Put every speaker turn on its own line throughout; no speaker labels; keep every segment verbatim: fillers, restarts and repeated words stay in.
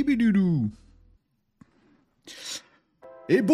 Bibidoudou. Et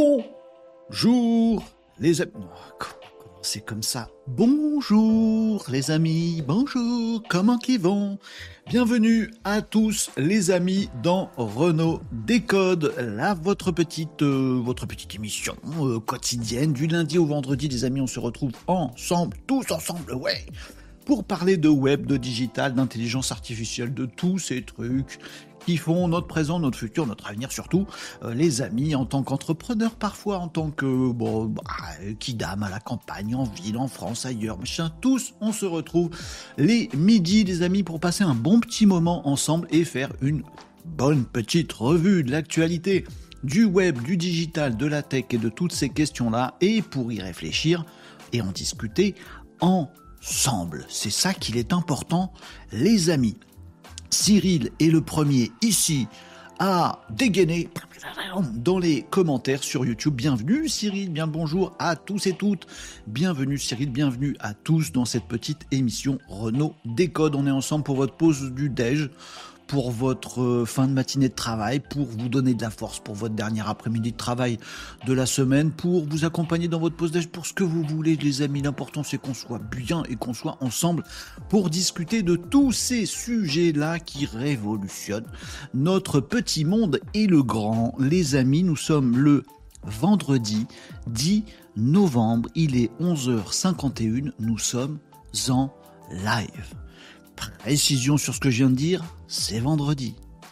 bonjour les amis. Oh, comment c'est comme ça? Bonjour les amis, bonjour, comment qu'ils vont? Bienvenue à tous les amis dans Renaud Décode, là votre petite, euh, votre petite émission euh, quotidienne du lundi au vendredi. Les amis, on se retrouve ensemble, tous ensemble, ouais, pour parler de web, de digital, d'intelligence artificielle, de tous ces trucs qui font notre présent, notre futur, notre avenir surtout, euh, les amis, en tant qu'entrepreneur, parfois en tant que, bon, bah, kidam à la campagne, en ville, en France, ailleurs, machin, tous, on se retrouve les midis, les amis, pour passer un bon petit moment ensemble et faire une bonne petite revue de l'actualité du web, du digital, de la tech et de toutes ces questions-là, et pour y réfléchir et en discuter ensemble. C'est ça qu'il est important, les amis. Cyril est le premier ici à dégainer dans les commentaires sur YouTube. Bienvenue Cyril, bien bonjour à tous et toutes. Bienvenue Cyril, bienvenue à tous dans cette petite émission Renaud Décode. On est ensemble pour votre pause du déj, pour votre fin de matinée de travail, pour vous donner de la force pour votre dernier après-midi de travail de la semaine, pour vous accompagner dans votre pause déj, pour ce que vous voulez les amis. L'important c'est qu'on soit bien et qu'on soit ensemble pour discuter de tous ces sujets-là qui révolutionnent notre petit monde et le grand. Les amis, nous sommes le vendredi dix novembre, il est onze heures cinquante et une, nous sommes en live. Précision sur ce que je viens de dire, c'est vendredi.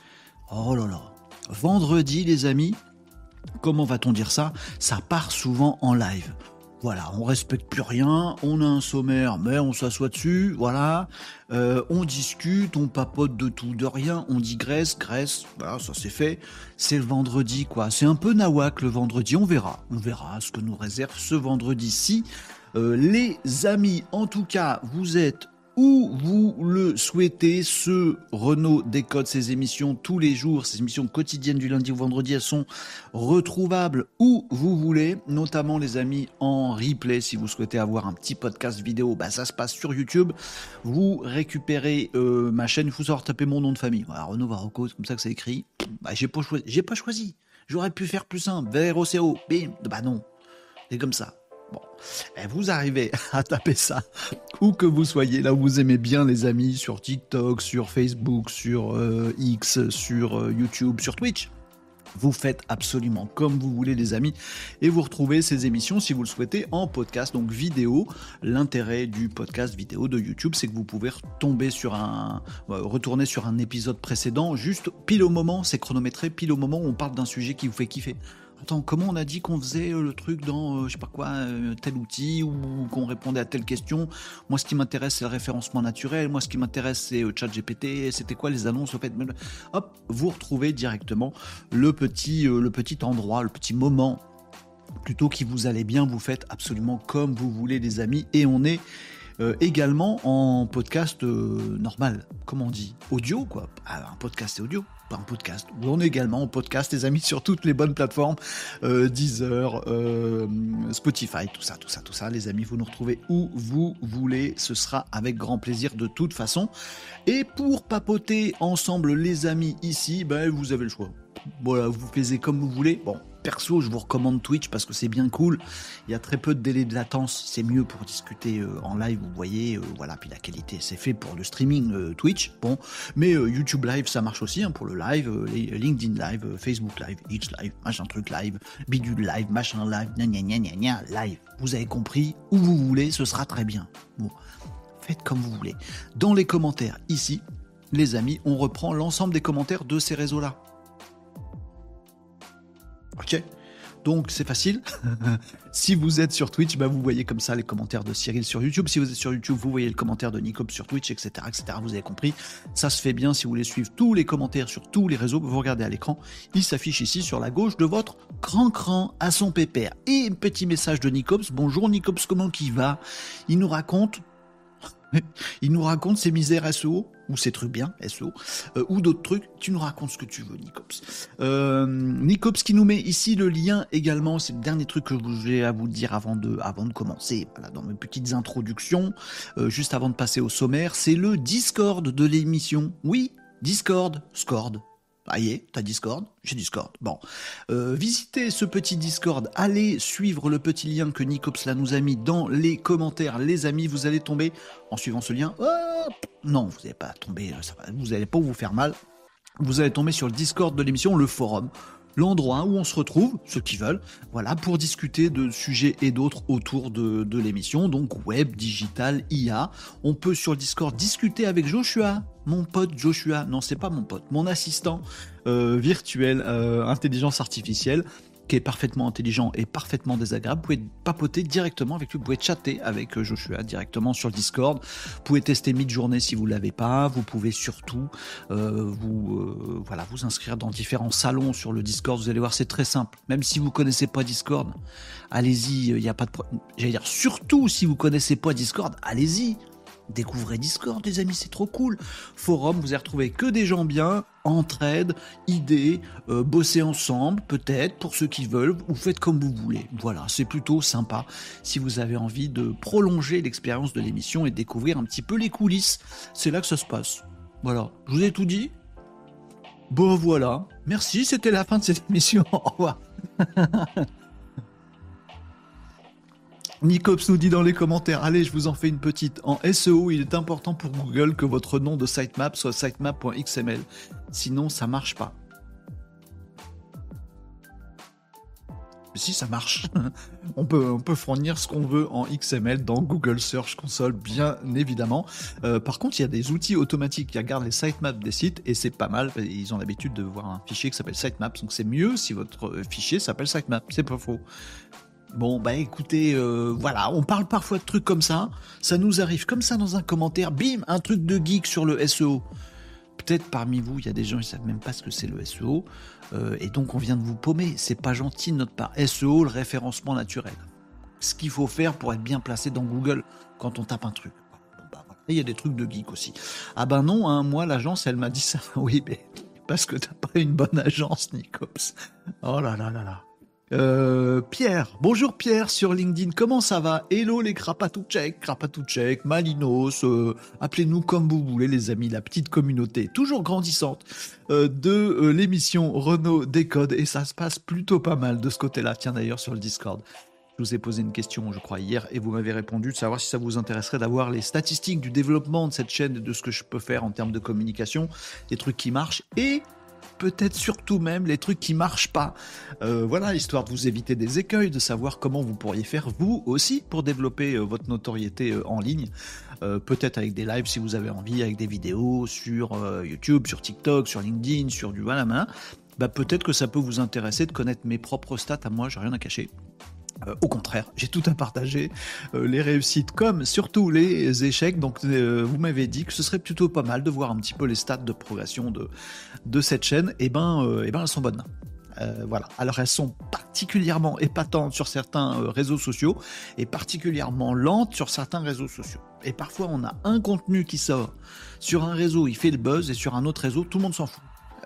Oh là là. Vendredi, les amis, comment va-t-on dire ça? Ça part souvent en live. Voilà, on respecte plus rien, on a un sommaire, mais on s'assoit dessus, voilà. Euh, on discute, on papote de tout, de rien, on digresse, graisse, voilà, ça c'est fait. C'est le vendredi, quoi. C'est un peu nawak le vendredi, on verra. On verra ce que nous réserve ce vendredi-ci. Euh, les amis, en tout cas, vous êtes où vous le souhaitez, ce Renaud Décode, ces émissions tous les jours, ces émissions quotidiennes du lundi au vendredi, elles sont retrouvables où vous voulez, notamment les amis en replay. Si vous souhaitez avoir un petit podcast vidéo, bah ça se passe sur YouTube. Vous récupérez euh, ma chaîne, il faut savoir taper mon nom de famille. Voilà, Renaud Varocco, c'est comme ça que c'est écrit. Bah, j'ai pas choisi, j'ai pas choisi. J'aurais pu faire plus simple, V R O C O, bim, bah non, c'est comme ça. Bon, et vous arrivez à taper ça, où que vous soyez, là où vous aimez bien les amis, sur TikTok, sur Facebook, sur euh, X, sur euh, YouTube, sur Twitch. Vous faites absolument comme vous voulez les amis, et vous retrouvez ces émissions si vous le souhaitez en podcast, donc vidéo. L'intérêt du podcast vidéo de YouTube, c'est que vous pouvez retomber sur un, euh, retourner sur un épisode précédent, juste pile au moment, c'est chronométré, pile au moment où on parle d'un sujet qui vous fait kiffer. Attends, comment on a dit qu'on faisait le truc dans, euh, je sais pas quoi, euh, tel outil, ou qu'on répondait à telle question? Moi, ce qui m'intéresse, c'est le référencement naturel. Moi, ce qui m'intéresse, c'est euh, ChatGPT. C'était quoi les annonces au fait? Hop, vous retrouvez directement le petit, euh, le petit endroit, le petit moment, plutôt qui vous allait bien. Vous faites absolument comme vous voulez, les amis. Et on est Euh, également en podcast euh, normal, comment on dit, audio quoi. Ah, un podcast c'est audio, pas un podcast. On est également en podcast, les amis, sur toutes les bonnes plateformes, euh, Deezer, euh, Spotify, tout ça, tout ça, tout ça. Les amis, vous nous retrouvez où vous voulez, ce sera avec grand plaisir de toute façon. Et pour papoter ensemble, les amis, ici, ben vous avez le choix. Voilà, vous plaisez comme vous voulez. Bon, perso, je vous recommande Twitch parce que c'est bien cool. Il y a très peu de délai de latence. C'est mieux pour discuter euh, en live, vous voyez. Euh, voilà, puis la qualité, c'est fait pour le streaming euh, Twitch. Bon, mais euh, YouTube Live, ça marche aussi hein, pour le live. Euh, LinkedIn Live, euh, Facebook Live, X Live, machin truc live, bidule live, machin live, gna gna gna gna gna live. Vous avez compris, où vous voulez, ce sera très bien. Bon, faites comme vous voulez. Dans les commentaires, ici, les amis, on reprend l'ensemble des commentaires de ces réseaux-là. Ok, donc c'est facile. Si vous êtes sur Twitch, bah vous voyez comme ça les commentaires de Cyril sur YouTube. Si vous êtes sur YouTube, vous voyez le commentaire de Nicops sur Twitch, et cetera, et cetera. Vous avez compris. Ça se fait bien si vous voulez suivre tous les commentaires sur tous les réseaux. Vous regardez à l'écran, il s'affiche ici sur la gauche de votre grand cran à son pépère. Et un petit message de Nicops. Bonjour Nicops, comment qu'il va? Il nous raconte. Il nous raconte ses misères S E O, ou ses trucs bien, S E O, euh, ou d'autres trucs. Tu nous racontes ce que tu veux, Nicops. Euh, Nicops qui nous met ici le lien également. C'est le dernier truc que j'ai à vous dire avant de, avant de commencer. Voilà, dans mes petites introductions, euh, juste avant de passer au sommaire, c'est le Discord de l'émission. Oui, Discord, Scord. Ah y est, t'as Discord? J'ai Discord. Bon. Euh, visitez ce petit Discord, allez suivre le petit lien que Nicops là nous a mis dans les commentaires, les amis, vous allez tomber, en suivant ce lien, hop, non, vous n'allez pas tomber, ça va, vous n'allez pas vous faire mal, vous allez tomber sur le Discord de l'émission, le forum, l'endroit où on se retrouve, ceux qui veulent, voilà, pour discuter de sujets et d'autres autour de, de l'émission, donc web, digital, I A. On peut sur le Discord discuter avec Joshua, mon pote Joshua, non c'est pas mon pote, mon assistant euh, virtuel, euh, intelligence artificielle, qui est parfaitement intelligent et parfaitement désagréable. Vous pouvez papoter directement avec lui, vous pouvez chatter avec Joshua directement sur le Discord, vous pouvez tester Midjourney si vous ne l'avez pas, vous pouvez surtout euh, vous, euh, voilà, vous inscrire dans différents salons sur le Discord, vous allez voir c'est très simple, même si vous ne connaissez pas Discord, allez-y, il n'y a pas de problème, j'allais dire surtout si vous ne connaissez pas Discord, allez-y, découvrez Discord les amis, c'est trop cool. Forum, vous allez retrouver que des gens bien, entraide, idées, euh, bosser ensemble peut-être pour ceux qui veulent, vous faites comme vous voulez. Voilà, c'est plutôt sympa si vous avez envie de prolonger l'expérience de l'émission et découvrir un petit peu les coulisses. C'est là que ça se passe. Voilà, je vous ai tout dit. Bon voilà, merci, c'était la fin de cette émission. Au revoir. Nicops nous dit dans les commentaires, allez, je vous en fais une petite. En S E O, il est important pour Google que votre nom de sitemap soit sitemap point X M L. Sinon, ça marche pas. Mais si, ça marche. on, peut, on peut fournir ce qu'on veut en X M L dans Google Search Console, bien évidemment. Euh, par contre, il y a des outils automatiques qui regardent les sitemaps des sites et c'est pas mal. Ils ont l'habitude de voir un fichier qui s'appelle sitemaps. Donc c'est mieux si votre fichier s'appelle sitemap. C'est pas faux. Bon, bah écoutez, euh, voilà, on parle parfois de trucs comme ça, ça nous arrive comme ça dans un commentaire, bim, un truc de geek sur le S E O. Peut-être parmi vous, il y a des gens qui ne savent même pas ce que c'est le S E O, euh, et donc on vient de vous paumer, c'est pas gentil de notre part. S E O, le référencement naturel. Ce qu'il faut faire pour être bien placé dans Google quand on tape un truc. Bon, bah, voilà. Et il y a des trucs de geek aussi. Ah ben non, hein, moi l'agence, elle m'a dit ça, oui, mais parce que t'as pas une bonne agence, Nicops. Oh là là là là. Euh, Pierre, bonjour Pierre sur LinkedIn, comment ça va? Hello les Krapatouchek, Krapatouchek, Malinos, euh, appelez-nous comme vous voulez les amis, la petite communauté toujours grandissante euh, de euh, l'émission Renault Décode et ça se passe plutôt pas mal de ce côté-là. Tiens d'ailleurs sur le Discord, je vous ai posé une question je crois hier et vous m'avez répondu de savoir si ça vous intéresserait d'avoir les statistiques du développement de cette chaîne et de ce que je peux faire en termes de communication, des trucs qui marchent et peut-être surtout même les trucs qui marchent pas. Euh, voilà, histoire de vous éviter des écueils, de savoir comment vous pourriez faire vous aussi pour développer euh, votre notoriété euh, en ligne. Euh, peut-être avec des lives si vous avez envie, avec des vidéos sur euh, YouTube, sur TikTok, sur LinkedIn, sur du voilà main. Bah, peut-être que ça peut vous intéresser de connaître mes propres stats à moi, j'ai rien à cacher. Euh, au contraire, j'ai tout à partager, euh, les réussites comme surtout les échecs, donc euh, vous m'avez dit que ce serait plutôt pas mal de voir un petit peu les stats de progression de, de cette chaîne, et ben, euh, et ben elles sont bonnes. Euh, voilà. Alors elles sont particulièrement épatantes sur certains euh, réseaux sociaux et particulièrement lentes sur certains réseaux sociaux. Et parfois on a un contenu qui sort sur un réseau, il fait le buzz, et sur un autre réseau, tout le monde s'en fout.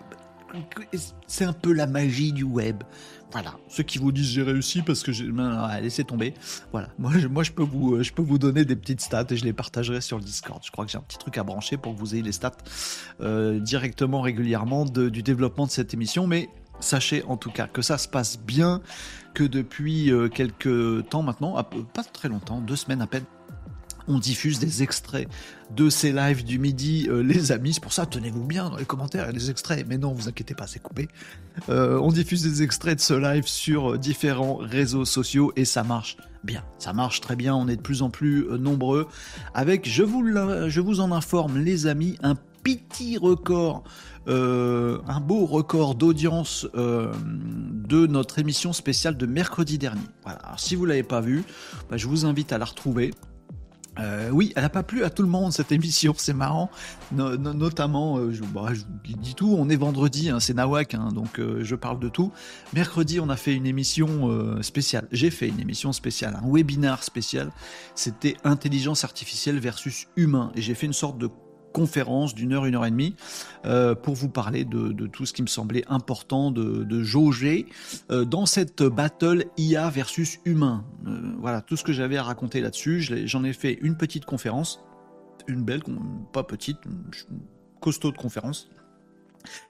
C'est un peu la magie du web. Voilà, ceux qui vous disent j'ai réussi parce que j'ai... Non, laissez tomber. Voilà, moi, je, moi je, peux vous, je peux vous donner des petites stats et je les partagerai sur le Discord. Je crois que j'ai un petit truc à brancher pour que vous ayez les stats euh, directement, régulièrement de, du développement de cette émission. Mais sachez en tout cas que ça se passe bien, que depuis euh, quelques temps maintenant, pas très longtemps, deux semaines à peine, on diffuse des extraits de ces lives du midi, euh, les amis. C'est pour ça, tenez-vous bien dans les commentaires, il y a des extraits. Mais non, vous inquiétez pas, c'est coupé. Euh, on diffuse des extraits de ce live sur différents réseaux sociaux et ça marche bien. Ça marche très bien, on est de plus en plus euh, nombreux. Avec, je vous, je vous en informe, les amis, un petit record, euh, un beau record d'audience euh, de notre émission spéciale de mercredi dernier. Voilà. Alors, si vous ne l'avez pas vue, bah, je vous invite à la retrouver. Euh, oui, elle n'a pas plu à tout le monde cette émission, c'est marrant, no, no, notamment, euh, je, bah, je vous dis tout, on est vendredi, hein, c'est Nawak, hein, donc euh, je parle de tout. Mercredi, on a fait une émission euh, spéciale, j'ai fait une émission spéciale, un webinar spécial, c'était intelligence artificielle versus humain, et j'ai fait une sorte de conférence d'une heure, une heure et demie, euh, pour vous parler de, de tout ce qui me semblait important de, de jauger euh, dans cette battle I A versus humain. Euh, voilà, tout ce que j'avais à raconter là-dessus, je j'en ai fait une petite conférence, une belle, pas petite, une costaud de conférence.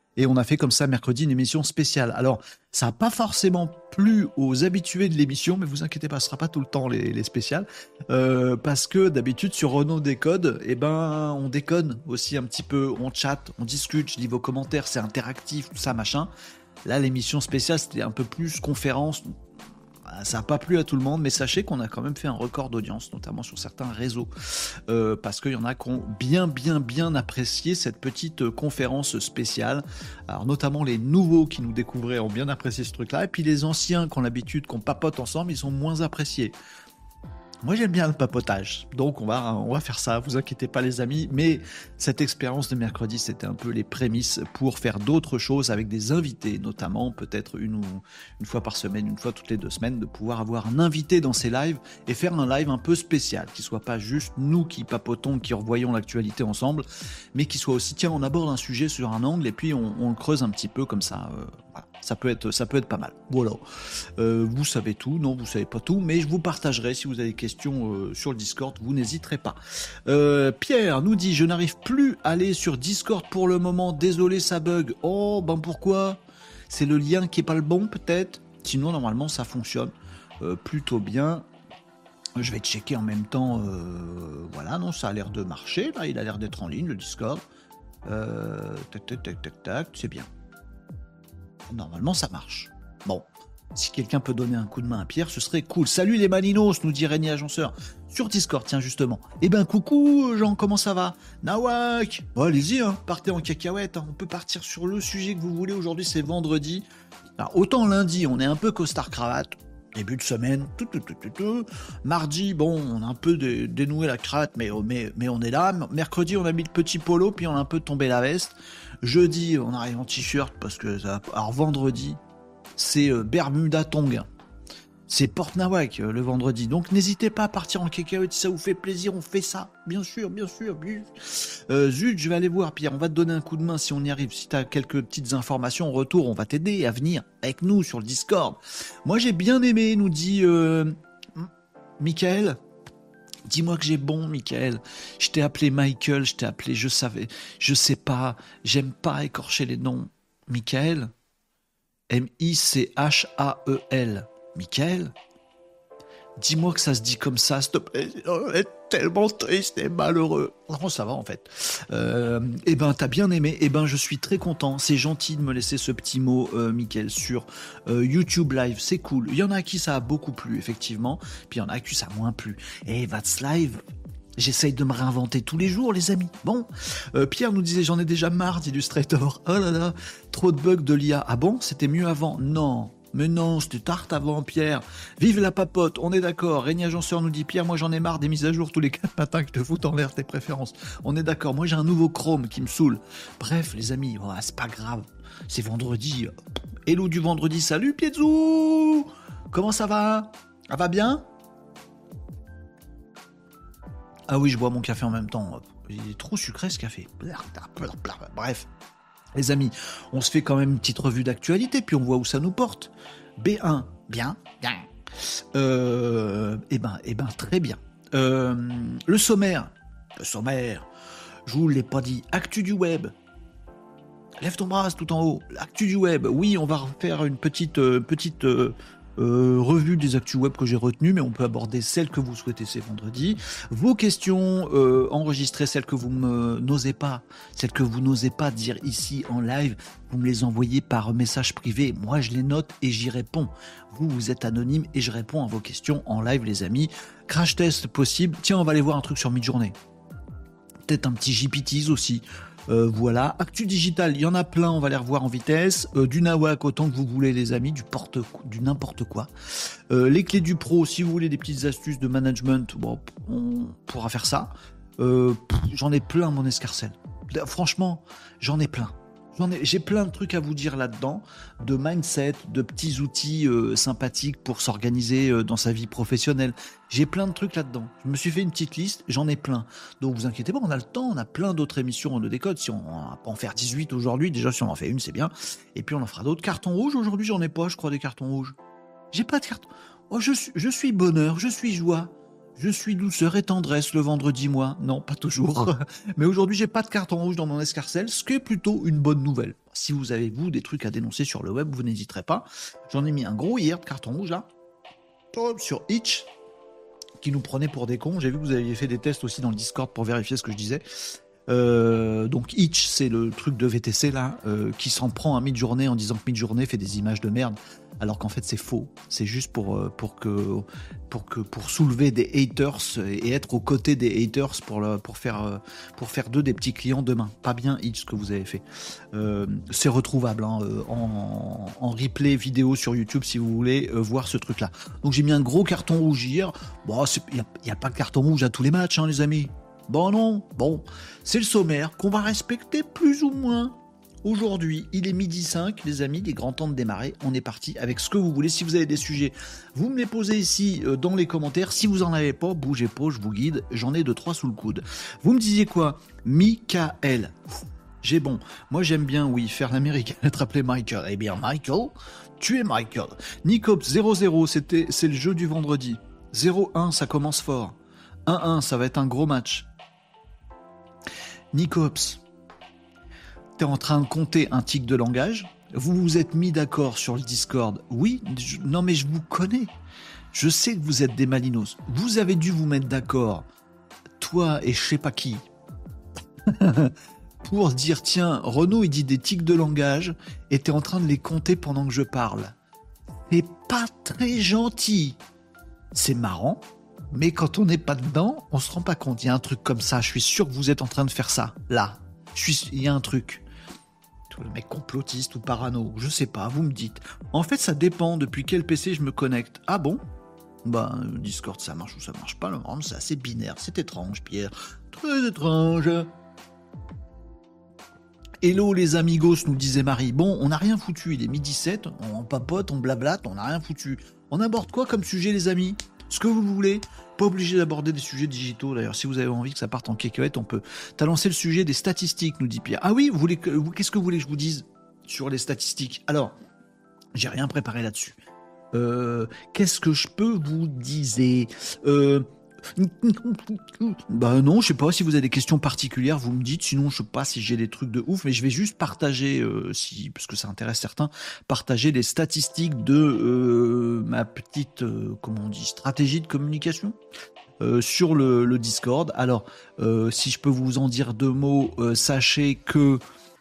Et on a fait comme ça mercredi une émission spéciale. Alors, ça n'a pas forcément plu aux habitués de l'émission, mais vous inquiétez pas, ce ne sera pas tout le temps les, les spéciales. Euh, parce que d'habitude, sur Renault Décode, eh ben, on déconne aussi un petit peu, on chatte, on discute, je lis vos commentaires, c'est interactif, tout ça, machin. Là, l'émission spéciale, c'était un peu plus conférence. Ça n'a pas plu à tout le monde, mais sachez qu'on a quand même fait un record d'audience, notamment sur certains réseaux, euh, parce qu'il y en a qui ont bien, bien, bien apprécié cette petite conférence spéciale. Alors, notamment les nouveaux qui nous découvraient ont bien apprécié ce truc-là, et puis les anciens qui ont l'habitude, qu'on papote ensemble, ils sont moins appréciés. Moi, j'aime bien le papotage, donc on va, on va faire ça, vous inquiétez pas les amis, mais cette expérience de mercredi, c'était un peu les prémices pour faire d'autres choses avec des invités, notamment peut-être une, ou, une fois par semaine, une fois toutes les deux semaines, de pouvoir avoir un invité dans ces lives et faire un live un peu spécial, qui soit pas juste nous qui papotons, qui revoyons l'actualité ensemble, mais qui soit aussi, tiens, on aborde un sujet sur un angle et puis on, on le creuse un petit peu comme ça, euh, voilà. Ça peut être, ça peut être pas mal. Voilà. Euh, vous savez tout, non, vous savez pas tout, mais je vous partagerai si vous avez des questions euh, sur le Discord, vous n'hésiterez pas. Euh, Pierre nous dit, je n'arrive plus à aller sur Discord pour le moment, désolé, ça bug. Oh, ben pourquoi ? C'est le lien qui est pas le bon, peut-être ? Sinon, normalement, ça fonctionne euh, plutôt bien. Je vais checker en même temps. Euh, voilà, non, ça a l'air de marcher. Là, il a l'air d'être en ligne, le Discord. Euh, tac, tac, tac, tac, tac, c'est bien. Normalement, ça marche. Bon, si quelqu'un peut donner un coup de main à Pierre, ce serait cool. Salut les Maninos, nous dit Régnier Agenceur. Sur Discord, tiens, justement. Eh ben, coucou, Jean, comment ça va ? Nawak. Bon, allez-y, hein, partez en cacahuète. Hein. On peut partir sur le sujet que vous voulez. Aujourd'hui, c'est vendredi. Alors, autant lundi, on est un peu costard-cravate. Début de semaine. Tout, tout, tout, tout, tout. Mardi, bon, on a un peu dé- dénoué la cravate, mais, mais, mais on est là. Mercredi, on a mis le petit polo, puis on a un peu tombé la veste. Jeudi, on arrive en t-shirt parce que ça... Alors vendredi, c'est euh, Bermuda Tongue. C'est Porte Nawak euh, le vendredi. Donc n'hésitez pas à partir en cacahuète si ça vous fait plaisir, on fait ça. Bien sûr, bien sûr. Bien... Euh, zut, je vais aller voir Pierre, on va te donner un coup de main si on y arrive. Si tu as quelques petites informations en retour, on va t'aider à venir avec nous sur le Discord. Moi j'ai bien aimé, nous dit euh... Michael. Dis-moi que j'ai bon, Michael. Je t'ai appelé Michael, je t'ai appelé, je savais, je sais pas, j'aime pas écorcher les noms. Michael, M I C H A E L. Michael, dis-moi que ça se dit comme ça, s'il te plaît. On est tellement triste et malheureux. Non, ça va en fait. Euh, eh ben, t'as bien aimé. Eh ben, je suis très content. C'est gentil de me laisser ce petit mot, euh, Michael, sur euh, YouTube Live. C'est cool. Il y en a à qui ça a beaucoup plu, effectivement. Puis il y en a à qui ça a moins plu. Et Vats Live, j'essaye de me réinventer tous les jours, les amis. Bon, euh, Pierre nous disait, j'en ai déjà marre d'Illustrator. Oh là là, trop de bugs de l'I A. Ah bon, c'était mieux avant ? Non. Mais non, c'était tarte avant, Pierre. Vive la papote, on est d'accord. Régnier Agenceur nous dit, Pierre, moi j'en ai marre des mises à jour tous les quatre matins qui te foutent en l'air tes préférences. On est d'accord, moi j'ai un nouveau Chrome qui me saoule. Bref, les amis, oh, c'est pas grave. C'est vendredi. Hello du vendredi, salut Piezou. Comment ça va ? Ça va bien ? Ah oui, je bois mon café en même temps. Il est trop sucré ce café. Bref. Les amis, on se fait quand même une petite revue d'actualité, puis on voit où ça nous porte. B un, bien, bien. Euh, eh ben, eh ben, très bien. Euh, le sommaire, le sommaire, je vous l'ai pas dit. Actu du web. Lève ton bras tout en haut. Actu du web. Oui, on va refaire une petite, euh, petite euh, euh, revue des actus web que j'ai retenues, mais on peut aborder celles que vous souhaitez, c'est vendredi. Vos questions, euh, enregistrez celles que vous me n'osez pas, celles que vous n'osez pas dire ici en live, vous me les envoyez par message privé. Moi, je les note et j'y réponds. Vous, vous êtes anonyme et je réponds à vos questions en live, les amis. Crash test possible. Tiens, on va aller voir un truc sur Midjourney. Peut-être un petit G P T aussi. Euh, voilà, Actu Digital, il y en a plein, on va les revoir en vitesse. Euh, du Nawak, autant que vous voulez, les amis, du, porte, du n'importe quoi. Euh, les clés du pro, si vous voulez des petites astuces de management, bon, on pourra faire ça. Euh, pff, j'en ai plein, mon escarcelle. Franchement, j'en ai plein. J'en ai, j'ai plein de trucs à vous dire là-dedans, de mindset, de petits outils euh, sympathiques pour s'organiser euh, dans sa vie professionnelle. J'ai plein de trucs là-dedans. Je me suis fait une petite liste, j'en ai plein. Donc vous inquiétez pas, on a le temps, on a plein d'autres émissions de décode. Si on, on va pas en faire dix-huit aujourd'hui, déjà si on en fait une, c'est bien. Et puis on en fera d'autres. Cartons rouges, aujourd'hui j'en ai pas, je crois, des cartons rouges. J'ai pas de carton. Oh, je, suis, je suis bonheur, je suis joie. Je suis douceur et tendresse le vendredi, moi. Non, pas toujours. Mais aujourd'hui, j'ai pas de carton rouge dans mon escarcelle, ce qui est plutôt une bonne nouvelle. Si vous avez, vous, des trucs à dénoncer sur le web, vous n'hésiterez pas. J'en ai mis un gros hier de carton rouge, là, sur Itch, qui nous prenait pour des cons. J'ai vu que vous aviez fait des tests aussi dans le Discord pour vérifier ce que je disais. Euh, donc Itch, c'est le truc de V T C là, euh, qui s'en prend à Midjourney en disant que Midjourney fait des images de merde, alors qu'en fait c'est faux. C'est juste pour euh, pour que pour que pour soulever des haters et être aux côtés des haters pour le, pour faire euh, pour faire d'eux des petits clients demain. Pas bien Itch ce que vous avez fait. Euh, c'est retrouvable hein, euh, en, en replay vidéo sur YouTube si vous voulez euh, voir ce truc là. Donc j'ai mis un gros carton rouge hier. Bon, il y a, y a pas de carton rouge à tous les matchs hein, les amis. Bon non, bon, c'est le sommaire qu'on va respecter plus ou moins. Aujourd'hui, il est midi cinq, les amis, il est grand temps de démarrer. On est parti avec ce que vous voulez. Si vous avez des sujets, vous me les posez ici euh, dans les commentaires. Si vous en avez pas, bougez pas, je vous guide. J'en ai deux, trois sous le coude. Vous me disiez quoi? Michael. J'ai bon. Moi, j'aime bien, oui, faire l'américain, être appelé Michael. Eh bien, Michael, tu es Michael. Nicops zéro zéro, c'était, c'est le jeu du vendredi. zéro un, ça commence fort. un un, ça va être un gros match. Nicops, t'es en train de compter un tic de langage. Vous vous êtes mis d'accord sur le Discord. Oui, je, non mais je vous connais. Je sais que vous êtes des malinos. Vous avez dû vous mettre d'accord, toi et je sais pas qui, pour dire tiens, Renaud il dit des tics de langage et t'es en train de les compter pendant que je parle. C'est pas très gentil. C'est marrant. Mais quand on n'est pas dedans, on se rend pas compte. Il y a un truc comme ça. Je suis sûr que vous êtes en train de faire ça. Là. Je suis... Il y a un truc. Le mec complotiste ou parano. Je sais pas. Vous me dites. En fait, ça dépend depuis quel P C je me connecte. Ah bon? Bah, Discord, ça marche ou ça marche pas. Le moment, c'est assez binaire. C'est étrange, Pierre. Très étrange. Hello les amigos, nous disait Marie. Bon, on n'a rien foutu. Il est midi sept. On papote, on blablate. On n'a rien foutu. On aborde quoi comme sujet, les amis? Ce que vous voulez, pas obligé d'aborder des sujets digitaux d'ailleurs. Si vous avez envie que ça parte en cacahuète, on peut. T'as lancé le sujet des statistiques, nous dit Pierre. Ah oui, vous voulez que, vous, qu'est-ce que vous voulez que je vous dise sur les statistiques? Alors, j'ai rien préparé là-dessus. Euh, qu'est-ce que je peux vous dire? euh, Bah non, je sais pas si vous avez des questions particulières, vous me dites. Sinon, je sais pas si j'ai des trucs de ouf, mais je vais juste partager, euh, si parce que ça intéresse certains, partager les statistiques de euh, ma petite, euh, comment on dit, stratégie de communication euh, sur le, le Discord. Alors, euh, si je peux vous en dire deux mots, euh, sachez que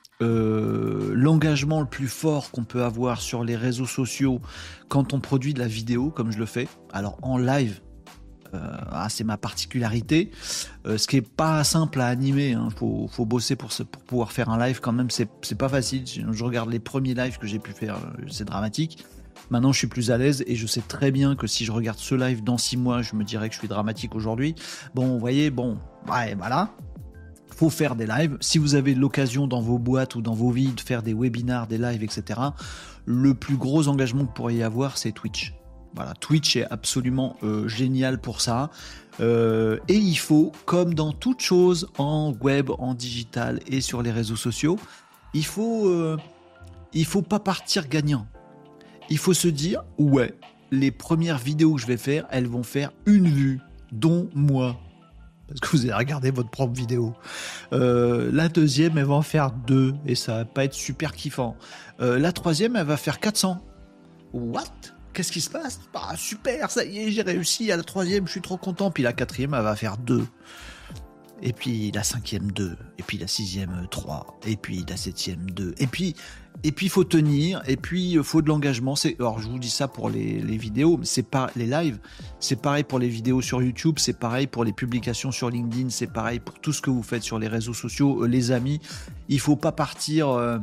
euh, l'engagement le plus fort qu'on peut avoir sur les réseaux sociaux quand on produit de la vidéo, comme je le fais, alors en live. Euh, ah, c'est ma particularité, euh, ce qui est pas simple à animer, hein. faut, faut bosser pour, ce, pour pouvoir faire un live quand même, c'est, c'est pas facile. Je regarde les premiers lives que j'ai pu faire, c'est dramatique. Maintenant je suis plus à l'aise et je sais très bien que si je regarde ce live dans six mois, je me dirais que je suis dramatique aujourd'hui. Bon, vous voyez, bon, ouais, voilà. Faut faire des lives. Si vous avez l'occasion dans vos boîtes ou dans vos vies de faire des webinars, des lives, et cetera, le plus gros engagement que vous pourriez avoir, c'est Twitch. Voilà, Twitch est absolument euh, génial pour ça. Euh, et il faut, comme dans toute chose en web, en digital et sur les réseaux sociaux, il faut, euh, il faut pas partir gagnant. Il faut se dire, ouais, les premières vidéos que je vais faire, elles vont faire une vue, dont moi. Parce que vous avez regardé votre propre vidéo. Euh, la deuxième, elle va en faire deux, et ça va pas être super kiffant. Euh, la troisième, elle va faire quatre cents. What ? Qu'est-ce qui se passe? Bah, super, ça y est, j'ai réussi. À la troisième, je suis trop content. Puis la quatrième, elle va faire deux. Et puis la cinquième, deux. Et puis la sixième, trois. Et puis la septième, deux. Et puis, et puis, il faut tenir. Et puis, il faut de l'engagement. C'est, alors, je vous dis ça pour les, les vidéos, mais c'est pas les lives. C'est pareil pour les vidéos sur YouTube. C'est pareil pour les publications sur LinkedIn. C'est pareil pour tout ce que vous faites sur les réseaux sociaux. Euh, les amis, il faut pas partir. Euh,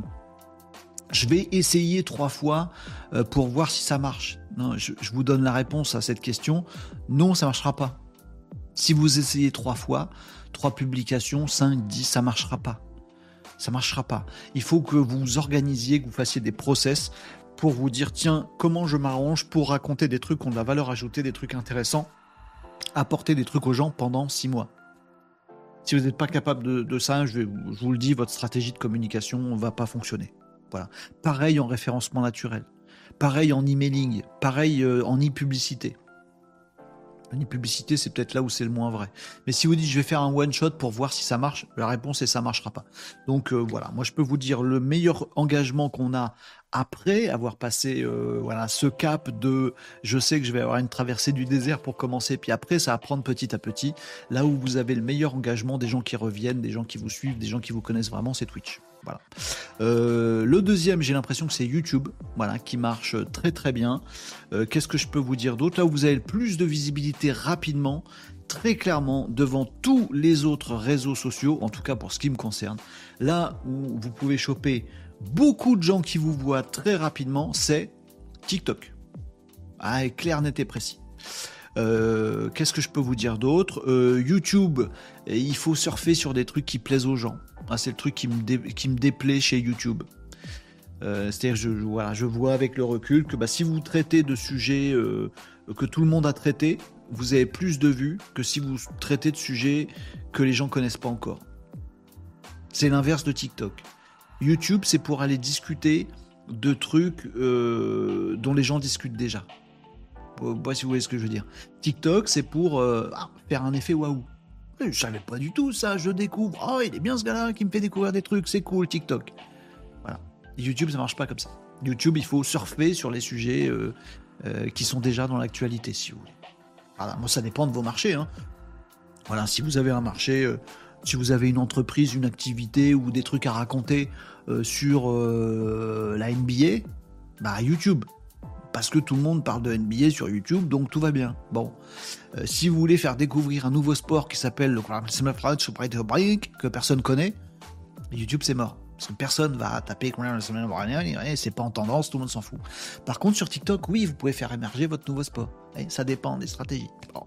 Je vais essayer trois fois euh, pour voir si ça marche. Non, je, je vous donne la réponse à cette question. Non, ça marchera pas. Si vous essayez trois fois, trois publications, cinq, dix, ça marchera pas. Ça marchera pas. Il faut que vous vous organisiez, que vous fassiez des process pour vous dire, tiens, comment je m'arrange pour raconter des trucs qui ont de la valeur ajoutée, des trucs intéressants, apporter des trucs aux gens pendant six mois. Si vous n'êtes pas capable de, de ça, je, vais, je vous le dis, votre stratégie de communication ne va pas fonctionner. Voilà. Pareil en référencement naturel, pareil en emailing, pareil euh, en e-publicité. Ni publicité, c'est peut-être là où c'est le moins vrai. Mais si vous dites je vais faire un one shot pour voir si ça marche, la réponse est ça marchera pas. Donc euh, voilà, moi je peux vous dire le meilleur engagement qu'on a après avoir passé euh, voilà ce cap de je sais que je vais avoir une traversée du désert pour commencer, puis après ça va prendre petit à petit. Là où vous avez le meilleur engagement, des gens qui reviennent, des gens qui vous suivent, des gens qui vous connaissent vraiment, c'est Twitch. Voilà. Euh, le deuxième, j'ai l'impression que c'est YouTube, voilà, qui marche très très bien. Euh, qu'est-ce que je peux vous dire d'autre? Là où vous avez le plus de visibilité rapidement, très clairement, devant tous les autres réseaux sociaux, en tout cas pour ce qui me concerne, là où vous pouvez choper beaucoup de gens qui vous voient très rapidement, c'est TikTok. Ah, clair, net et précis. Euh, qu'est-ce que je peux vous dire d'autre? euh, YouTube, il faut surfer sur des trucs qui plaisent aux gens. Ah, c'est le truc qui me, dé, qui me déplaît chez YouTube. Euh, c'est-à-dire, je, je, voilà, je vois avec le recul que bah, si vous traitez de sujets euh, que tout le monde a traités, vous avez plus de vues que si vous traitez de sujets que les gens connaissent pas encore. C'est l'inverse de TikTok. YouTube, c'est pour aller discuter de trucs euh, dont les gens discutent déjà. Je sais pas si vous voyez ce que je veux dire. TikTok, c'est pour euh, faire un effet waouh. Je savais pas du tout ça, je découvre. Oh, il est bien ce gars-là qui me fait découvrir des trucs, c'est cool, TikTok. Voilà. YouTube, ça marche pas comme ça. YouTube, il faut surfer sur les sujets euh, euh, qui sont déjà dans l'actualité, si vous voulez. Voilà. Moi, ça dépend de vos marchés. Hein. Voilà, si vous avez un marché, euh, si vous avez une entreprise, une activité ou des trucs à raconter euh, sur euh, la N B A, bah YouTube. Parce que tout le monde parle de N B A sur YouTube, donc tout va bien. Bon, euh, si vous voulez faire découvrir un nouveau sport qui s'appelle le que personne connaît, YouTube c'est mort. Parce que personne va taper c'est pas en tendance, tout le monde s'en fout. Par contre sur TikTok, oui, vous pouvez faire émerger votre nouveau sport. Et ça dépend des stratégies. Bon.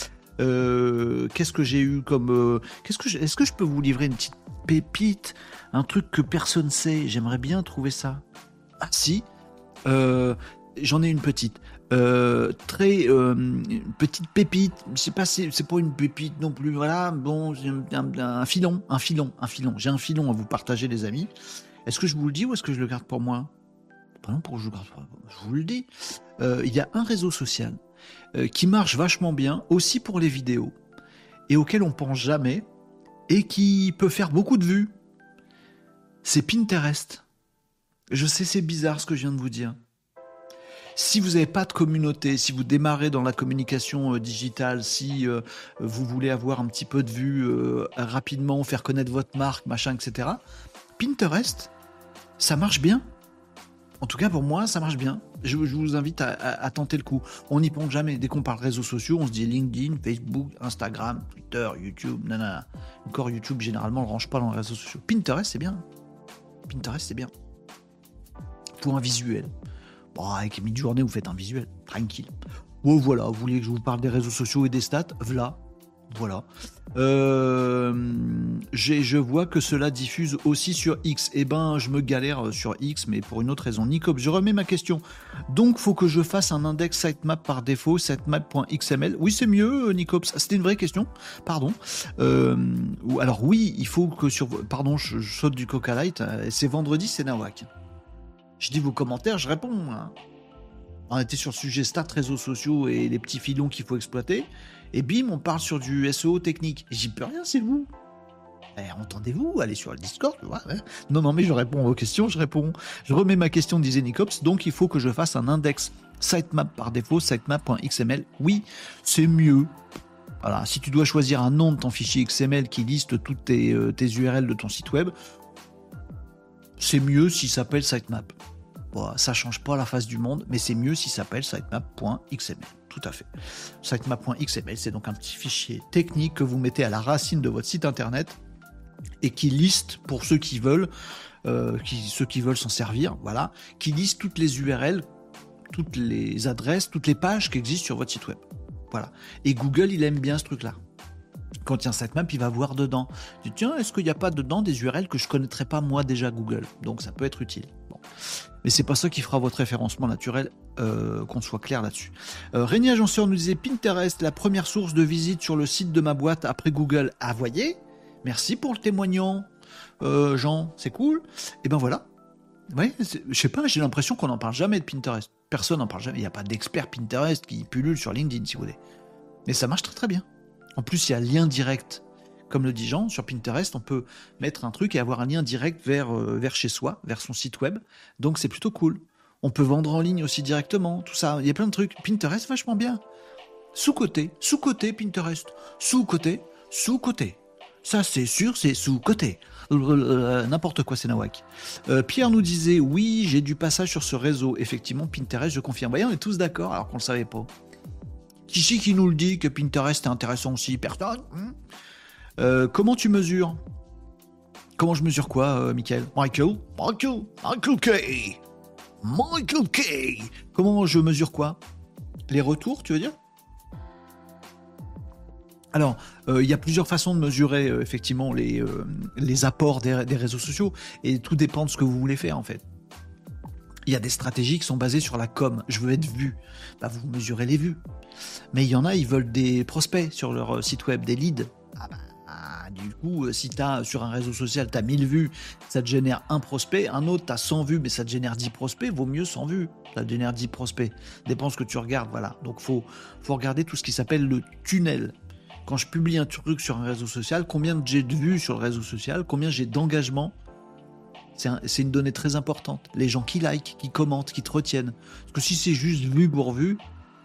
Euh, qu'est-ce que j'ai eu comme... Euh, qu'est-ce que je, est-ce que je peux vous livrer une petite pépite, un truc que personne sait? J'aimerais bien trouver ça. Ah si, euh, j'en ai une petite. Euh, très euh, une petite pépite. Je sais pas, c'est, c'est pas une pépite non plus. Voilà, bon, j'ai un, un, un filon, un filon, un filon. J'ai un filon à vous partager, les amis. Est-ce que je vous le dis ou est-ce que je le garde pour moi? Pas non, pour que je le garde pour moi. Je vous le dis. Euh, il y a un réseau social euh, qui marche vachement bien, aussi pour les vidéos, et auquel on pense jamais, et qui peut faire beaucoup de vues. C'est Pinterest. Je sais, c'est bizarre ce que je viens de vous dire. Si vous n'avez pas de communauté, si vous démarrez dans la communication euh, digitale, si euh, vous voulez avoir un petit peu de vues euh, rapidement, faire connaître votre marque, machin, et cetera, Pinterest, ça marche bien. En tout cas, pour moi, ça marche bien. Je, je vous invite à, à, à tenter le coup. On n'y pense jamais. Dès qu'on parle réseaux sociaux, on se dit LinkedIn, Facebook, Instagram, Twitter, YouTube, nanana. Encore YouTube, généralement, on ne le range pas dans les réseaux sociaux. Pinterest, c'est bien. Pinterest, c'est bien. Pour un visuel. Bon, avec mid-journée, vous faites un visuel, tranquille. Bon, voilà, vous voulez que je vous parle des réseaux sociaux et des stats? Voilà, voilà. Euh, j'ai, je vois que cela diffuse aussi sur X. Eh ben, je me galère sur X, mais pour une autre raison. Nicops, je remets ma question. Donc, faut que je fasse un index sitemap par défaut, sitemap.xml. Oui, c'est mieux, Nicops. C'était une vraie question. Pardon. Euh, alors oui, il faut que sur... Pardon, je, je saute du Coca Light. C'est vendredi, c'est Nawak. Je dis vos commentaires, je réponds. Hein. On était sur le sujet stats, réseaux sociaux et les petits filons qu'il faut exploiter. Et bim, on parle sur du S E O technique. J'y peux rien, c'est vous. Eh, entendez-vous, allez sur le Discord. Ouais, ouais. Non, non, mais je réponds à vos questions, je réponds. Je remets ma question, disait Nicops. Donc, il faut que je fasse un index sitemap par défaut, sitemap.xml. Oui, c'est mieux. Voilà, si tu dois choisir un nom de ton fichier X M L qui liste toutes tes, euh, tes U R L de ton site web, c'est mieux s'il s'appelle sitemap. Bon, ça change pas la face du monde, mais c'est mieux s'il s'appelle sitemap.xml. Tout à fait. Sitemap.xml, c'est donc un petit fichier technique que vous mettez à la racine de votre site internet et qui liste, pour ceux qui veulent, euh, qui, ceux qui veulent s'en servir, voilà, qui liste toutes les U R L, toutes les adresses, toutes les pages qui existent sur votre site web. Voilà. Et Google, il aime bien ce truc-là. Quand il y a un sitemap, il va voir dedans. Il dit, tiens, est-ce qu'il n'y a pas dedans des U R L que je ne connaîtrais pas moi déjà Google? Donc ça peut être utile. Bon. Mais c'est pas ça qui fera votre référencement naturel, euh, qu'on soit clair là-dessus. Euh, Régnier Agenceur nous disait Pinterest, la première source de visite sur le site de ma boîte après Google. Ah, voyez, merci pour le témoignant, euh, Jean, c'est cool. Et ben voilà. Ouais, je sais pas, j'ai l'impression qu'on n'en parle jamais de Pinterest. Personne n'en parle jamais. Il n'y a pas d'expert Pinterest qui pullule sur LinkedIn, si vous voulez. Mais ça marche très très bien. En plus, il y a lien direct. Comme le dit Jean, sur Pinterest, on peut mettre un truc et avoir un lien direct vers, euh, vers chez soi, vers son site web. Donc c'est plutôt cool. On peut vendre en ligne aussi directement, tout ça. Il y a plein de trucs. Pinterest, vachement bien. Sous-côté, sous-côté Pinterest. Sous-côté, sous-côté. Ça, c'est sûr, c'est sous-côté. Euh, n'importe quoi, c'est nawak. Euh, Pierre nous disait, oui, j'ai du passage sur ce réseau. Effectivement, Pinterest, je confirme. Voyez, on est tous d'accord, alors qu'on le savait pas. Qui c'est qui nous le dit que Pinterest est intéressant aussi? Personne. Hein euh, comment tu mesures? Comment je mesure quoi, euh, Michael? Michael? Michael? Michael K. Michael K. Comment je mesure quoi? Les retours, tu veux dire? Alors, il euh, y a plusieurs façons de mesurer euh, effectivement les, euh, les apports des, des réseaux sociaux, et tout dépend de ce que vous voulez faire en fait. Il y a des stratégies qui sont basées sur la com. Je veux être vu. Bah, vous mesurez les vues. Mais il y en a, ils veulent des prospects sur leur site web, des leads. Ah bah, du coup, si t'as sur un réseau social, tu as mille vues, ça te génère un prospect. Un autre, tu as cent vues, mais ça te génère dix prospects. Vaut mieux cent vues. Ça te génère dix prospects. Dépend ce que tu regardes. Voilà. Donc, il faut, faut regarder tout ce qui s'appelle le tunnel. Quand je publie un truc sur un réseau social, combien j'ai de vues sur le réseau social, combien j'ai d'engagement. C'est, un, c'est une donnée très importante. Les gens qui like, qui commentent, qui te retiennent. Parce que si c'est juste vue pour vue,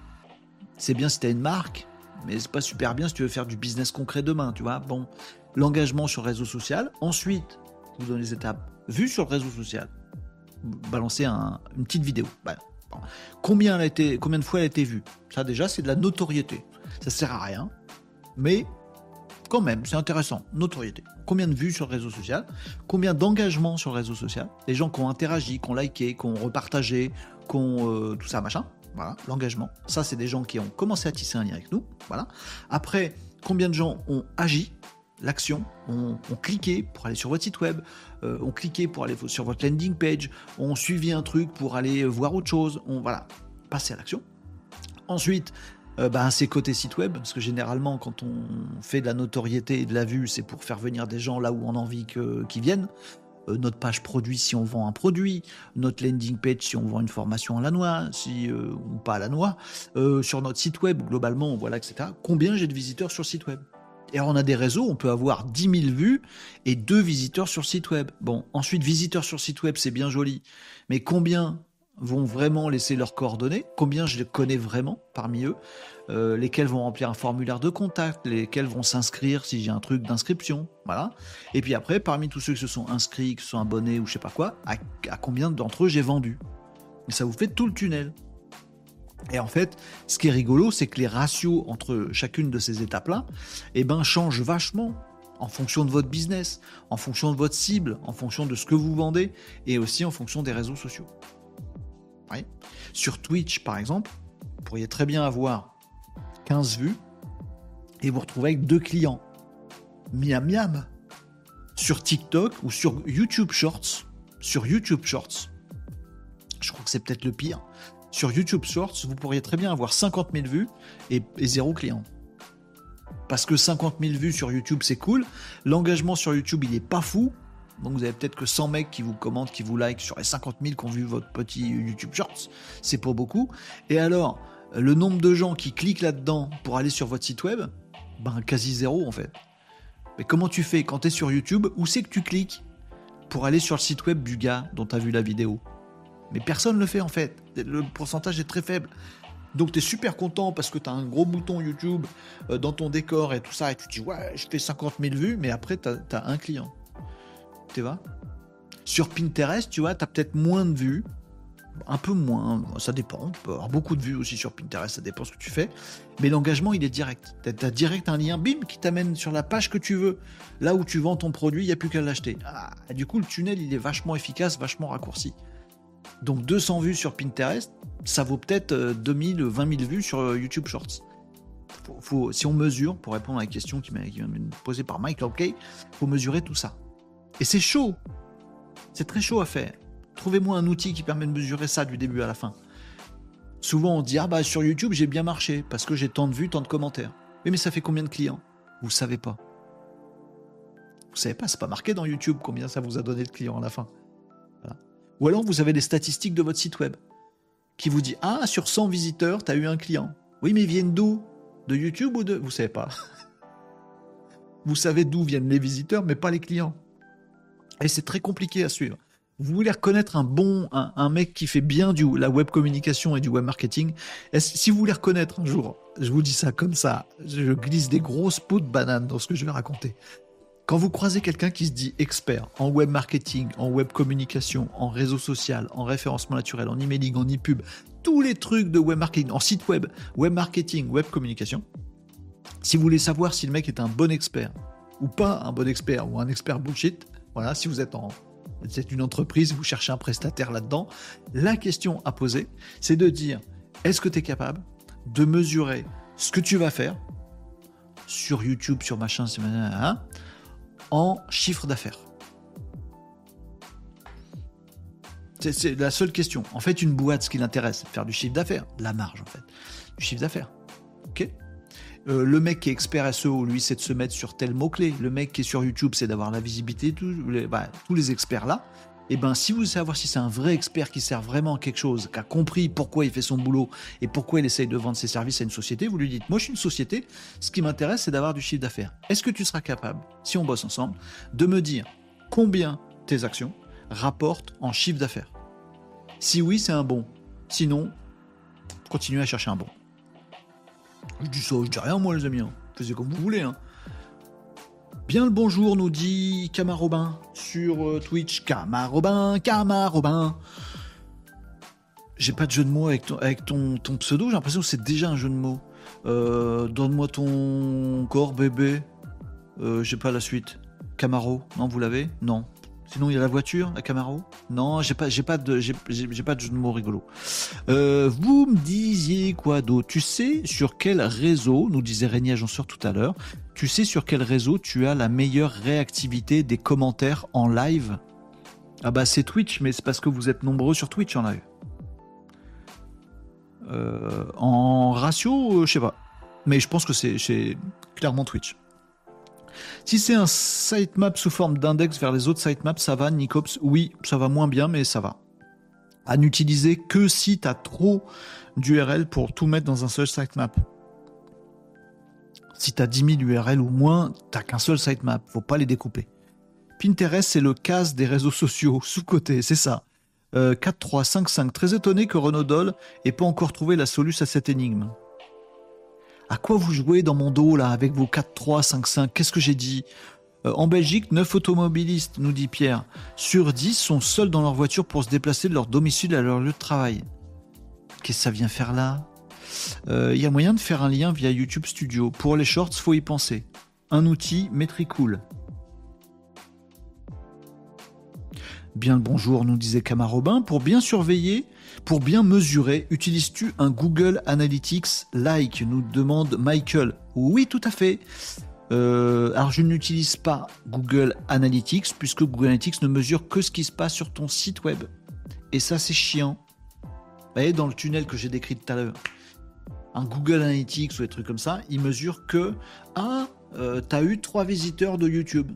c'est bien si tu as une marque, mais c'est pas super bien si tu veux faire du business concret demain, tu vois. Bon, l'engagement sur le réseau social. Ensuite, vous donnez les étapes. Vue sur le réseau social. Balancez un, une petite vidéo. Bah, bon. Combien, elle a été, combien de fois elle a été vue? Ça déjà, c'est de la notoriété. Ça sert à rien, mais quand même, c'est intéressant. Notoriété. Combien de vues sur le réseau social? Combien d'engagements sur le réseau social? Les gens qui ont interagi, qui ont liké, qui ont repartagé, qui ont euh, tout ça, machin. Voilà, l'engagement. Ça, c'est des gens qui ont commencé à tisser un lien avec nous. Voilà. Après, combien de gens ont agi? L'action, ont, ont cliqué pour aller sur votre site web, euh, ont cliqué pour aller sur votre landing page, ont suivi un truc pour aller voir autre chose. On, voilà, passer à l'action. Ensuite, Euh, bah, c'est côté site web, parce que généralement quand on fait de la notoriété et de la vue, c'est pour faire venir des gens là où on a envie que, qu'ils viennent. Euh, notre page produit si on vend un produit, notre landing page si on vend une formation à la noix, si, euh, ou pas à la noix, euh, sur notre site web globalement, voilà, et cetera. Combien j'ai de visiteurs sur le site web? Et alors on a des réseaux, on peut avoir dix mille vues et deux visiteurs sur le site web. Bon, ensuite visiteurs sur le site web, c'est bien joli, mais combien vont vraiment laisser leurs coordonnées, combien je les connais vraiment parmi eux, euh, lesquels vont remplir un formulaire de contact, lesquels vont s'inscrire si j'ai un truc d'inscription, voilà. Et puis après, parmi tous ceux qui se sont inscrits, qui se sont abonnés ou je sais pas quoi, à, à combien d'entre eux j'ai vendu. Et ça vous fait tout le tunnel. Et en fait, ce qui est rigolo, c'est que les ratios entre chacune de ces étapes-là, eh ben, changent vachement en fonction de votre business, en fonction de votre cible, en fonction de ce que vous vendez, et aussi en fonction des réseaux sociaux. Oui. Sur Twitch, par exemple, vous pourriez très bien avoir quinze vues et vous retrouver avec deux clients. Miam miam. Sur TikTok ou sur YouTube Shorts, sur YouTube Shorts, je crois que c'est peut-être le pire. Sur YouTube Shorts, vous pourriez très bien avoir cinquante mille vues et, et zéro client. Parce que cinquante mille vues sur YouTube, c'est cool. L'engagement sur YouTube, il est pas fou. Donc vous avez peut-être que cent mecs qui vous commentent, qui vous like sur les cinquante mille qui ont vu votre petit YouTube Shorts. C'est pas beaucoup. Et alors, le nombre de gens qui cliquent là-dedans pour aller sur votre site web, ben quasi zéro en fait. Mais comment tu fais quand tu es sur YouTube? Où c'est que tu cliques pour aller sur le site web du gars dont tu as vu la vidéo? Mais personne ne le fait en fait. Le pourcentage est très faible. Donc tu es super content parce que tu as un gros bouton YouTube dans ton décor et tout ça. Et tu te dis, ouais, je fais cinquante mille vues, mais après tu as un client. Tu vois, sur Pinterest, tu vois, tu as peut-être moins de vues, un peu moins, ça dépend, tu peux avoir beaucoup de vues aussi sur Pinterest, ça dépend ce que tu fais, mais l'engagement, il est direct. Tu as direct un lien, bim, qui t'amène sur la page que tu veux, là où tu vends ton produit, il n'y a plus qu'à l'acheter. Ah, du coup, le tunnel, il est vachement efficace, vachement raccourci. Donc deux cents vues sur Pinterest, ça vaut peut-être deux mille, vingt mille vues sur YouTube Shorts. Faut, faut, si on mesure, pour répondre à la question qui m'a, qui m'a posée par Mike, ok, il faut mesurer tout ça. Et c'est chaud, c'est très chaud à faire. Trouvez-moi un outil qui permet de mesurer ça du début à la fin. Souvent on dit, ah bah sur YouTube j'ai bien marché, parce que j'ai tant de vues, tant de commentaires. Oui mais ça fait combien de clients? Vous ne savez pas. Vous savez pas, c'est pas marqué dans YouTube combien ça vous a donné de clients à la fin. Voilà. Ou alors vous avez les statistiques de votre site web, qui vous dit, ah sur cent visiteurs, tu as eu un client. Oui mais ils viennent d'où? de YouTube ou de... Vous savez pas. Vous savez d'où viennent les visiteurs, mais pas les clients. Et c'est très compliqué à suivre. Vous voulez reconnaître un bon, un, un mec qui fait bien du, la web communication et du web marketing. Est-ce, si vous voulez reconnaître un jour, je vous dis ça comme ça, je glisse des grosses peaux de banane dans ce que je vais raconter. Quand vous croisez quelqu'un qui se dit expert en web marketing, en web communication, en réseau social, en référencement naturel, en emailing, en e-pub, tous les trucs de web marketing, en site web, web marketing, web communication, si vous voulez savoir si le mec est un bon expert ou pas un bon expert ou un expert bullshit, voilà, si vous êtes en c'est une entreprise, vous cherchez un prestataire là-dedans, la question à poser, c'est de dire, est-ce que tu es capable de mesurer ce que tu vas faire sur YouTube, sur machin, hein, en chiffre d'affaires? c'est, c'est la seule question. En fait, une boîte, ce qui l'intéresse, c'est de faire du chiffre d'affaires, la marge en fait, du chiffre d'affaires. Ok ? Euh, le mec qui est expert S E O, lui, c'est de se mettre sur tel mot-clé. Le mec qui est sur YouTube, c'est d'avoir la visibilité. Tous les, bah, tous les experts-là, et ben, si vous voulez savoir si c'est un vrai expert qui sert vraiment à quelque chose, qui a compris pourquoi il fait son boulot et pourquoi il essaye de vendre ses services à une société, vous lui dites, moi, je suis une société, ce qui m'intéresse, c'est d'avoir du chiffre d'affaires. Est-ce que tu seras capable, si on bosse ensemble, de me dire combien tes actions rapportent en chiffre d'affaires? Si oui, c'est un bon. Sinon, continuez à chercher un bon. Je dis ça, je dis rien moi les amis, hein. Faites comme vous voulez. Hein. Bien le bonjour nous dit Camarobin sur euh, Twitch. Camarobin, Camarobin. J'ai pas de jeu de mots avec ton, avec ton, ton pseudo, j'ai l'impression que c'est déjà un jeu de mots. Euh, donne-moi ton corps bébé. Euh, j'ai pas la suite. Camaro, non vous l'avez? Non. Sinon, il y a la voiture, la Camaro. Non, j'ai pas, j'ai pas de, j'ai, j'ai, j'ai pas de jeu de mots rigolo. Euh, vous me disiez quoi d'autre? Tu sais sur quel réseau, nous disait Régnier Agenceur tout à l'heure, tu sais sur quel réseau tu as la meilleure réactivité des commentaires en live? Ah bah c'est Twitch, mais c'est parce que vous êtes nombreux sur Twitch en live. Euh, en ratio, euh, je sais pas. Mais je pense que c'est, c'est clairement Twitch. Si c'est un sitemap sous forme d'index vers les autres sitemaps, ça va, Nicops? Oui, ça va moins bien, mais ça va. À n'utiliser que si tu as trop d'U R L pour tout mettre dans un seul sitemap. Si tu as dix mille U R L ou moins, tu n'as qu'un seul sitemap, faut pas les découper. Pinterest, c'est le casse des réseaux sociaux, sous-côté, c'est ça. Euh, quatre trois cinq cinq, très étonné que Renaud Doll n'ait pas encore trouvé la solution à cette énigme. À quoi vous jouez dans mon dos, là, avec vos quatre trois cinq cinq? Qu'est-ce que j'ai dit? euh, En Belgique, neuf automobilistes, nous dit Pierre, sur dix sont seuls dans leur voiture pour se déplacer de leur domicile à leur lieu de travail. Qu'est-ce que ça vient faire là? Il euh, y a moyen de faire un lien via YouTube Studio. Pour les shorts, faut y penser. Un outil Metricool. Bien le bonjour, nous disait Camarobin. Pour bien surveiller, pour bien mesurer, utilises-tu un Google Analytics like, nous demande Michael. Oui, tout à fait. Euh, alors, je n'utilise pas Google Analytics, puisque Google Analytics ne mesure que ce qui se passe sur ton site web. Et ça, c'est chiant. Vous voyez, dans le tunnel que j'ai décrit tout à l'heure, un Google Analytics ou des trucs comme ça, il mesure que, ah, euh, tu as eu trois visiteurs de YouTube.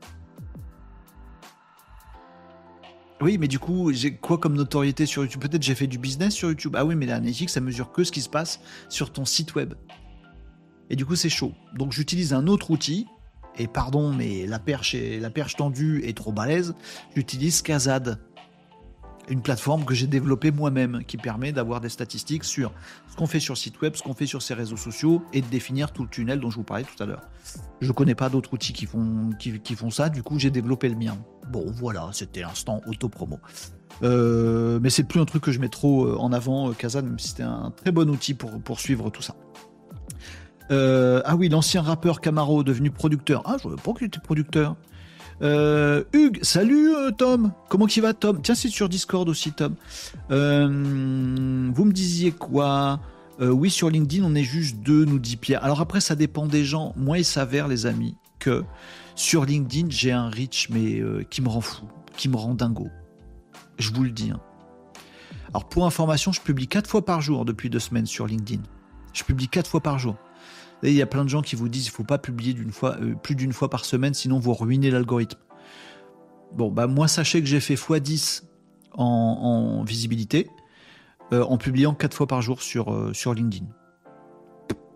Oui, mais du coup, j'ai quoi comme notoriété sur YouTube? Peut-être j'ai fait du business sur YouTube. Ah oui, mais l'analytics, ça mesure que ce qui se passe sur ton site web. Et du coup, c'est chaud. Donc, j'utilise un autre outil. Et pardon, mais la perche, est, la perche tendue est trop balèze. J'utilise Kazad, une plateforme que j'ai développée moi-même, qui permet d'avoir des statistiques sur ce qu'on fait sur le site web, ce qu'on fait sur ses réseaux sociaux, et de définir tout le tunnel dont je vous parlais tout à l'heure. Je ne connais pas d'autres outils qui font, qui, qui font ça, du coup j'ai développé le mien. Bon voilà, c'était l'instant auto-promo. Euh, mais c'est plus un truc que je mets trop en avant, Kazan, même si c'était un très bon outil pour, pour suivre tout ça. Euh, ah oui, l'ancien rappeur Camaro devenu producteur. Ah, je ne savais pas qu'il était producteur. Euh, Hugues, salut euh, Tom. Comment qu'il va Tom? Tiens, c'est sur Discord aussi Tom. Euh, vous me disiez quoi? euh, Oui, sur LinkedIn, on est juste deux, nous dit Pierre. Alors après, ça dépend des gens. Moi, il s'avère, les amis, que sur LinkedIn, j'ai un reach, mais euh, qui me rend fou, qui me rend dingo. Je vous le dis. Hein. Alors pour information, je publie quatre fois par jour depuis deux semaines sur LinkedIn. Je publie quatre fois par jour. Et il y a plein de gens qui vous disent qu'il ne faut pas publier d'une fois, euh, plus d'une fois par semaine, sinon vous ruinez l'algorithme. Bon, bah moi, sachez que j'ai fait fois dix en, en visibilité euh, en publiant quatre fois par jour sur, euh, sur LinkedIn.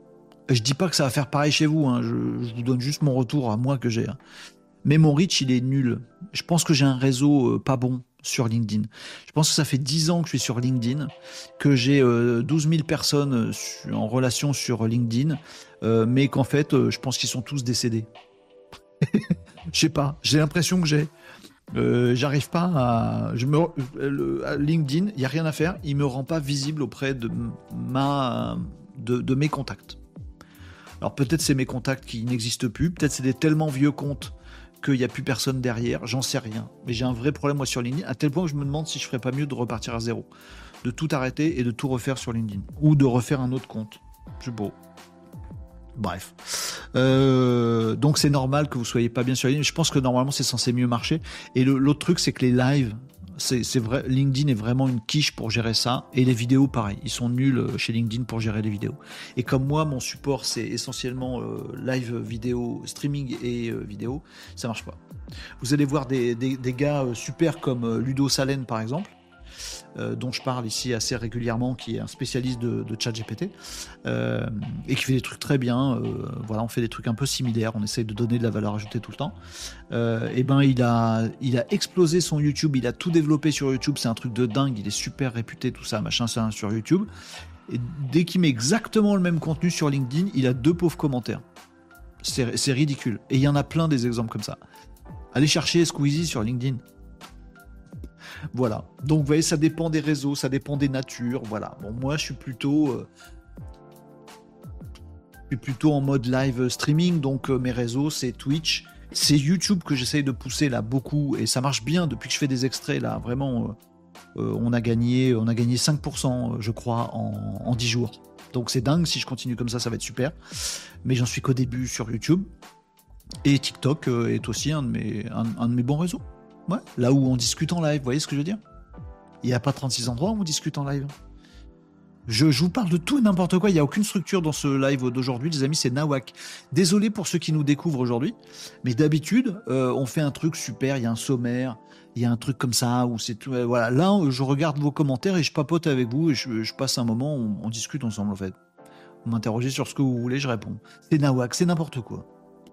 Je dis pas que ça va faire pareil chez vous, hein. je, je vous donne juste mon retour à moi que j'ai. Hein. Mais mon reach, il est nul. Je pense que j'ai un réseau euh, pas bon sur LinkedIn. Je pense que ça fait dix ans que je suis sur LinkedIn, que j'ai euh, douze mille personnes euh, en relation sur LinkedIn, euh, mais qu'en fait, euh, je pense qu'ils sont tous décédés. Je sais pas, j'ai l'impression que j'ai. Euh, j'arrive pas à. Je me, le, à LinkedIn, il n'y a rien à faire, il me rend pas visible auprès de, ma, de, de mes contacts. Alors peut-être c'est mes contacts qui n'existent plus, peut-être c'est des tellement vieux comptes qu'il n'y a plus personne derrière, j'en sais rien. Mais j'ai un vrai problème moi sur LinkedIn, à tel point que je me demande si je ferais pas mieux de repartir à zéro. De tout arrêter et de tout refaire sur LinkedIn. Ou de refaire un autre compte. C'est beau. Bref. Euh, donc c'est normal que vous soyez pas bien sur LinkedIn. Je pense que normalement c'est censé mieux marcher. Et le, l'autre truc c'est que les lives, c'est, c'est vrai, LinkedIn est vraiment une quiche pour gérer ça. Et les vidéos pareil, ils sont nuls chez LinkedIn pour gérer les vidéos. Et comme moi mon support c'est essentiellement euh, live vidéo, streaming et euh, vidéo, ça marche pas. Vous allez voir des, des, des gars super comme euh, Ludo Salen par exemple. Euh, dont je parle ici assez régulièrement, qui est un spécialiste de, de ChatGPT euh, et qui fait des trucs très bien. Euh, voilà, on fait des trucs un peu similaires, on essaye de donner de la valeur ajoutée tout le temps. Euh, et ben, il a, il a explosé son YouTube, il a tout développé sur YouTube, c'est un truc de dingue, il est super réputé, tout ça, machin, ça sur YouTube. Et dès qu'il met exactement le même contenu sur LinkedIn, il a deux pauvres commentaires. C'est, c'est ridicule. Et il y en a plein des exemples comme ça. Allez chercher Squeezie sur LinkedIn. Voilà, donc vous voyez, ça dépend des réseaux, ça dépend des natures, voilà. Bon, moi, je suis plutôt, euh, je suis plutôt en mode live streaming, donc euh, mes réseaux, c'est Twitch, c'est YouTube que j'essaye de pousser là beaucoup, et ça marche bien depuis que je fais des extraits là, vraiment, euh, euh, on a gagné, on a gagné cinq pour cent, je crois, en, en dix jours. Donc c'est dingue, si je continue comme ça, ça va être super. Mais j'en suis qu'au début sur YouTube, et TikTok euh, est aussi un de mes, un, un de mes bons réseaux. Ouais, là où on discute en live, vous voyez ce que je veux dire ? Il n'y a pas trente-six endroits où on discute en live. Je, je vous parle de tout et n'importe quoi, il n'y a aucune structure dans ce live d'aujourd'hui, les amis, c'est Nawak. Désolé pour ceux qui nous découvrent aujourd'hui, mais d'habitude, euh, on fait un truc super, il y a un sommaire, il y a un truc comme ça, où c'est tout, euh, voilà. Là, je regarde vos commentaires et je papote avec vous et je, je passe un moment, on, on discute ensemble en fait. Vous m'interrogez sur ce que vous voulez, je réponds. C'est Nawak, c'est n'importe quoi.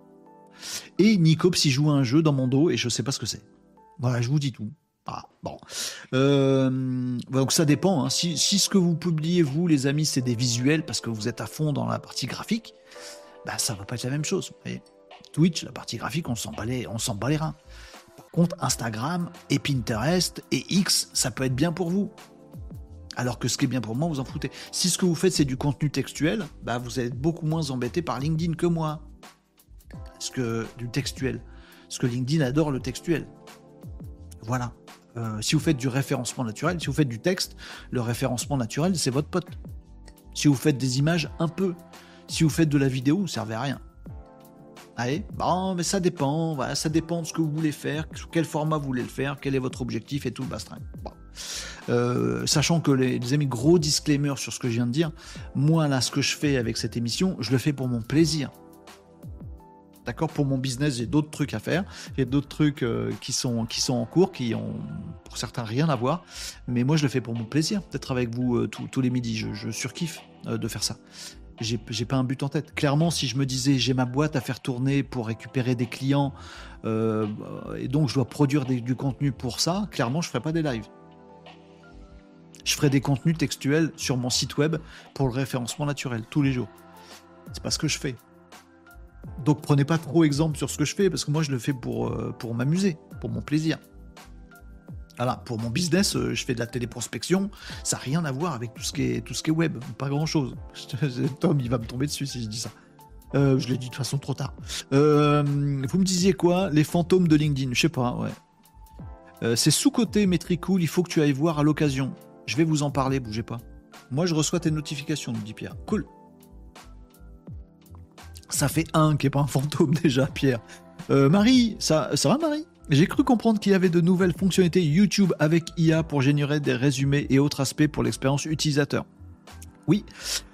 Et Nicops, il joue à un jeu dans mon dos et je sais pas ce que c'est. Voilà, je vous dis tout. Ah, bon. Euh, donc ça dépend. Hein. Si, si ce que vous publiez, vous, les amis, c'est des visuels parce que vous êtes à fond dans la partie graphique, bah, ça va pas être la même chose. Vous voyez. Twitch, la partie graphique, on s'en bat les, on s'en bat les reins. Par contre, Instagram et Pinterest et X, ça peut être bien pour vous. Alors que ce qui est bien pour moi, vous en foutez. Si ce que vous faites, c'est du contenu textuel, bah, vous allez être beaucoup moins embêté par LinkedIn que moi. Parce que du textuel. Parce que LinkedIn adore le textuel. Voilà. Euh, si vous faites du référencement naturel, si vous faites du texte, le référencement naturel, c'est votre pote. Si vous faites des images, un peu. Si vous faites de la vidéo, vous ne servez à rien. Allez, bon, mais ça dépend. Voilà, ça dépend de ce que vous voulez faire, sous quel format vous voulez le faire, quel est votre objectif et tout le bastring. Bon. Euh, sachant que les, les amis, gros disclaimer sur ce que je viens de dire, moi là, ce que je fais avec cette émission, je le fais pour mon plaisir. D'accord, pour mon business, j'ai d'autres trucs à faire. J'ai d'autres trucs euh, qui sont qui sont en cours, qui ont pour certains rien à voir. Mais moi, je le fais pour mon plaisir, d'être avec vous euh, tous les midis. Je, je surkiffe euh, de faire ça. J'ai, j'ai pas un but en tête. Clairement, si je me disais j'ai ma boîte à faire tourner pour récupérer des clients euh, et donc je dois produire des, du contenu pour ça, clairement, je ferais pas des lives. Je ferais des contenus textuels sur mon site web pour le référencement naturel tous les jours. C'est pas ce que je fais. Donc prenez pas trop exemple sur ce que je fais, parce que moi je le fais pour, euh, pour m'amuser, pour mon plaisir. Voilà, pour mon business, euh, je fais de la téléprospection, ça n'a rien à voir avec tout ce qui est, tout ce qui est web, pas grand chose. Tom, il va me tomber dessus si je dis ça. Euh, je l'ai dit de toute façon trop tard. Euh, vous me disiez quoi ? Les fantômes de LinkedIn, je sais pas, ouais. Euh, c'est sous-côté Metricool, il faut que tu ailles voir à l'occasion. Je vais vous en parler, bougez pas. Moi je reçois tes notifications, nous dit Pierre. Cool. Ça fait un qui n'est pas un fantôme déjà, Pierre. Euh, Marie, ça, ça va Marie ? J'ai cru comprendre qu'il y avait de nouvelles fonctionnalités YouTube avec I A pour générer des résumés et autres aspects pour l'expérience utilisateur. Oui.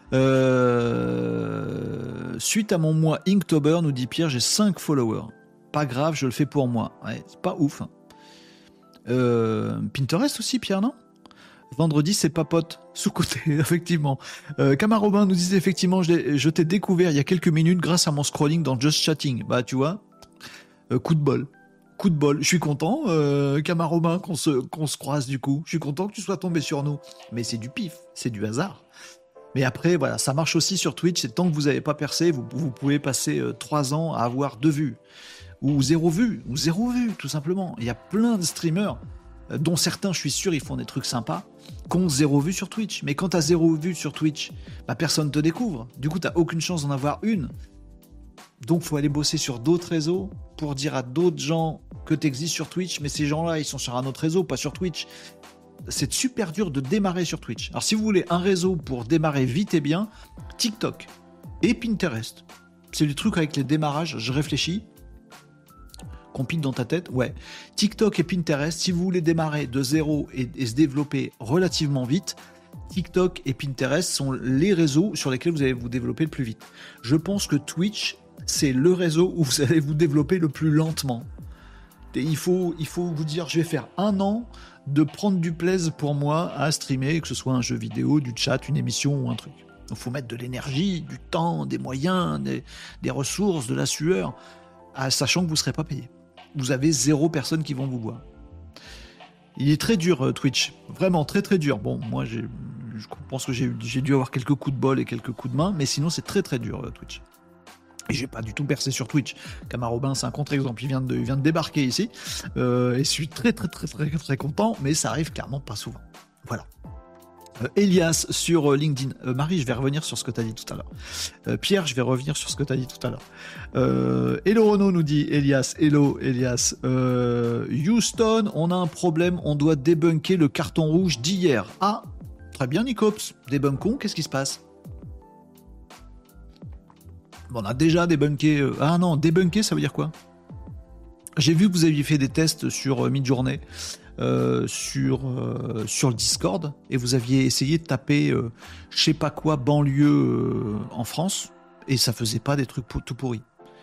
Euh... Suite à mon mois Inktober, nous dit Pierre, j'ai cinq followers. Pas grave, je le fais pour moi. Ouais, c'est pas ouf. Hein. Euh... Pinterest aussi, Pierre, non ? Vendredi, c'est papote, sous-côté, effectivement. Euh, Camarobin nous disait effectivement, je, je t'ai découvert il y a quelques minutes grâce à mon scrolling dans Just Chatting. Bah, tu vois, euh, coup de bol. Coup de bol. Je suis content, euh, Camarobin, qu'on se, qu'on se croise du coup. Je suis content que tu sois tombé sur nous. Mais c'est du pif, c'est du hasard. Mais après, voilà, ça marche aussi sur Twitch. C'est tant que vous n'avez pas percé, vous, vous pouvez passer euh, trois ans à avoir deux vues. Ou zéro vue, ou zéro vue, tout simplement. Il y a plein de streamers, euh, dont certains, je suis sûr, ils font des trucs sympas, qui ont zéro vue sur Twitch. Mais quand tu as zéro vue sur Twitch, bah, personne te découvre. Du coup, tu n'as aucune chance d'en avoir une. Donc, il faut aller bosser sur d'autres réseaux pour dire à d'autres gens que tu existes sur Twitch, mais ces gens-là, ils sont sur un autre réseau, pas sur Twitch. C'est super dur de démarrer sur Twitch. Alors, si vous voulez un réseau pour démarrer vite et bien, TikTok et Pinterest. C'est le truc avec les démarrages, je réfléchis. Compile dans ta tête, ouais. TikTok et Pinterest, si vous voulez démarrer de zéro et, et se développer relativement vite, TikTok et Pinterest sont les réseaux sur lesquels vous allez vous développer le plus vite. Je pense que Twitch, c'est le réseau où vous allez vous développer le plus lentement. Et il faut, il faut vous dire, je vais faire un an de prendre du plaisir pour moi à streamer, que ce soit un jeu vidéo, du chat, une émission ou un truc. Il faut mettre de l'énergie, du temps, des moyens, des, des ressources, de la sueur, à, sachant que vous ne serez pas payé. Vous avez zéro personne qui vont vous voir. Il est très dur, euh, Twitch. Vraiment très très dur. Bon, moi, j'ai, je pense que j'ai, j'ai dû avoir quelques coups de bol et quelques coups de main, mais sinon, c'est très très dur, euh, Twitch. Et j'ai pas du tout percé sur Twitch. Camarobin, c'est un contre-exemple. Il vient de, il vient de débarquer ici. Euh, et je suis très très très très très content, mais ça arrive clairement pas souvent. Voilà. Euh, Elias sur euh, LinkedIn. Euh, Marie, je vais revenir sur ce que tu as dit tout à l'heure. Euh, Pierre, je vais revenir sur ce que tu as dit tout à l'heure. Euh, Hello Renaud nous dit Elias. Hello Elias. Euh, Houston, on a un problème. On doit débunker le carton rouge d'hier. Ah, très bien, Nicops. Débunkons. Qu'est-ce qui se passe? Bon, on a déjà débunké. Euh... Ah non, débunker, ça veut dire quoi? J'ai vu que vous aviez fait des tests sur euh, Midjourney. Euh, sur, euh, sur le Discord et vous aviez essayé de taper euh, je sais pas quoi banlieue euh, en France et ça faisait pas des trucs pour, tout pourris.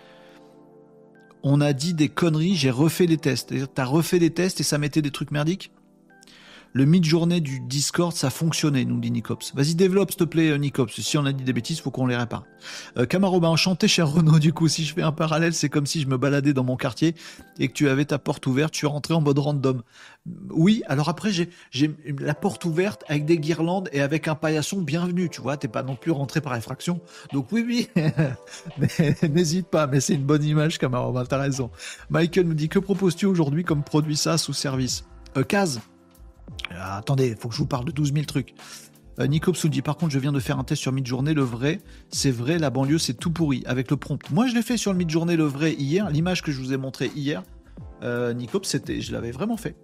On a dit des conneries, j'ai refait les tests. T'as refait les tests et ça mettait des trucs merdiques? Le mid-journée du Discord, ça fonctionnait, nous dit Nicops. Vas-y, développe, s'il te plaît, Nicops. Si on a dit des bêtises, faut qu'on les répare. Euh, Camaro, bah, enchanté, cher Renaud. Du coup, si je fais un parallèle, c'est comme si je me baladais dans mon quartier et que tu avais ta porte ouverte, tu rentrais en mode random. Oui, alors après, j'ai, j'ai la porte ouverte avec des guirlandes et avec un paillasson bienvenu, tu vois. T'es pas non plus rentré par effraction. Donc oui, oui. Mais n'hésite pas, mais c'est une bonne image, Camaro, bah, t'as raison. Michael nous dit, que proposes-tu aujourd'hui comme produit SaaS ou service? Euh, Case. Euh, attendez, il faut que je vous parle de douze mille trucs. Euh, Nicops nous dit, par contre, je viens de faire un test sur Midjourney, le vrai, c'est vrai, la banlieue, c'est tout pourri, avec le prompt. Moi, je l'ai fait sur le Midjourney, le vrai, hier, l'image que je vous ai montrée hier, euh, Nicops, c'était, je l'avais vraiment fait.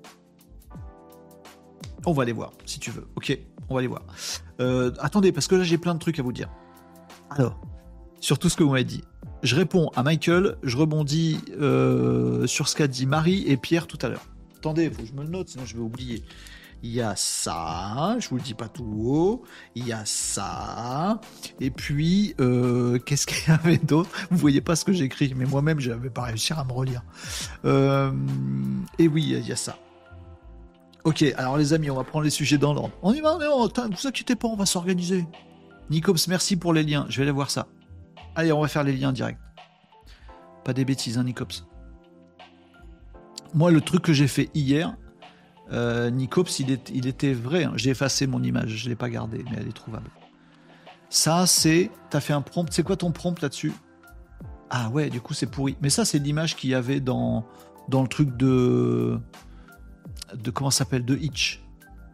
On va aller voir, si tu veux. Ok, on va aller voir. Euh, attendez, parce que là, j'ai plein de trucs à vous dire. Alors, sur tout ce que vous m'avez dit. Je réponds à Michael, je rebondis euh, sur ce qu'a dit Marie et Pierre tout à l'heure. Attendez, il faut que je me le note, sinon je vais oublier. Il y a ça, je vous le dis pas tout haut. Il y a ça. Et puis, euh, qu'est-ce qu'il y avait d'autre? Vous voyez pas ce que j'écris, mais moi-même, je n'avais pas réussi à me relire. Euh, et oui, il y a ça. Ok, alors les amis, on va prendre les sujets dans l'ordre. On y va, mais oh, ne vous inquiétez pas, on va s'organiser. Nicops, merci pour les liens. Je vais aller voir ça. Allez, on va faire les liens direct. Pas des bêtises, hein, Nicops. Moi, le truc que j'ai fait hier, euh, Nicops, il, est, il était vrai. Hein. J'ai effacé mon image, je ne l'ai pas gardée, mais elle est trouvable. Ça, c'est... T'as fait un prompt. C'est quoi ton prompt là-dessus? Ah ouais, du coup, c'est pourri. Mais ça, c'est l'image qu'il y avait dans, dans le truc de... de comment ça s'appelle? De Hitch.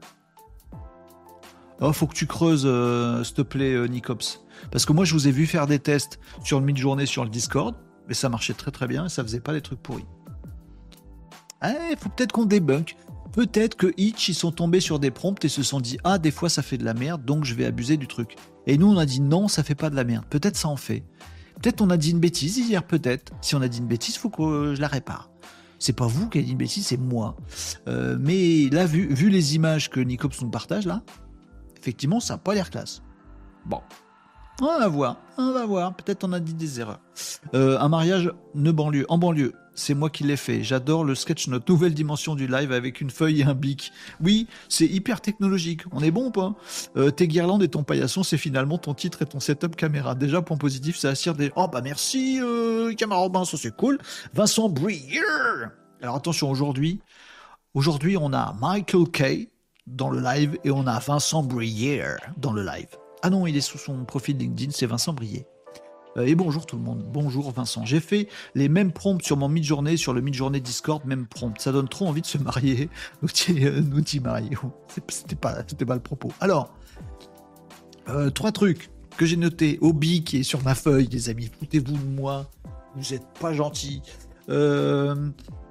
Oh, faut que tu creuses, euh, s'il te plaît, euh, Nicops. Parce que moi, je vous ai vu faire des tests sur le mid-journée sur le Discord, mais ça marchait très très bien et ça faisait pas des trucs pourris. Il eh, faut peut-être qu'on débunk. Peut-être que Hitch, ils sont tombés sur des prompts et se sont dit « Ah, des fois, ça fait de la merde, donc je vais abuser du truc. » Et nous, on a dit « Non, ça fait pas de la merde. » Peut-être ça en fait. Peut-être on a dit une bêtise hier, peut-être. Si on a dit une bêtise, il faut que je la répare. C'est pas vous qui avez dit une bêtise, c'est moi. Euh, mais là, vu, vu les images que Nicops nous partage, là, effectivement, ça n'a pas l'air classe. Bon. On va voir, on va voir. Peut-être on a dit des erreurs. Euh, un mariage ne banlieue, en banlieue. C'est moi qui l'ai fait. J'adore le sketch note, nouvelle dimension du live avec une feuille et un bic. Oui, c'est hyper technologique. On est bon ou pas? euh, Tes guirlandes et ton paillasson, c'est finalement ton titre et ton setup caméra. Déjà, point positif, ça attire des... Oh bah merci, euh, camarade Robin, ça c'est cool. Vincent Brier. Alors attention, aujourd'hui, aujourd'hui on a Michael Kay dans le live et on a Vincent Brier dans le live. Ah non, il est sous son profil LinkedIn, c'est Vincent Brier. Et bonjour tout le monde, bonjour Vincent. J'ai fait les mêmes prompts sur mon mid-journée, sur le mid-journée Discord, même prompt. Ça donne trop envie de se marier, nous dit, euh, nous dit Marie. C'était pas, c'était pas le propos. Alors, euh, trois trucs que j'ai notés au bic et sur ma feuille, les amis. Foutez-vous de moi, vous êtes pas gentils. Euh,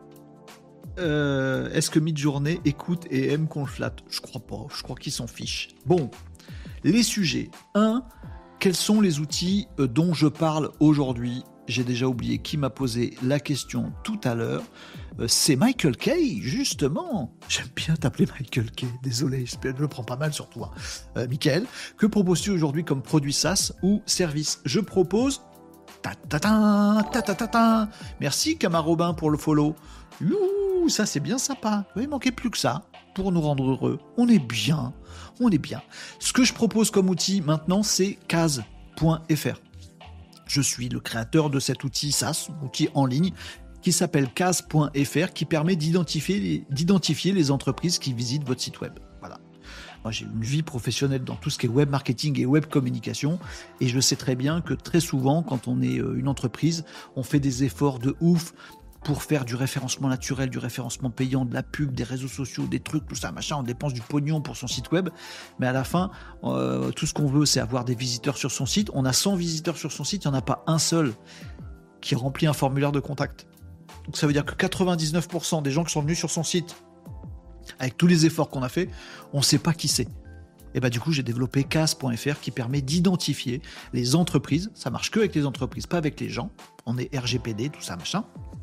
euh, est-ce que mid-journée écoute et aime qu'on le flatte? Je crois pas, je crois qu'ils s'en fichent. Bon, les sujets. un. Quels sont les outils dont je parle aujourd'hui? J'ai déjà oublié qui m'a posé la question tout à l'heure. C'est Michael Kay, justement. J'aime bien t'appeler Michael Kay. Désolé, je le prends pas mal sur toi. Euh, Michael, que proposes-tu aujourd'hui comme produit SaaS ou service? Je propose... Ta ta ta ta ta ta ta. Merci Camar Robin pour le follow. Youh, ça c'est bien sympa. Il manquait plus que ça pour nous rendre heureux. On est bien, on est bien. Ce que je propose comme outil maintenant, c'est case point f r. Je suis le créateur de cet outil SaaS, outil en ligne, qui s'appelle case point f r, qui permet d'identifier les, d'identifier les entreprises qui visitent votre site web. Voilà. Moi, j'ai une vie professionnelle dans tout ce qui est web marketing et web communication, et je sais très bien que très souvent, quand on est une entreprise, on fait des efforts de ouf pour faire du référencement naturel, du référencement payant, de la pub, des réseaux sociaux, des trucs, tout ça, machin, on dépense du pognon pour son site web, mais à la fin, euh, tout ce qu'on veut, c'est avoir des visiteurs sur son site. On a cent visiteurs sur son site, il n'y en a pas un seul qui remplit un formulaire de contact. Donc ça veut dire que quatre-vingt-dix-neuf pour cent des gens qui sont venus sur son site, avec tous les efforts qu'on a fait, on ne sait pas qui c'est. Et bah du coup, j'ai développé case point f r qui permet d'identifier les entreprises. Ça marche que avec les entreprises, pas avec les gens. On est R G P D, tout ça, machin.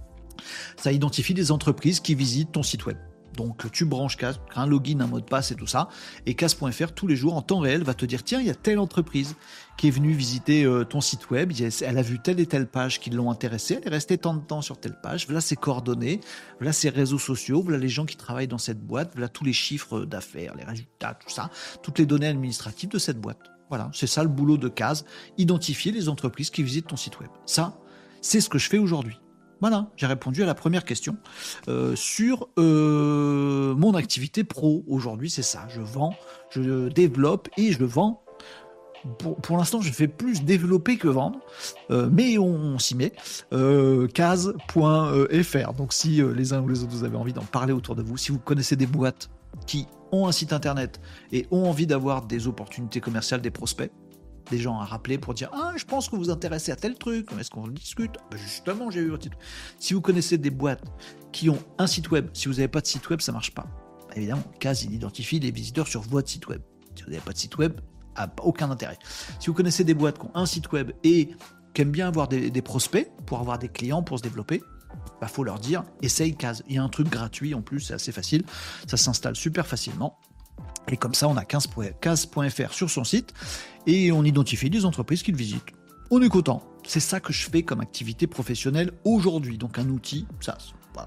Ça identifie des entreprises qui visitent ton site web. Donc tu branches Case, un login, un mot de passe et tout ça. Et case point f r, tous les jours, en temps réel, va te dire, tiens, il y a telle entreprise qui est venue visiter euh, ton site web, elle a vu telle et telle page qui l'ont intéressée, elle est restée tant de temps sur telle page, voilà ses coordonnées, voilà ses réseaux sociaux, voilà les gens qui travaillent dans cette boîte, voilà tous les chiffres d'affaires, les résultats, tout ça, toutes les données administratives de cette boîte. Voilà, c'est ça le boulot de Case, identifier les entreprises qui visitent ton site web. Ça, c'est ce que je fais aujourd'hui. Voilà, j'ai répondu à la première question euh, sur euh, mon activité pro. Aujourd'hui, c'est ça. Je vends, je développe et je vends. Pour, pour l'instant, je fais plus développer que vendre, euh, mais on, on s'y met. Euh, case point f r. Donc, si euh, les uns ou les autres, vous avez envie d'en parler autour de vous, si vous connaissez des boîtes qui ont un site internet et ont envie d'avoir des opportunités commerciales, des prospects, des gens à rappeler pour dire « Ah, je pense que vous vous intéressez à tel truc, est-ce qu'on discute ?» Ben justement, j'ai eu votre site. Si vous connaissez des boîtes qui ont un site web, si vous n'avez pas de site web, ça ne marche pas. Ben évidemment, Case, il identifie les visiteurs sur votre site web. Si vous n'avez pas de site web, aucun intérêt. Si vous connaissez des boîtes qui ont un site web et qui aiment bien avoir des, des prospects pour avoir des clients, pour se développer, il ben faut leur dire « Essaye Case ». Il y a un truc gratuit en plus, c'est assez facile. Ça s'installe super facilement. Et comme ça, on a case point f r sur son site et on identifie les entreprises qu'il visite. On est content. C'est ça que je fais comme activité professionnelle aujourd'hui. Donc un outil, ça. Voilà.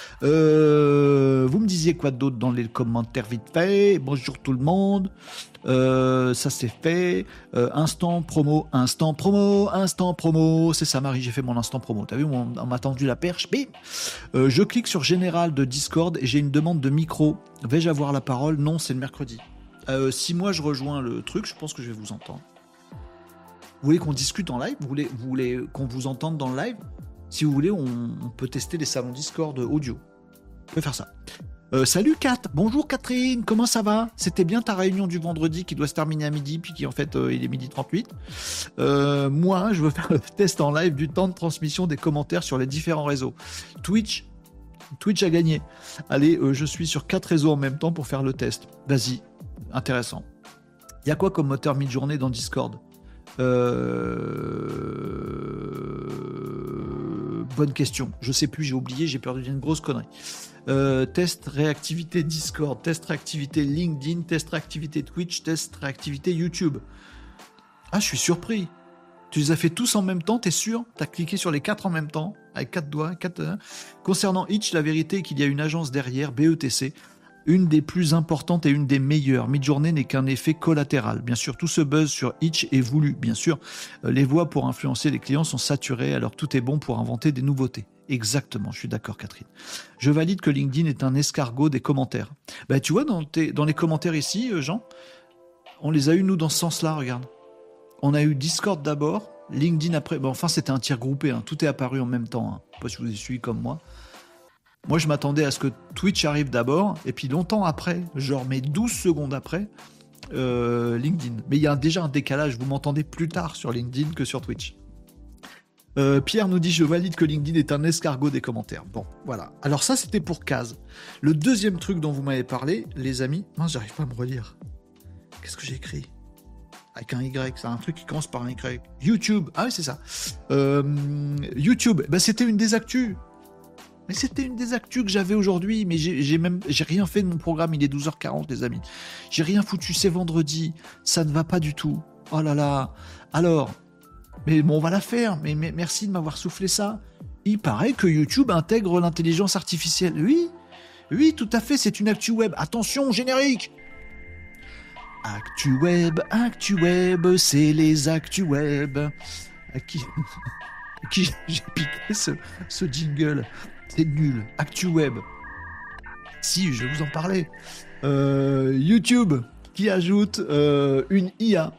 Euh, vous me disiez quoi d'autre dans les commentaires vite fait? Bonjour tout le monde. Euh, ça c'est fait. Euh, instant promo, instant promo, instant promo. C'est ça Marie, j'ai fait mon instant promo. T'as vu, on, on m'a tendu la perche. Bim. Euh, je clique sur Général de Discord et j'ai une demande de micro. Vais-je avoir la parole? Non, c'est le mercredi. Euh, si moi je rejoins le truc, je pense que je vais vous entendre. Vous voulez qu'on discute en live? Vous voulez, vous voulez qu'on vous entende dans le live? Si vous voulez, on, on peut tester les salons Discord audio. On peut faire ça. Euh, salut Kat, bonjour Catherine, comment ça va? C'était bien ta réunion du vendredi qui doit se terminer à midi, puis qui en fait euh, il est midi trente-huit. Euh, moi, je veux faire le test en live du temps de transmission des commentaires sur les différents réseaux. Twitch, Twitch a gagné. Allez, euh, je suis sur quatre réseaux en même temps pour faire le test. Vas-y, intéressant. Il y a quoi comme moteur mid-journée dans Discord? Euh... Bonne question. Je sais plus, j'ai oublié, j'ai perdu une grosse connerie. Euh, test réactivité Discord, test réactivité LinkedIn, test réactivité Twitch, test réactivité YouTube. Ah, je suis surpris. Tu les as fait tous en même temps, t'es sûr? T'as cliqué sur les quatre en même temps, avec quatre doigts. Quatre... Hein. Concernant Itch, la vérité est qu'il y a une agence derrière, B E T C, une des plus importantes et une des meilleures. Midjourney n'est qu'un effet collatéral. Bien sûr, tout ce buzz sur Itch est voulu. Bien sûr, les voix pour influencer les clients sont saturées, alors tout est bon pour inventer des nouveautés. Exactement, je suis d'accord, Catherine. Je valide que LinkedIn est un escargot des commentaires. Bah, tu vois, dans, tes, dans les commentaires ici, Jean, on les a eu, nous, dans ce sens-là, regarde. On a eu Discord d'abord, LinkedIn après. Bon, enfin, c'était un tir groupé, hein. Tout est apparu en même temps. Hein. Je sais pas si vous avez suivi comme moi. Moi, je m'attendais à ce que Twitch arrive d'abord, et puis longtemps après, genre mais douze secondes après, euh, LinkedIn. Mais il y a déjà un décalage, vous m'entendez plus tard sur LinkedIn que sur Twitch. Euh, Pierre nous dit, je valide que LinkedIn est un escargot des commentaires. Bon, voilà. Alors ça, c'était pour Kaz. Le deuxième truc dont vous m'avez parlé, les amis... Mince, j'arrive pas à me relire. Qu'est-ce que j'ai écrit ? Avec un Y, c'est un truc qui commence par un Y. YouTube, ah oui, c'est ça. Euh, YouTube, bah, c'était une des actus. Mais c'était une des actus que j'avais aujourd'hui, mais j'ai, j'ai même j'ai rien fait de mon programme, il est douze heures quarante, les amis. J'ai rien foutu, c'est vendredi, ça ne va pas du tout. Oh là là. Alors, mais bon, on va la faire, mais, mais merci de m'avoir soufflé ça. Il paraît que YouTube intègre l'intelligence artificielle. Oui, oui, tout à fait, c'est une actu web. Attention, générique. Actu web, actu web, c'est les actu web. À qui, à qui j'ai piqué ce, ce jingle. C'est nul. Actu web. Si, je vais vous en parler. Euh, YouTube qui ajoute euh, une I A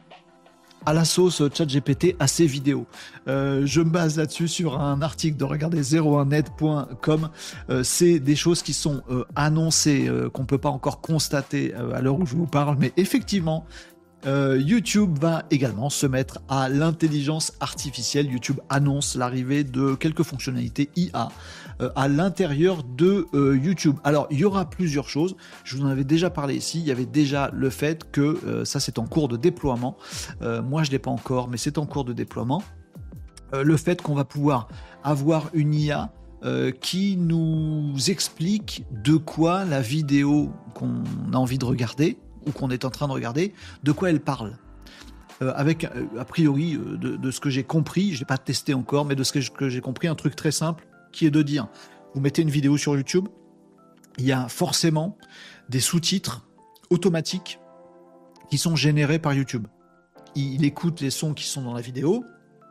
à la sauce ChatGPT à ses vidéos. Euh, je me base là-dessus sur un article de regardez zéro un net point com. Euh, c'est des choses qui sont euh, annoncées, euh, qu'on ne peut pas encore constater euh, à l'heure où je vous parle, mais effectivement, Euh, YouTube va également se mettre à l'intelligence artificielle. YouTube annonce l'arrivée de quelques fonctionnalités I A euh, à l'intérieur de euh, YouTube. Alors, il y aura plusieurs choses. Je vous en avais déjà parlé ici. Il y avait déjà le fait que euh, ça, c'est en cours de déploiement. Euh, moi, je ne l'ai pas encore, mais c'est en cours de déploiement. Euh, le fait qu'on va pouvoir avoir une I A euh, qui nous explique de quoi la vidéo qu'on a envie de regarder ou qu'on est en train de regarder, de quoi elle parle. Euh, avec, euh, a priori, euh, de, de ce que j'ai compris, je ne l'ai pas testé encore, mais de ce que, je, que j'ai compris, un truc très simple, qui est de dire, vous mettez une vidéo sur YouTube, il y a forcément des sous-titres automatiques qui sont générés par YouTube. Il, il écoute les sons qui sont dans la vidéo,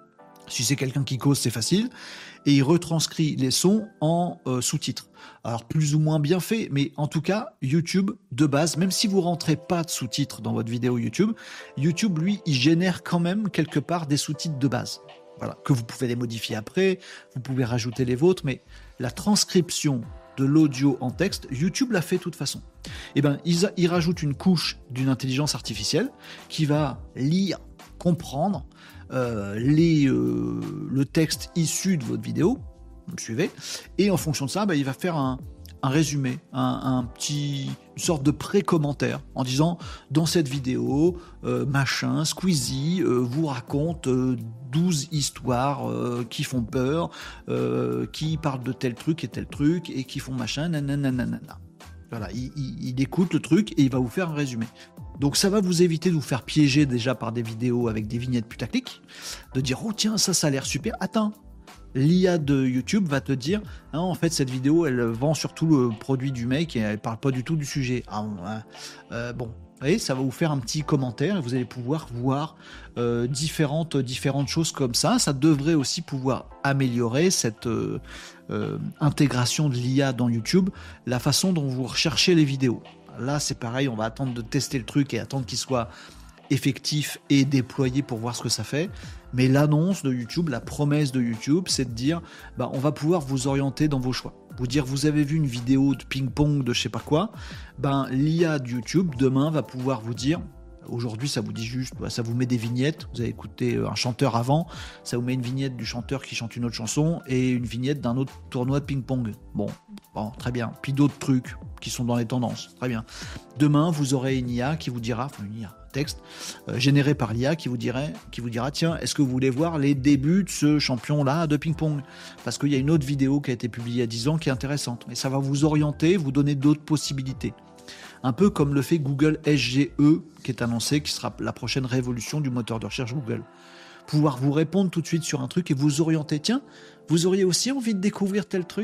si c'est quelqu'un qui cause, c'est facile, et il retranscrit les sons en euh, sous-titres. Alors, plus ou moins bien fait, mais en tout cas, YouTube, de base, même si vous rentrez pas de sous-titres dans votre vidéo YouTube, YouTube, lui, il génère quand même quelque part des sous-titres de base. Voilà, que vous pouvez les modifier après, vous pouvez rajouter les vôtres, mais la transcription de l'audio en texte, YouTube l'a fait de toute façon. Eh ben, il, il rajoute une couche d'une intelligence artificielle qui va lire, comprendre, Euh, les, euh, le texte issu de votre vidéo, vous me suivez, et en fonction de ça, bah, il va faire un, un résumé, un, un petit, une sorte de pré-commentaire en disant dans cette vidéo, euh, machin, Squeezie euh, vous raconte euh, douze histoires euh, qui font peur, euh, qui parlent de tel truc et tel truc, et qui font machin, nanana. Voilà, il, il, il écoute le truc et il va vous faire un résumé. Donc ça va vous éviter de vous faire piéger déjà par des vidéos avec des vignettes putaclic, de dire oh tiens ça ça a l'air super. Attends, l'I A de YouTube va te dire ah, en fait cette vidéo elle vend surtout le produit du mec et elle parle pas du tout du sujet. Ah ouais. euh, bon. Vous voyez, ça va vous faire un petit commentaire et vous allez pouvoir voir euh, différentes, différentes choses comme ça. Ça devrait aussi pouvoir améliorer cette euh, euh, intégration de l'I A dans YouTube, la façon dont vous recherchez les vidéos. Là, c'est pareil, on va attendre de tester le truc et attendre qu'il soit effectif et déployé pour voir ce que ça fait. Mais l'annonce de YouTube, la promesse de YouTube, c'est de dire bah, on va pouvoir vous orienter dans vos choix. Vous dire, vous avez vu une vidéo de ping-pong de je sais pas quoi, ben l'I A de YouTube, demain, va pouvoir vous dire, aujourd'hui, ça vous dit juste, bah, ça vous met des vignettes, vous avez écouté un chanteur avant, ça vous met une vignette du chanteur qui chante une autre chanson et une vignette d'un autre tournoi de ping-pong. Bon, bon, très bien. Puis d'autres trucs qui sont dans les tendances, très bien. Demain, vous aurez une I A qui vous dira, enfin une I A, texte, euh, généré par l'I A qui vous, dirait, qui vous dira, tiens, est-ce que vous voulez voir les débuts de ce champion-là de ping-pong ? Parce qu'il y a une autre vidéo qui a été publiée il y a dix ans qui est intéressante. Et ça va vous orienter, vous donner d'autres possibilités. Un peu comme le fait Google S G E, qui est annoncé, qui sera la prochaine révolution du moteur de recherche Google. Pouvoir vous répondre tout de suite sur un truc et vous orienter. Tiens, vous auriez aussi envie de découvrir tel truc ?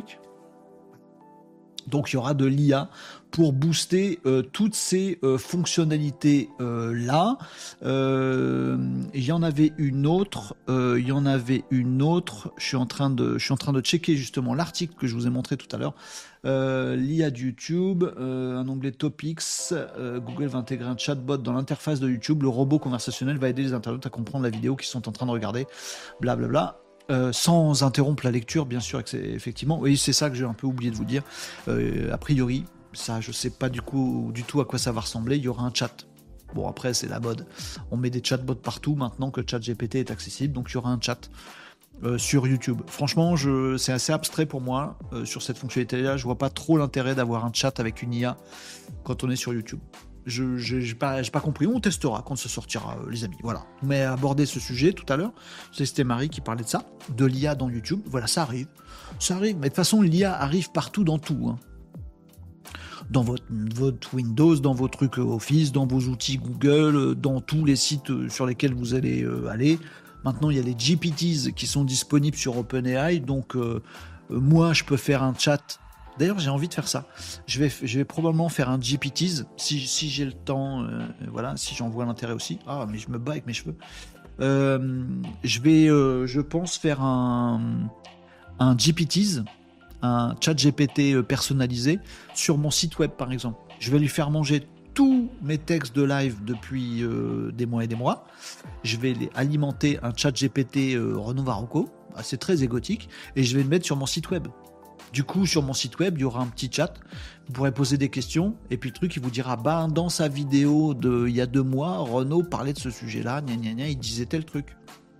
Donc il y aura de l'I A pour booster euh, toutes ces euh, fonctionnalités euh, là. Euh, il y en avait une autre, euh, il y en avait une autre. Je suis en train de, je suis en train de checker justement l'article que je vous ai montré tout à l'heure. Euh, L'I A de YouTube, euh, un onglet Topics. Euh, Google va intégrer un chatbot dans l'interface de YouTube. Le robot conversationnel va aider les internautes à comprendre la vidéo qu'ils sont en train de regarder. Blablabla. Bla bla. Euh, sans interrompre la lecture, bien sûr, effectivement. Oui, c'est ça que j'ai un peu oublié de vous dire. Euh, a priori, ça, je sais pas du coup du tout à quoi ça va ressembler. Il y aura un chat. Bon, après, c'est la mode. On met des chatbots partout maintenant que ChatGPT est accessible, donc il y aura un chat euh, sur YouTube. Franchement, je, c'est assez abstrait pour moi euh, sur cette fonctionnalité-là. Je vois pas trop l'intérêt d'avoir un chat avec une I A quand on est sur YouTube. Je n'ai pas, pas compris. On testera quand ça sortira, euh, les amis. Voilà. Mais aborder ce sujet tout à l'heure, c'était Marie qui parlait de ça, de l'I A dans YouTube. Voilà, ça arrive. Ça arrive. Mais de toute façon, l'I A arrive partout dans tout. Hein. Dans votre, votre Windows, dans vos trucs Office, dans vos outils Google, dans tous les sites sur lesquels vous allez euh, aller. Maintenant, il y a les G P Ts qui sont disponibles sur OpenAI. Donc, euh, euh, moi, je peux faire un chat. D'ailleurs, j'ai envie de faire ça. Je vais, je vais probablement faire un G P Ts, si, si j'ai le temps, euh, voilà, si j'en vois l'intérêt aussi. Ah, mais je me bats avec mes cheveux. Euh, je vais, euh, je pense, faire un, un G P Ts, un chat G P T personnalisé sur mon site web, par exemple. Je vais lui faire manger tous mes textes de live depuis euh, des mois et des mois. Je vais les alimenter un chat G P T euh, Renaud Varocco, c'est très égotique, et je vais le mettre sur mon site web. Du coup, sur mon site web, il y aura un petit chat. Vous pourrez poser des questions. Et puis le truc, il vous dira, bah, dans sa vidéo d'il y a deux mois, Renaud parlait de ce sujet-là, gna gna gna, il disait tel truc.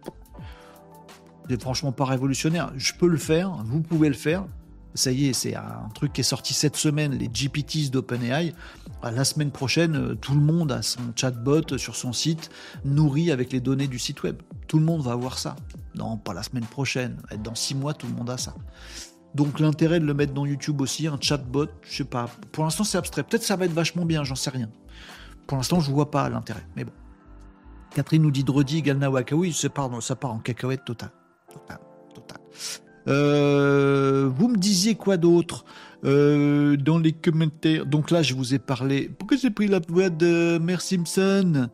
C'est franchement pas révolutionnaire. Je peux le faire, vous pouvez le faire. Ça y est, c'est un truc qui est sorti cette semaine, les G P Ts d'OpenAI. La semaine prochaine, tout le monde a son chatbot sur son site, nourri avec les données du site web. Tout le monde va avoir ça. Non, pas la semaine prochaine. Dans six mois, tout le monde a ça. Donc l'intérêt de le mettre dans YouTube aussi, un chatbot, je sais pas. Pour l'instant, c'est abstrait. Peut-être que ça va être vachement bien, j'en sais rien. Pour l'instant, je vois pas l'intérêt. Mais bon. Catherine nous dit Dredi égale Nawaka. Oui, ça part, ça part en cacahuète totale. Total. Total. Euh, vous me disiez quoi d'autre euh, dans les commentaires. Donc là, je vous ai parlé. Pourquoi j'ai pris la voix de Mère Simpson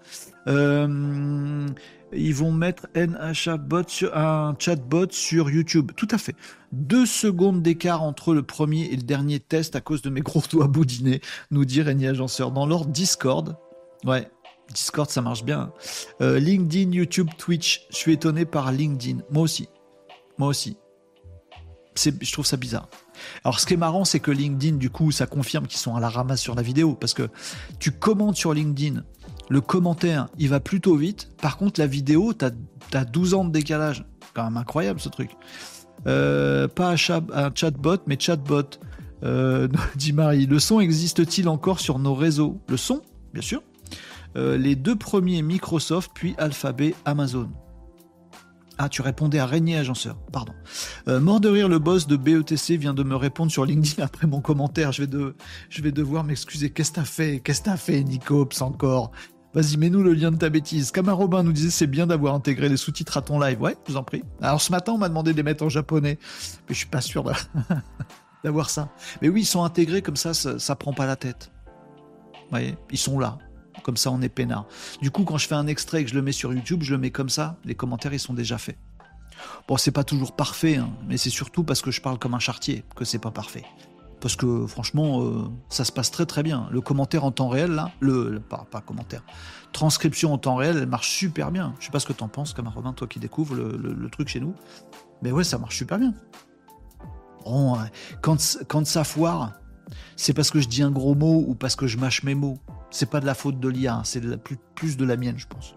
euh, Ils vont mettre N H A bot sur, un chatbot sur YouTube. Tout à fait. Deux secondes d'écart entre le premier et le dernier test à cause de mes gros doigts boudinés, nous dit Régnier Agenceur. Dans leur Discord, ouais, Discord, ça marche bien. Euh, LinkedIn, YouTube, Twitch. Je suis étonné par LinkedIn. Moi aussi. Moi aussi. C'est, je trouve ça bizarre. Alors, ce qui est marrant, c'est que LinkedIn, du coup, ça confirme qu'ils sont à la ramasse sur la vidéo, parce que tu commentes sur LinkedIn, le commentaire, il va plutôt vite. Par contre, la vidéo, t'as, t'as douze ans de décalage. Quand même incroyable, ce truc. Euh, pas un, chat, un chatbot, mais chatbot. Euh, dit Marie, le son existe-t-il encore sur nos réseaux ? Le son, bien sûr. Euh, les deux premiers, Microsoft, puis Alphabet, Amazon. Ah, tu répondais à Régnier Agenceur, pardon. Euh, mort de rire, le boss de B E T C vient de me répondre sur LinkedIn après mon commentaire. Je vais, de, je vais devoir m'excuser. Qu'est-ce que t'as fait ? Qu'est-ce que t'as fait, Nicops, encore ? Vas-y, mets-nous le lien de ta bêtise. Camara Robin nous disait c'est bien d'avoir intégré les sous-titres à ton live. Ouais, je vous en prie. Alors ce matin, on m'a demandé de les mettre en japonais, mais je suis pas sûr de... d'avoir ça. Mais oui, ils sont intégrés comme ça, ça, ça prend pas la tête. Vous voyez, ils sont là. Comme ça, on est peinard. Du coup, quand je fais un extrait et que je le mets sur YouTube, je le mets comme ça. Les commentaires, ils sont déjà faits. Bon, c'est pas toujours parfait, hein, mais c'est surtout parce que je parle comme un charretier que c'est pas parfait. Parce que franchement, euh, ça se passe très très bien. Le commentaire en temps réel, là, le, le pas, pas commentaire, transcription en temps réel, elle marche super bien. Je sais pas ce que t'en penses, Camara Robin, toi qui découvres le, le, le truc chez nous. Mais ouais, ça marche super bien. Bon, quand, quand ça foire, c'est parce que je dis un gros mot ou parce que je mâche mes mots. C'est pas de la faute de l'I A, hein, c'est de la, plus, plus de la mienne, je pense.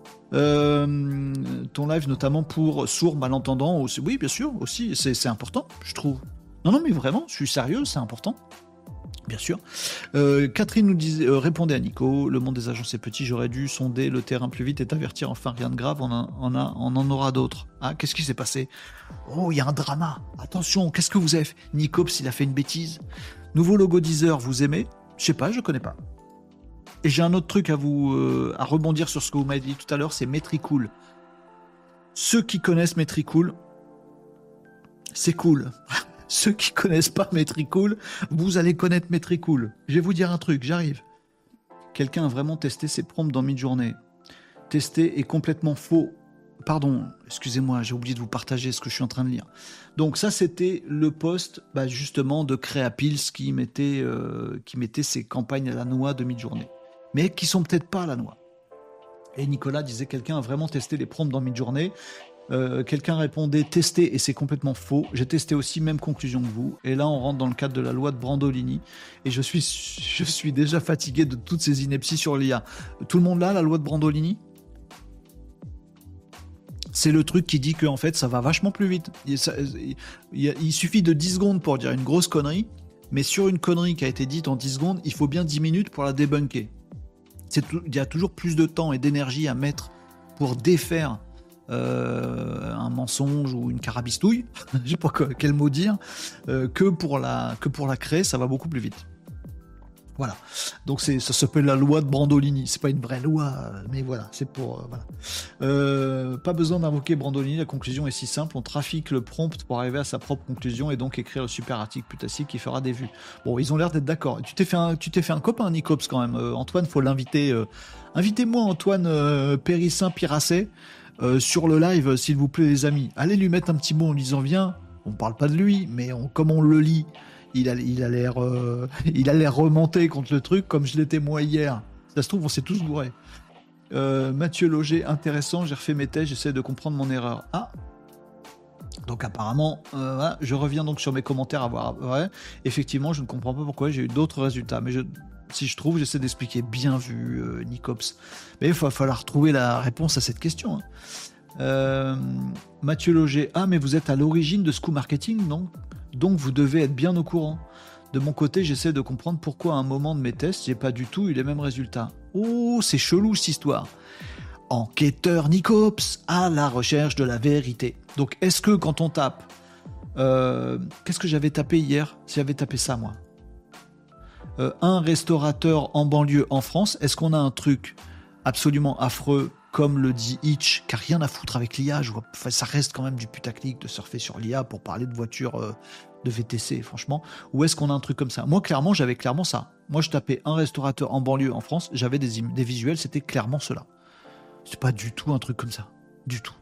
Euh, ton live, notamment pour sourds, malentendants, aussi. Oui, bien sûr, aussi, c'est, c'est important, je trouve. Non, non, mais vraiment, je suis sérieux, c'est important. Bien sûr. Euh, Catherine nous disait, euh, répondait à Nico, le monde des agences est petit, j'aurais dû sonder le terrain plus vite et t'avertir, enfin rien de grave, on, a, on, a, on en aura d'autres. Ah, qu'est-ce qui s'est passé ? Oh, il y a un drama. Attention, qu'est-ce que vous avez fait ? Nicops, il a fait une bêtise. Nouveau logo Deezer, vous aimez ? Je sais pas, je connais pas. Et j'ai un autre truc à vous euh, à rebondir sur ce que vous m'avez dit tout à l'heure, c'est Metricool. Ceux qui connaissent Metricool, c'est cool. Ceux qui connaissent pas Metricool, vous allez connaître Metricool. Je vais vous dire un truc, j'arrive. Quelqu'un a vraiment testé ses prompts dans Midjourney. Testé est complètement faux. Pardon, excusez-moi, j'ai oublié de vous partager ce que je suis en train de lire. Donc ça, c'était le post bah, justement de Créapills qui mettait, euh, qui mettait ses campagnes à la noix de Midjourney. Mais qui sont peut-être pas à la noix. Et Nicolas disait, quelqu'un a vraiment testé les prompts dans Midjourney. Euh, quelqu'un répondait, testé, et c'est complètement faux. J'ai testé aussi, même conclusion que vous. Et là, on rentre dans le cadre de la loi de Brandolini. Et je suis, je suis déjà fatigué de toutes ces inepties sur l'I A. Tout le monde là, la loi de Brandolini ? C'est le truc qui dit que en fait, ça va vachement plus vite. Il, ça, il, il suffit de dix secondes pour dire une grosse connerie, mais sur une connerie qui a été dite en dix secondes, il faut bien dix minutes pour la débunker. C'est, il y a toujours plus de temps et d'énergie à mettre pour défaire euh, un mensonge ou une carabistouille, je sais pas quel mot dire, euh, que, pour la, que pour la créer, ça va beaucoup plus vite. Voilà, donc c'est, ça s'appelle la loi de Brandolini, c'est pas une vraie loi, mais voilà, c'est pour... Euh, voilà. Euh, pas besoin d'invoquer Brandolini, la conclusion est si simple, on trafique le prompt pour arriver à sa propre conclusion et donc écrire le super article putassique qui fera des vues. Bon, ils ont l'air d'être d'accord. Tu t'es fait un, tu t'es fait un copain, Nicops, quand même. Euh, Antoine, faut l'inviter. Euh, invitez-moi Antoine euh, Périssin-Piracet euh, sur le live, s'il vous plaît, les amis. Allez lui mettre un petit mot en disant, viens, on parle pas de lui, mais on, comme on le lit... Il a, il a l'air, euh, il a l'air remonté contre le truc, comme je l'étais moi hier. Ça se trouve, on s'est tous gourés. Euh, Mathieu Loger, intéressant. J'ai refait mes tests, j'essaie de comprendre mon erreur. Ah. Donc apparemment, euh, voilà, je reviens donc sur mes commentaires à voir. Ouais, effectivement, je ne comprends pas pourquoi j'ai eu d'autres résultats, mais je, si je trouve, j'essaie d'expliquer. Bien vu, euh, Nicops. Mais il va falloir trouver la réponse à cette question. Hein. Euh, Mathieu Loger, ah, mais vous êtes à l'origine de ce coup marketing, non ? Donc vous devez être bien au courant. De mon côté, j'essaie de comprendre pourquoi à un moment de mes tests, j'ai pas du tout eu les mêmes résultats. Oh, c'est chelou cette histoire. Enquêteur Nicops à la recherche de la vérité. Donc est-ce que quand on tape... Euh, qu'est-ce que j'avais tapé hier ? J'avais tapé ça, moi. Euh, un restaurateur en banlieue en France, est-ce qu'on a un truc absolument affreux comme le dit Hitch, qui n'a rien à foutre avec l'I A, je vois, enfin, ça reste quand même du putaclic de surfer sur l'I A pour parler de voitures euh, de V T C, franchement. Ou est-ce qu'on a un truc comme ça ? Moi, clairement, j'avais clairement ça. Moi, je tapais un restaurateur en banlieue en France, j'avais des, im- des visuels, c'était clairement cela. C'est pas du tout un truc comme ça. Du tout.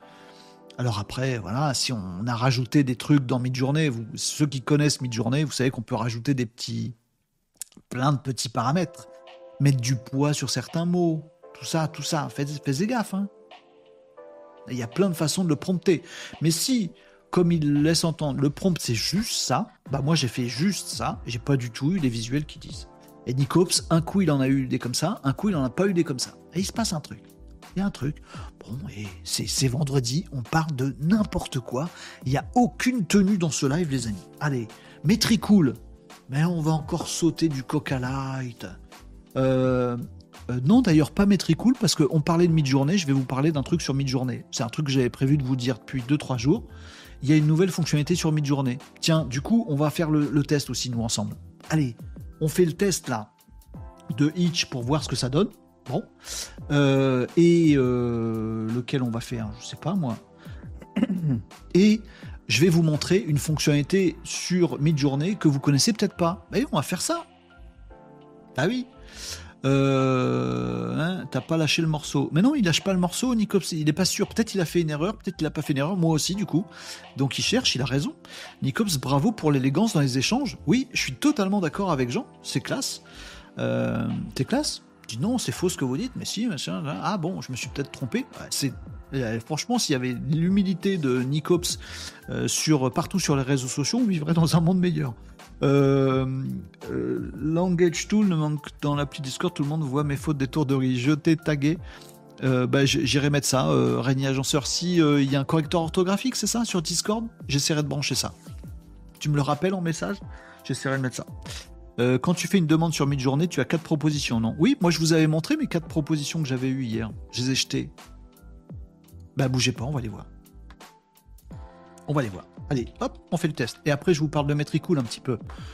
Alors après, voilà, si on a rajouté des trucs dans Midjourney, vous, ceux qui connaissent Midjourney, vous savez qu'on peut rajouter des petits... plein de petits paramètres. Mettre du poids sur certains mots... Tout ça, tout ça, faites, faites gaffe. Hein. Il y a plein de façons de le prompter. Mais si, comme il laisse entendre, le prompt c'est juste ça, bah moi j'ai fait juste ça, et j'ai pas du tout eu les visuels qui disent. Et Nicops, un coup il en a eu des comme ça, un coup il en a pas eu des comme ça. Et il se passe un truc. Il y a un truc. Bon, et c'est, c'est vendredi, on parle de n'importe quoi. Il n'y a aucune tenue dans ce live, les amis. Allez, Metricool. Mais on va encore sauter du Coca Light. Euh... Euh, non, d'ailleurs, pas Metricool, parce qu'on parlait de Midjourney, je vais vous parler d'un truc sur Midjourney. C'est un truc que j'avais prévu de vous dire depuis deux trois jours. Il y a une nouvelle fonctionnalité sur Midjourney. Tiens, du coup, on va faire le, le test aussi, nous, ensemble. Allez, on fait le test, là, de Hitch pour voir ce que ça donne. Bon. Euh, et euh, lequel on va faire, je sais pas, moi. Et je vais vous montrer une fonctionnalité sur Midjourney que vous connaissez peut-être pas. Bah oui, on va faire ça. Ah oui. Euh, hein, t'as pas lâché le morceau. Mais non, il lâche pas le morceau, Nicops, il est pas sûr. Peut-être il a fait une erreur, peut-être qu'il a pas fait une erreur, moi aussi du coup. Donc il cherche, il a raison. Nicops, bravo pour l'élégance dans les échanges. Oui, je suis totalement d'accord avec Jean, c'est classe. Euh, c'est classe ? Je dis non, c'est faux ce que vous dites, mais si, machin, là. Ah bon, je me suis peut-être trompé. C'est euh, franchement, s'il y avait l'humilité de Nicops euh, sur partout sur les réseaux sociaux, on vivrait dans un monde meilleur. Euh, euh, Language Tool me manque dans l'appli Discord, tout le monde voit mes fautes d'étourderie. Je t'ai tagué. Euh, bah, j'irai mettre ça, euh, Régnier Agenceur. Si il euh, y a un correcteur orthographique, c'est ça, sur Discord, j'essaierai de brancher ça. Tu me le rappelles en message ? J'essaierai de mettre ça. Euh, quand tu fais une demande sur Midjourney, tu as quatre propositions, non ? Oui, moi je vous avais montré mes quatre propositions que j'avais eues hier. Je les ai jetées. Bah bougez pas, on va les voir. On va les voir. Allez, hop, on fait le test. Et après, je vous parle de Metricool un petit peu.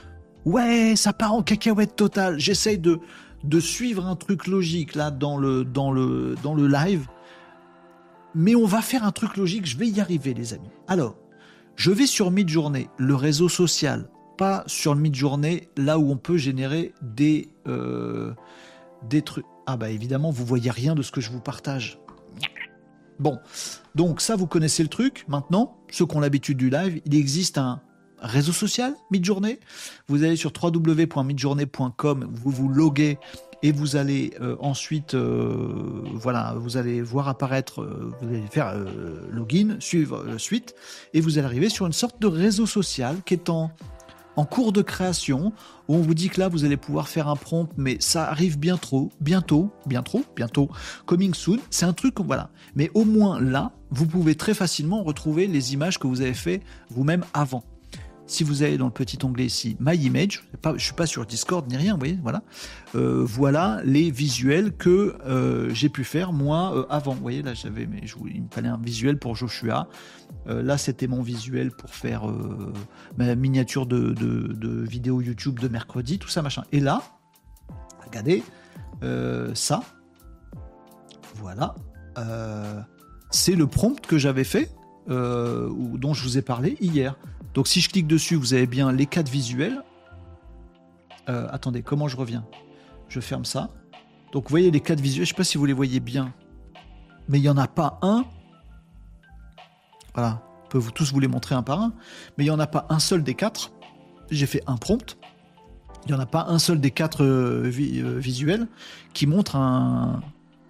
Ouais, ça part en cacahuète totale. J'essaye de, de suivre un truc logique là dans le, dans, le, dans le live. Mais on va faire un truc logique, je vais y arriver les amis. Alors, je vais sur Midjourney, le réseau social, pas sur le Midjourney, là où on peut générer des, euh, des trucs. Ah bah évidemment, vous voyez rien de ce que je vous partage. Bon, donc ça vous connaissez le truc. Maintenant, ceux qui ont l'habitude du live, il existe un réseau social, Midjourney. Vous allez sur w w w point midjourney point com, vous vous loguez et vous allez euh, ensuite, euh, voilà, vous allez voir apparaître, euh, vous allez faire euh, login, suivre euh, suite, et vous allez arriver sur une sorte de réseau social qui est en, en cours de création, où on vous dit que là, vous allez pouvoir faire un prompt, mais ça arrive bientôt, bientôt, bientôt, bientôt, coming soon, c'est un truc, voilà. Mais au moins là, vous pouvez très facilement retrouver les images que vous avez fait vous-même avant. Si vous allez dans le petit onglet ici, My Image, je ne suis pas sur Discord ni rien, vous voyez, voilà. Euh, voilà les visuels que euh, j'ai pu faire moi euh, avant. Vous voyez, là, j'avais, mais je, il me fallait un visuel pour Joshua. Euh, là, c'était mon visuel pour faire euh, ma miniature de, de, de vidéo YouTube de mercredi, tout ça, machin. Et là, regardez, euh, ça, voilà, euh, c'est le prompt que j'avais fait, euh, ou, dont je vous ai parlé hier. Donc si je clique dessus, vous avez bien les quatre visuels. Euh, attendez, comment je reviens ? Je ferme ça. Donc vous voyez les quatre visuels, je ne sais pas si vous les voyez bien, mais il n'y en a pas un. Voilà, je peux vous tous vous les montrer un par un, mais il n'y en a pas un seul des quatre. J'ai fait un prompt. Il n'y en a pas un seul des quatre euh, vi- euh, visuels qui montre un,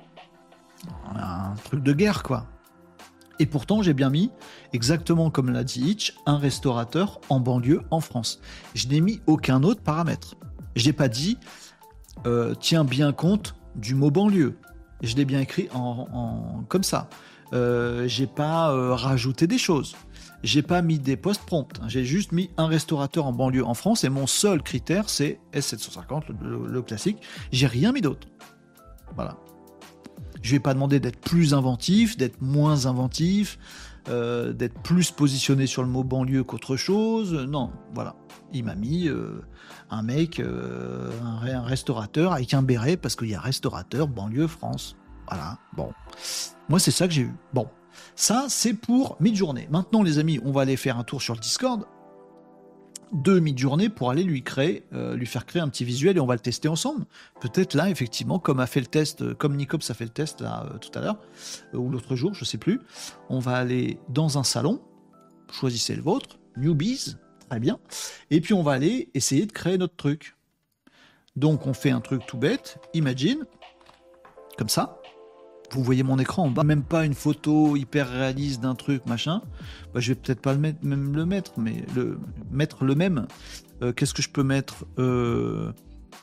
un truc de guerre, quoi. Et pourtant, j'ai bien mis, exactement comme l'a dit Hitch, un restaurateur en banlieue en France. Je n'ai mis aucun autre paramètre. Je n'ai pas dit, euh, tiens bien compte du mot banlieue. Je l'ai bien écrit en, en, comme ça. Euh, j'ai pas euh, rajouté des choses. J'ai pas mis des post-prompts. J'ai juste mis un restaurateur en banlieue en France et mon seul critère, c'est S sept cent cinquante, le, le, le classique. J'ai rien mis d'autre. Voilà. Je ne vais pas demander d'être plus inventif, d'être moins inventif, euh, d'être plus positionné sur le mot banlieue qu'autre chose. Non, voilà. Il m'a mis euh, un mec, euh, un, un restaurateur avec un béret, parce qu'il y a restaurateur banlieue France. Voilà, bon. Moi, c'est ça que j'ai eu. Bon, ça, c'est pour Midjourney. Maintenant, les amis, on va aller faire un tour sur le Discord de Midjourney pour aller lui créer, euh, lui faire créer un petit visuel et on va le tester ensemble. Peut-être là, effectivement, comme a fait le test, comme Nicops a fait le test là euh, tout à l'heure, euh, ou l'autre jour, je sais plus. On va aller dans un salon, choisissez le vôtre, Newbies, très bien, et puis on va aller essayer de créer notre truc. Donc on fait un truc tout bête, imagine, comme ça. Vous voyez mon écran en bas, même pas une photo hyper réaliste d'un truc, machin. Bah, je vais peut-être pas le mettre, même le mettre, mais le mettre le même. Euh, qu'est-ce que je peux mettre euh,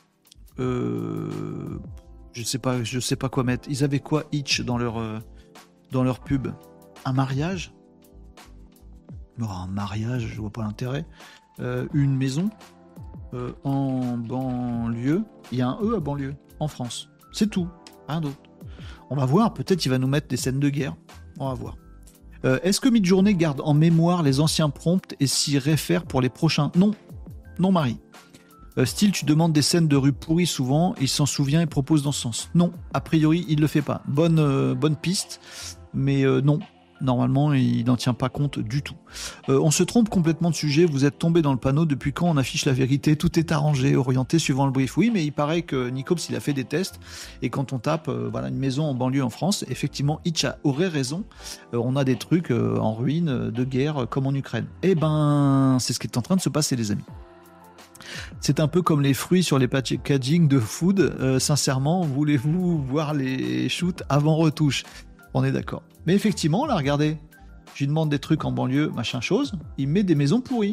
euh, Je sais pas, je sais pas quoi mettre. Ils avaient quoi Hitch dans leur euh, dans leur pub ? Un mariage ? Oh, un mariage, je vois pas l'intérêt. Euh, une maison euh, en banlieue. Il y a un E à banlieue en France. C'est tout, rien d'autre. On va voir, peut-être il va nous mettre des scènes de guerre. On va voir. Euh, est-ce que Midjourney garde en mémoire les anciens prompts et s'y réfère pour les prochains ? Non. Non, Marie. Euh, style, tu demandes des scènes de rue pourries souvent, il s'en souvient et propose dans ce sens. Non, a priori, il le fait pas. Bonne, euh, bonne piste, mais euh, non. Normalement, il n'en tient pas compte du tout. Euh, on se trompe complètement de sujet. Vous êtes tombé dans le panneau. Depuis quand on affiche la vérité ? Tout est arrangé, orienté suivant le brief. Oui, mais il paraît que Nicops, il a fait des tests. Et quand on tape euh, voilà, une maison en banlieue en France, effectivement, Hitch aurait raison. Euh, on a des trucs euh, en ruine, euh, de guerre, euh, comme en Ukraine. Eh ben, c'est ce qui est en train de se passer, les amis. C'est un peu comme les fruits sur les packaging de food. Euh, sincèrement, voulez-vous voir les shoots avant retouche ? On est d'accord. Mais effectivement, là, regardez, je lui demande des trucs en banlieue, machin chose, il met des maisons pourries.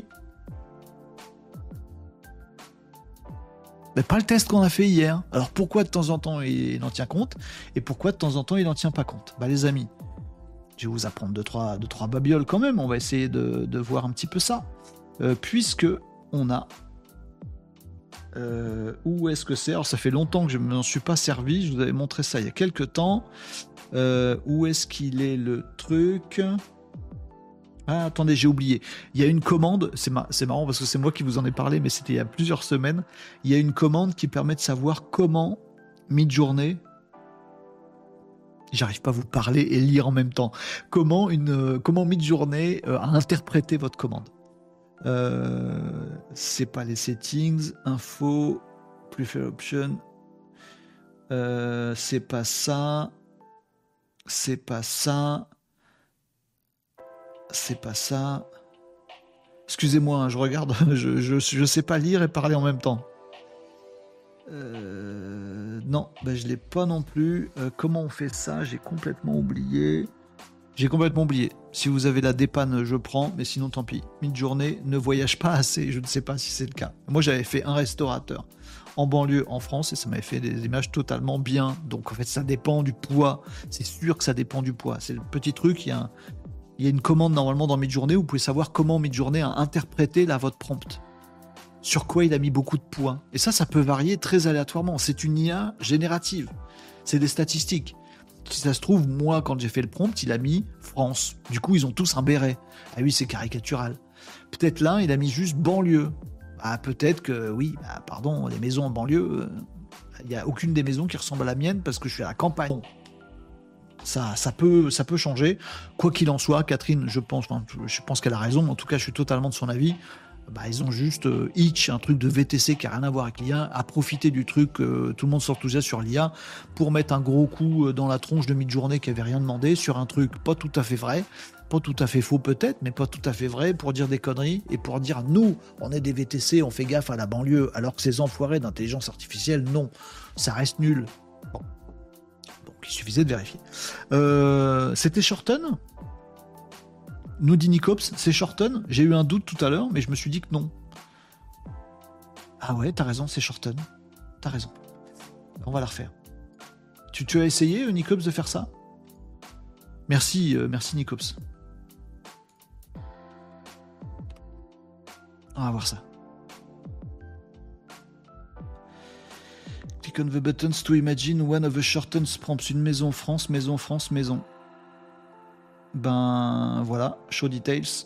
Mais pas le test qu'on a fait hier. Alors pourquoi de temps en temps il en tient compte et pourquoi de temps en temps il n'en tient pas compte ? Bah les amis, je vais vous apprendre deux trois, deux, trois babioles quand même, on va essayer de, de voir un petit peu ça. Euh, puisque on a... Euh, où est-ce que c'est ? Alors ça fait longtemps que je ne m'en suis pas servi, je vous avais montré ça il y a quelques temps. Euh, où est-ce qu'il est le truc ? Ah, attendez, j'ai oublié. Il y a une commande, c'est, ma- c'est marrant parce que c'est moi qui vous en ai parlé, mais c'était il y a plusieurs semaines. Il y a une commande qui permet de savoir comment Midjourney, j'arrive pas à vous parler et lire en même temps, comment, une, euh, comment Midjourney euh, a interprété votre commande. Euh, c'est pas les settings, info, prefer option, euh, c'est pas ça, c'est pas ça, c'est pas ça. Excusez-moi, hein, je regarde, je, je, je sais pas lire et parler en même temps. Euh, non, ben je l'ai pas non plus. Euh, comment on fait ça? J'ai complètement oublié. J'ai complètement oublié. Si vous avez la dépanne, je prends, mais sinon tant pis. Midjourney ne voyage pas assez, je ne sais pas si c'est le cas. Moi j'avais fait un restaurateur en banlieue en France et ça m'avait fait des images totalement bien. Donc en fait ça dépend du poids. C'est sûr que ça dépend du poids. C'est le petit truc, il y a un... Il y a une commande normalement dans Midjourney où vous pouvez savoir comment Midjourney a interprété là, votre prompt. Sur quoi il a mis beaucoup de points. Et ça, ça peut varier très aléatoirement. C'est une I A générative. C'est des statistiques. Si ça se trouve, moi, quand j'ai fait le prompt, il a mis France. Du coup, ils ont tous un béret. Ah oui, c'est caricatural. Peut-être là, il a mis juste banlieue. Ah, peut-être que, oui, bah, pardon, les maisons en banlieue, il euh, n'y a aucune des maisons qui ressemble à la mienne parce que je suis à la campagne. Bon. Ça, ça, peut, ça peut changer. Quoi qu'il en soit, Catherine, je pense, enfin, je pense qu'elle a raison. En tout cas, je suis totalement de son avis. Bah, ils ont juste euh, Itch, un truc de V T C qui n'a rien à voir avec l'I A, à profiter du truc, euh, tout le monde s'enthousiasme sur l'I A, pour mettre un gros coup dans la tronche de Midjourney qui avait rien demandé, sur un truc pas tout à fait vrai, pas tout à fait faux peut-être, mais pas tout à fait vrai, pour dire des conneries, et pour dire, nous, on est des V T C, on fait gaffe à la banlieue, alors que ces enfoirés d'intelligence artificielle, non, ça reste nul. Bon. Donc il suffisait de vérifier. Euh, c'était Shorten ? Nous dit Nicops, c'est Shorten. J'ai eu un doute tout à l'heure, mais je me suis dit que non. Ah ouais, t'as raison, c'est Shorten. T'as raison. On va la refaire. Tu, tu as essayé, Nicops, de faire ça? Merci, euh, merci Nicops. On va voir ça. Click on the buttons to imagine one of the shortened prompts. Une maison France, maison France, maison. Ben voilà, show details.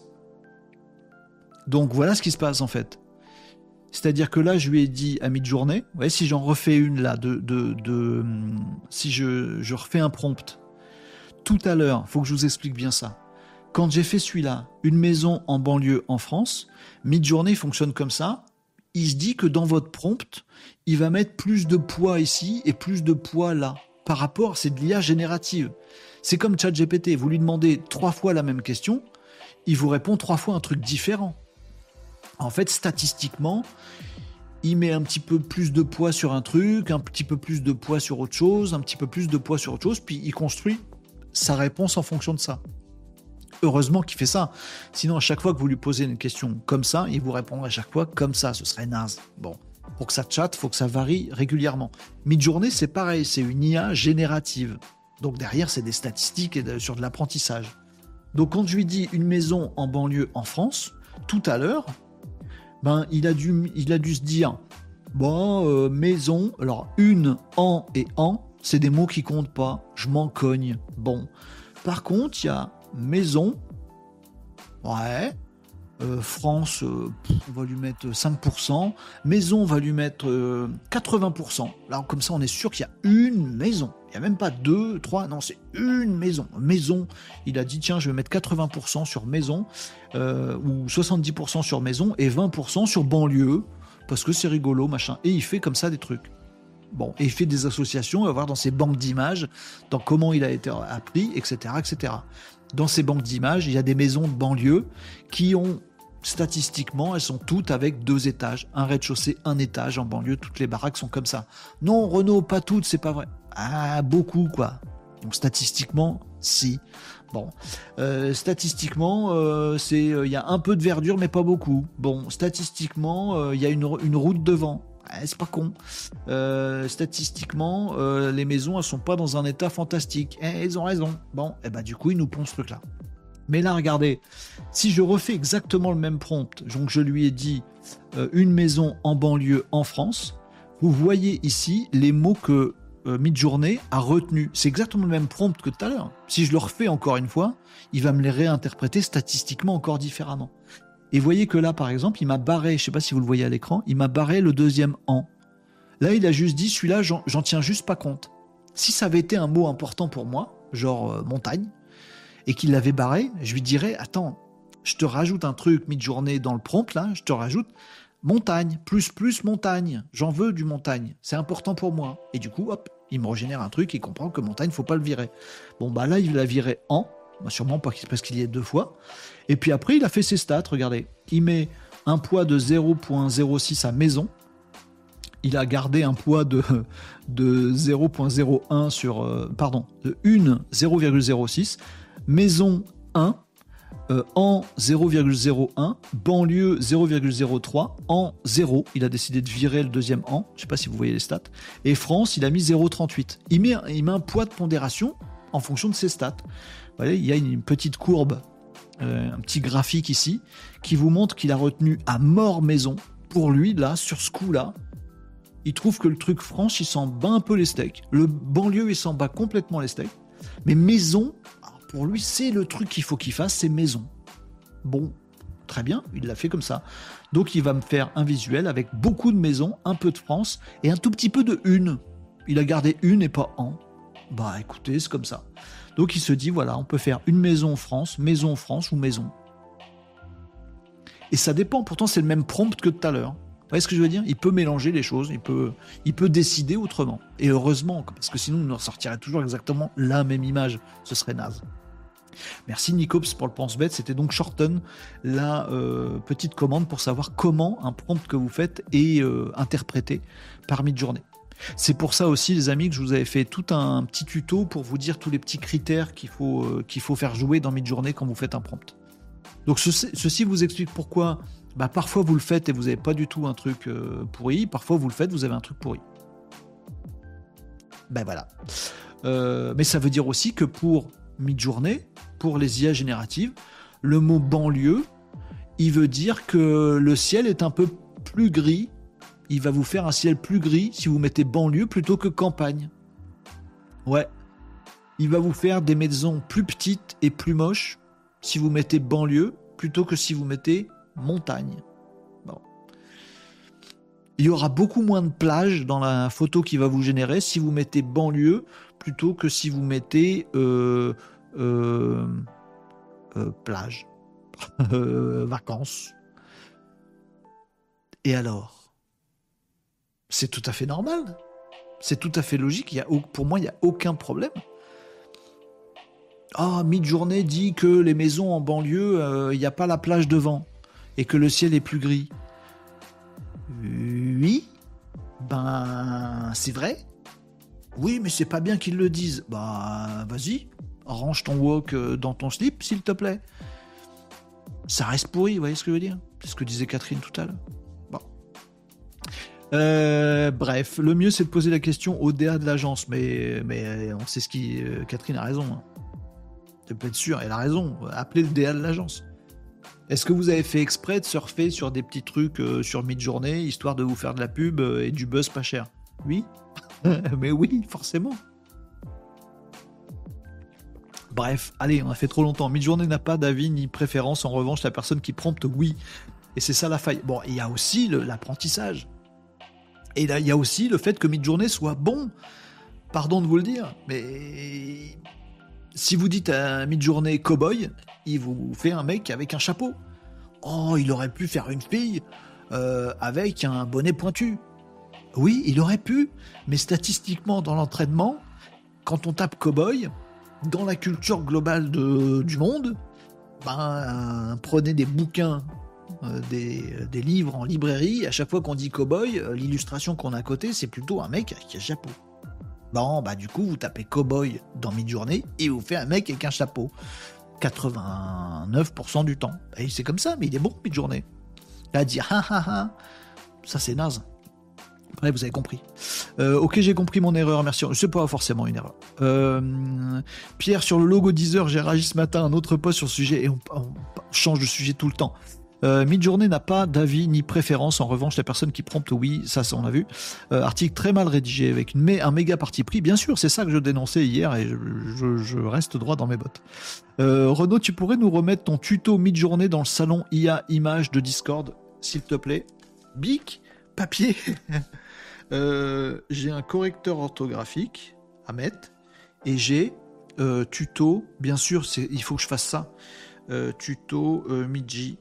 Donc voilà ce qui se passe en fait. C'est-à-dire que là, je lui ai dit à Midjourney, vous voyez, si j'en refais une là, de, de, de si je, je refais un prompt, tout à l'heure, il faut que je vous explique bien ça. Quand j'ai fait celui-là, une maison en banlieue en France, Midjourney fonctionne comme ça. Il se dit que dans votre prompt, il va mettre plus de poids ici et plus de poids là. Par rapport, c'est de l'I A générative. C'est comme ChatGPT, vous lui demandez trois fois la même question, il vous répond trois fois un truc différent. En fait, statistiquement, il met un petit peu plus de poids sur un truc, un petit peu plus de poids sur autre chose, un petit peu plus de poids sur autre chose, puis il construit sa réponse en fonction de ça. Heureusement qu'il fait ça. Sinon, à chaque fois que vous lui posez une question comme ça, il vous répondra à chaque fois comme ça, ce serait naze. Bon. Pour que ça chatte, il faut que ça varie régulièrement. Midjourney, c'est pareil, c'est une I A générative. Donc derrière, c'est des statistiques et de, sur de l'apprentissage. Donc quand je lui dis une maison en banlieue en France, tout à l'heure, ben, il a dû, il a dû se dire, bon, euh, maison, alors une, en et en, c'est des mots qui comptent pas, je m'en cogne. Bon. Par contre, il y a maison, ouais, Euh, France, euh, on va lui mettre cinq pour cent. Maison, on va lui mettre euh, quatre-vingts pour cent. Là, comme ça, on est sûr qu'il y a une maison. Il n'y a même pas deux, trois, non, c'est une maison. Maison, il a dit, tiens, je vais mettre quatre-vingts pour cent sur maison, euh, ou soixante-dix pour cent sur maison, et vingt pour cent sur banlieue, parce que c'est rigolo, machin. Et il fait comme ça des trucs. Bon, et il fait des associations, on va voir dans ses banques d'images, dans comment il a été appris, et cetera, et cetera. Dans ces banques d'images, il y a des maisons de banlieue qui ont, statistiquement, elles sont toutes avec deux étages, un rez-de-chaussée, un étage en banlieue, toutes les baraques sont comme ça. Non, Renault, pas toutes, c'est pas vrai. Ah, beaucoup, quoi. Donc statistiquement, si. Bon, euh, statistiquement, euh, c'est, il euh, y a un peu de verdure, mais pas beaucoup. Bon, statistiquement, il euh, y a une, une route devant. Ah, c'est pas con. Euh, statistiquement, euh, les maisons, elles sont pas dans un état fantastique. Eh, ils ont raison. Bon, et eh ben du coup, ils nous pondent ce truc-là. Mais là, regardez, si je refais exactement le même prompt, donc je lui ai dit euh, une maison en banlieue en France, vous voyez ici les mots que euh, Midjourney a retenu. C'est exactement le même prompt que tout à l'heure. Si je le refais encore une fois, il va me les réinterpréter statistiquement encore différemment. Et vous voyez que là, par exemple, il m'a barré, je ne sais pas si vous le voyez à l'écran, il m'a barré le deuxième « en ». Là, il a juste dit, celui-là, j'en, j'en tiens juste pas compte. Si ça avait été un mot important pour moi, genre euh, montagne, et qu'il l'avait barré, je lui dirais, attends, je te rajoute un truc Midjourney dans le prompt, là, je te rajoute montagne, plus, plus montagne, j'en veux du montagne, c'est important pour moi. Et du coup, hop, il me régénère un truc, il comprend que montagne, faut pas le virer. Bon, bah là, il l'a viré en, bah, sûrement pas parce qu'il y est deux fois. Et puis après, il a fait ses stats, regardez. Il met un poids de zéro virgule zéro six à maison. Il a gardé un poids de, de zéro virgule zéro un sur... Euh, pardon, de un, zéro virgule zéro six. Maison un, euh, en zéro virgule zéro un, banlieue zéro virgule zéro trois, en zéro, il a décidé de virer le deuxième en, je ne sais pas si vous voyez les stats, et France, il a mis zéro virgule trente-huit. Il met, il met un poids de pondération en fonction de ses stats. Vous voyez, il y a une petite courbe, euh, un petit graphique ici, qui vous montre qu'il a retenu à mort maison. Pour lui, là, sur ce coup-là, il trouve que le truc France, il s'en bat un peu les steaks. Le banlieue, il s'en bat complètement les steaks. Mais maison, pour lui, c'est le truc qu'il faut qu'il fasse, c'est maison. Bon, très bien, il l'a fait comme ça. Donc, il va me faire un visuel avec beaucoup de maisons, un peu de France et un tout petit peu de une. Il a gardé une et pas en. Bah, écoutez, c'est comme ça. Donc, il se dit, voilà, on peut faire une maison France, maison France ou maison. Et ça dépend, pourtant, c'est le même prompt que tout à l'heure. Vous voyez ce que je veux dire ? Il peut mélanger les choses, il peut, il peut décider autrement. Et heureusement, parce que sinon, il nous ressortirait toujours exactement la même image. Ce serait naze. Merci Nicops pour le pense-bête. C'était donc Shorten, la euh, petite commande pour savoir comment un prompt que vous faites est euh, interprété par Midjourney. C'est pour ça aussi, les amis, que je vous avais fait tout un petit tuto pour vous dire tous les petits critères qu'il faut, euh, qu'il faut faire jouer dans Midjourney quand vous faites un prompt. Donc ceci, ceci vous explique pourquoi bah, parfois vous le faites et vous n'avez pas du tout un truc euh, pourri, parfois vous le faites, vous avez un truc pourri. Ben voilà. Euh, mais ça veut dire aussi que pour Midjourney, pour les I A génératives, le mot banlieue, il veut dire que le ciel est un peu plus gris. Il va vous faire un ciel plus gris si vous mettez banlieue plutôt que campagne. Ouais. Il va vous faire des maisons plus petites et plus moches si vous mettez banlieue plutôt que si vous mettez montagne. Bon. Il y aura beaucoup moins de plages dans la photo qui va vous générer si vous mettez banlieue plutôt que si vous mettez euh, euh, euh, plage, euh, vacances. Et alors ? C'est tout à fait normal. C'est tout à fait logique. Il y a, pour moi, il n'y a aucun problème. Ah, Midjourney dit que les maisons en banlieue, il euh, n'y a pas la plage devant et que le ciel est plus gris. Oui, ben c'est vrai. Oui, mais c'est pas bien qu'ils le disent. Bah, vas-y, range ton wok dans ton slip, s'il te plaît. Ça reste pourri, vous voyez ce que je veux dire ? C'est ce que disait Catherine tout à l'heure. Bon. Euh, bref, le mieux c'est de poser la question au D A de l'agence, mais, mais on sait ce qui... Catherine a raison. Hein. Tu peux être sûr, elle a raison. Appelez le D A de l'agence. Est-ce que vous avez fait exprès de surfer sur des petits trucs euh, sur Midjourney, histoire de vous faire de la pub euh, et du buzz pas cher ? Oui. Mais oui, forcément. Bref, allez, on a fait trop longtemps. Midjourney n'a pas d'avis ni préférence. En revanche, la personne qui prompte, oui. Et c'est ça la faille. Bon, il y a aussi le, l'apprentissage. Et là, il y a aussi le fait que Midjourney soit bon. Pardon de vous le dire, mais... Si vous dites à Midjourney cow-boy, il vous fait un mec avec un chapeau. Oh, il aurait pu faire une fille euh, avec un bonnet pointu. Oui, il aurait pu, mais statistiquement, dans l'entraînement, quand on tape cow-boy, dans la culture globale de, du monde, ben, prenez des bouquins, euh, des, des livres en librairie, à chaque fois qu'on dit cow-boy, euh, l'illustration qu'on a à côté, c'est plutôt un mec avec un chapeau. Bon, bah du coup, vous tapez cow-boy dans Midjourney et vous fait un mec avec un chapeau. quatre-vingt-neuf pour cent du temps. Et c'est comme ça, mais il est bon, Midjourney. Là, à dire, ha ha ha, ça c'est naze. Bref, vous avez compris. Euh, ok, j'ai compris mon erreur, merci. C'est pas forcément une erreur. Euh, Pierre, sur le logo Deezer, j'ai réagi ce matin à un autre post sur le sujet et on, on change de sujet tout le temps. Euh, Midjourney n'a pas d'avis ni préférence. En revanche, les personnes qui promptent oui, ça, ça on a vu. Euh, article très mal rédigé avec une, un méga parti pris. Bien sûr, c'est ça que je dénonçais hier et je, je, je reste droit dans mes bottes. Euh, Renaud, tu pourrais nous remettre ton tuto Midjourney dans le salon I A Images de Discord, s'il te plaît. Bic, papier. euh, j'ai un correcteur orthographique à mettre et j'ai euh, tuto. Bien sûr, c'est, il faut que je fasse ça. Euh, tuto euh, Midji.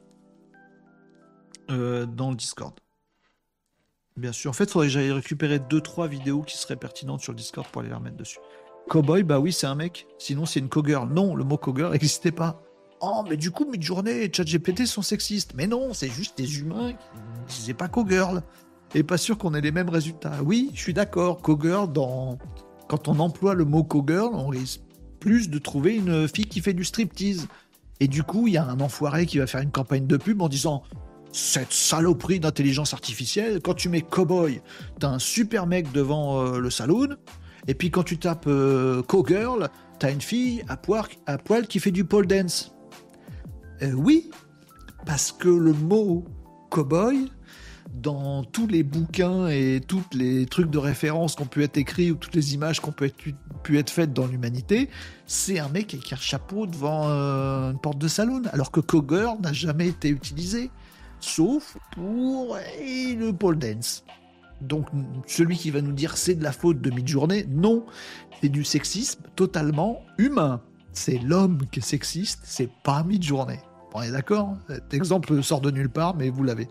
Euh, dans le Discord. Bien sûr. En fait, il faudrait que j'aille récupérer deux trois vidéos qui seraient pertinentes sur le Discord pour aller les remettre dessus. Cowboy, bah oui, c'est un mec. Sinon, c'est une cowgirl. Non, le mot cowgirl n'existait pas. Oh, mais du coup, Midjourney et ChatGPT sont sexistes. Mais non, c'est juste des humains qui disaient pas cowgirl. Et pas sûr qu'on ait les mêmes résultats. Oui, je suis d'accord. Cowgirl, dans... quand on emploie le mot cowgirl, on risque plus de trouver une fille qui fait du striptease. Et du coup, il y a un enfoiré qui va faire une campagne de pub en disant... Cette saloperie d'intelligence artificielle, quand tu mets cowboy, t'as un super mec devant euh, le saloon, et puis quand tu tapes euh, cowgirl, t'as une fille à poil, à poil qui fait du pole dance. Euh, oui, parce que le mot cowboy, dans tous les bouquins et tous les trucs de référence qui ont pu être écrits ou toutes les images qui ont pu être, pu être faites dans l'humanité, c'est un mec avec un chapeau devant euh, une porte de saloon, alors que cowgirl n'a jamais été utilisé. Sauf pour et le pole dance. Donc, celui qui va nous dire c'est de la faute de Midjourney, non, c'est du sexisme totalement humain. C'est l'homme qui est sexiste, c'est pas Midjourney. On est d'accord ? Cet exemple sort de nulle part, mais vous l'avez.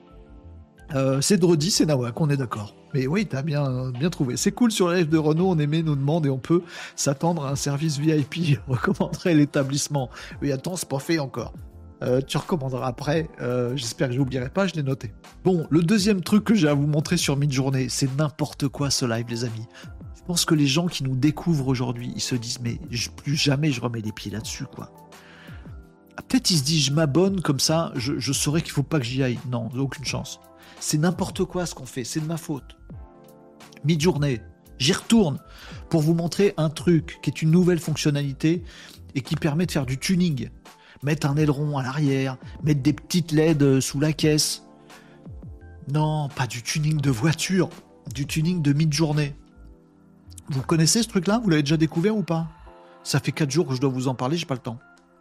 Euh, c'est Drody, c'est Nawak, on est d'accord. Mais oui, t'as bien, bien trouvé. C'est cool sur la live de Renault, on émet nos demandes et on peut s'attendre à un service V I P. Recommanderait l'établissement. Oui, attends, c'est pas fait encore. Euh, tu recommanderas après, euh, j'espère que je n'oublierai pas, je l'ai noté. Bon, le deuxième truc que j'ai à vous montrer sur Midjourney, c'est n'importe quoi ce live, les amis. Je pense que les gens qui nous découvrent aujourd'hui, ils se disent, mais je, plus jamais je remets les pieds là-dessus, quoi. Ah, peut-être ils se disent, je m'abonne, comme ça, je, je saurais qu'il ne faut pas que j'y aille. Non, aucune chance. C'est n'importe quoi ce qu'on fait, c'est de ma faute. Midjourney, j'y retourne pour vous montrer un truc qui est une nouvelle fonctionnalité et qui permet de faire du tuning. Mettre un aileron à l'arrière, mettre des petites L E D sous la caisse. Non, pas du tuning de voiture, du tuning de Midjourney. Vous connaissez ce truc-là ? Vous l'avez déjà découvert ou pas ? Ça fait quatre jours que je dois vous en parler, j'ai pas le temps.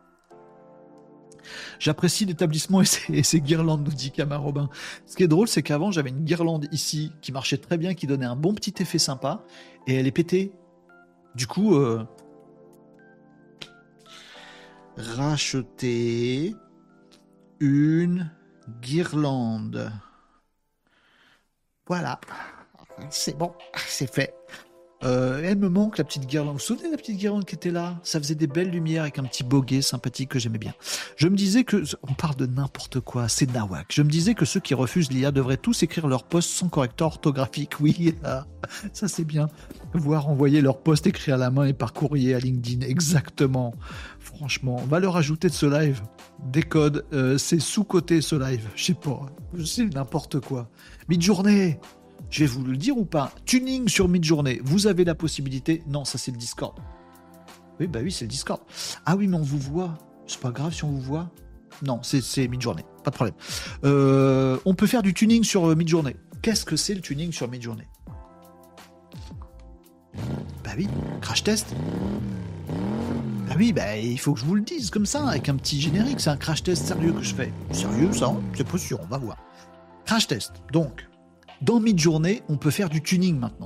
J'apprécie l'établissement et ses, et ses guirlandes, nous dit Camar Robin. Ce qui est drôle, c'est qu'avant, j'avais une guirlande ici qui marchait très bien, qui donnait un bon petit effet sympa, et elle est pétée. Du coup... Euh... racheter une guirlande. Voilà. C'est bon, c'est fait. Euh, elle me manque, la petite guirlande. Vous vous souvenez de la petite guirlande qui était là ? Ça faisait des belles lumières avec un petit boguet sympathique que j'aimais bien. Je me disais que... On parle de n'importe quoi, c'est Nawak. Je me disais que ceux qui refusent l'I A devraient tous écrire leur post sans correcteur orthographique. Oui, là, ça c'est bien. Voire envoyer leur post écrit à la main et par courrier à LinkedIn. Exactement. Franchement, on va leur ajouter de ce live des codes. Euh, c'est sous-coté ce live. Je sais pas. C'est n'importe quoi. Midjourney. Je vais vous le dire ou pas ? Tuning sur Midjourney. Vous avez la possibilité. Non, ça c'est le Discord. Oui, bah oui, c'est le Discord. Ah oui, mais on vous voit. C'est pas grave si on vous voit. Non, c'est, c'est Midjourney. Pas de problème. Euh, on peut faire du tuning sur Midjourney. Qu'est-ce que c'est le tuning sur Midjourney ? Bah oui, crash test. Bah oui, bah il faut que je vous le dise comme ça, avec un petit générique. C'est un crash test sérieux que je fais. Sérieux, ça ? C'est pas sûr, on va voir. Crash test. Donc, dans Midjourney, on peut faire du tuning maintenant.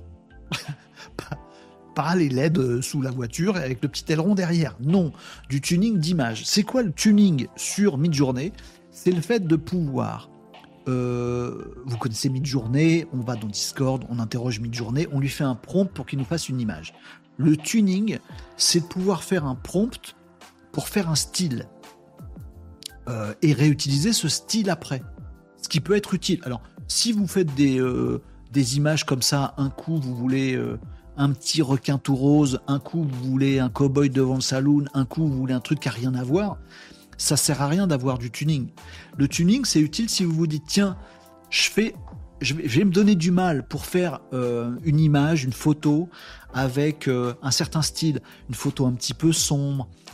Pas les L E D sous la voiture et avec le petit aileron derrière. Non, du tuning d'image. C'est quoi le tuning sur Midjourney ? C'est le fait de pouvoir... Euh, vous connaissez Midjourney, on va dans Discord, on interroge Midjourney, on lui fait un prompt pour qu'il nous fasse une image. Le tuning, c'est de pouvoir faire un prompt pour faire un style euh, et réutiliser ce style après. Ce qui peut être utile. Alors, si vous faites des, euh, des images comme ça, un coup vous voulez euh, un petit requin tout rose, un coup vous voulez un cow-boy devant le saloon, un coup vous voulez un truc qui n'a rien à voir, ça sert à rien d'avoir du tuning. Le tuning, c'est utile si vous vous dites, tiens, je fais, je vais, je vais me donner du mal pour faire euh, une image, une photo avec euh, un certain style, une photo un petit peu sombre,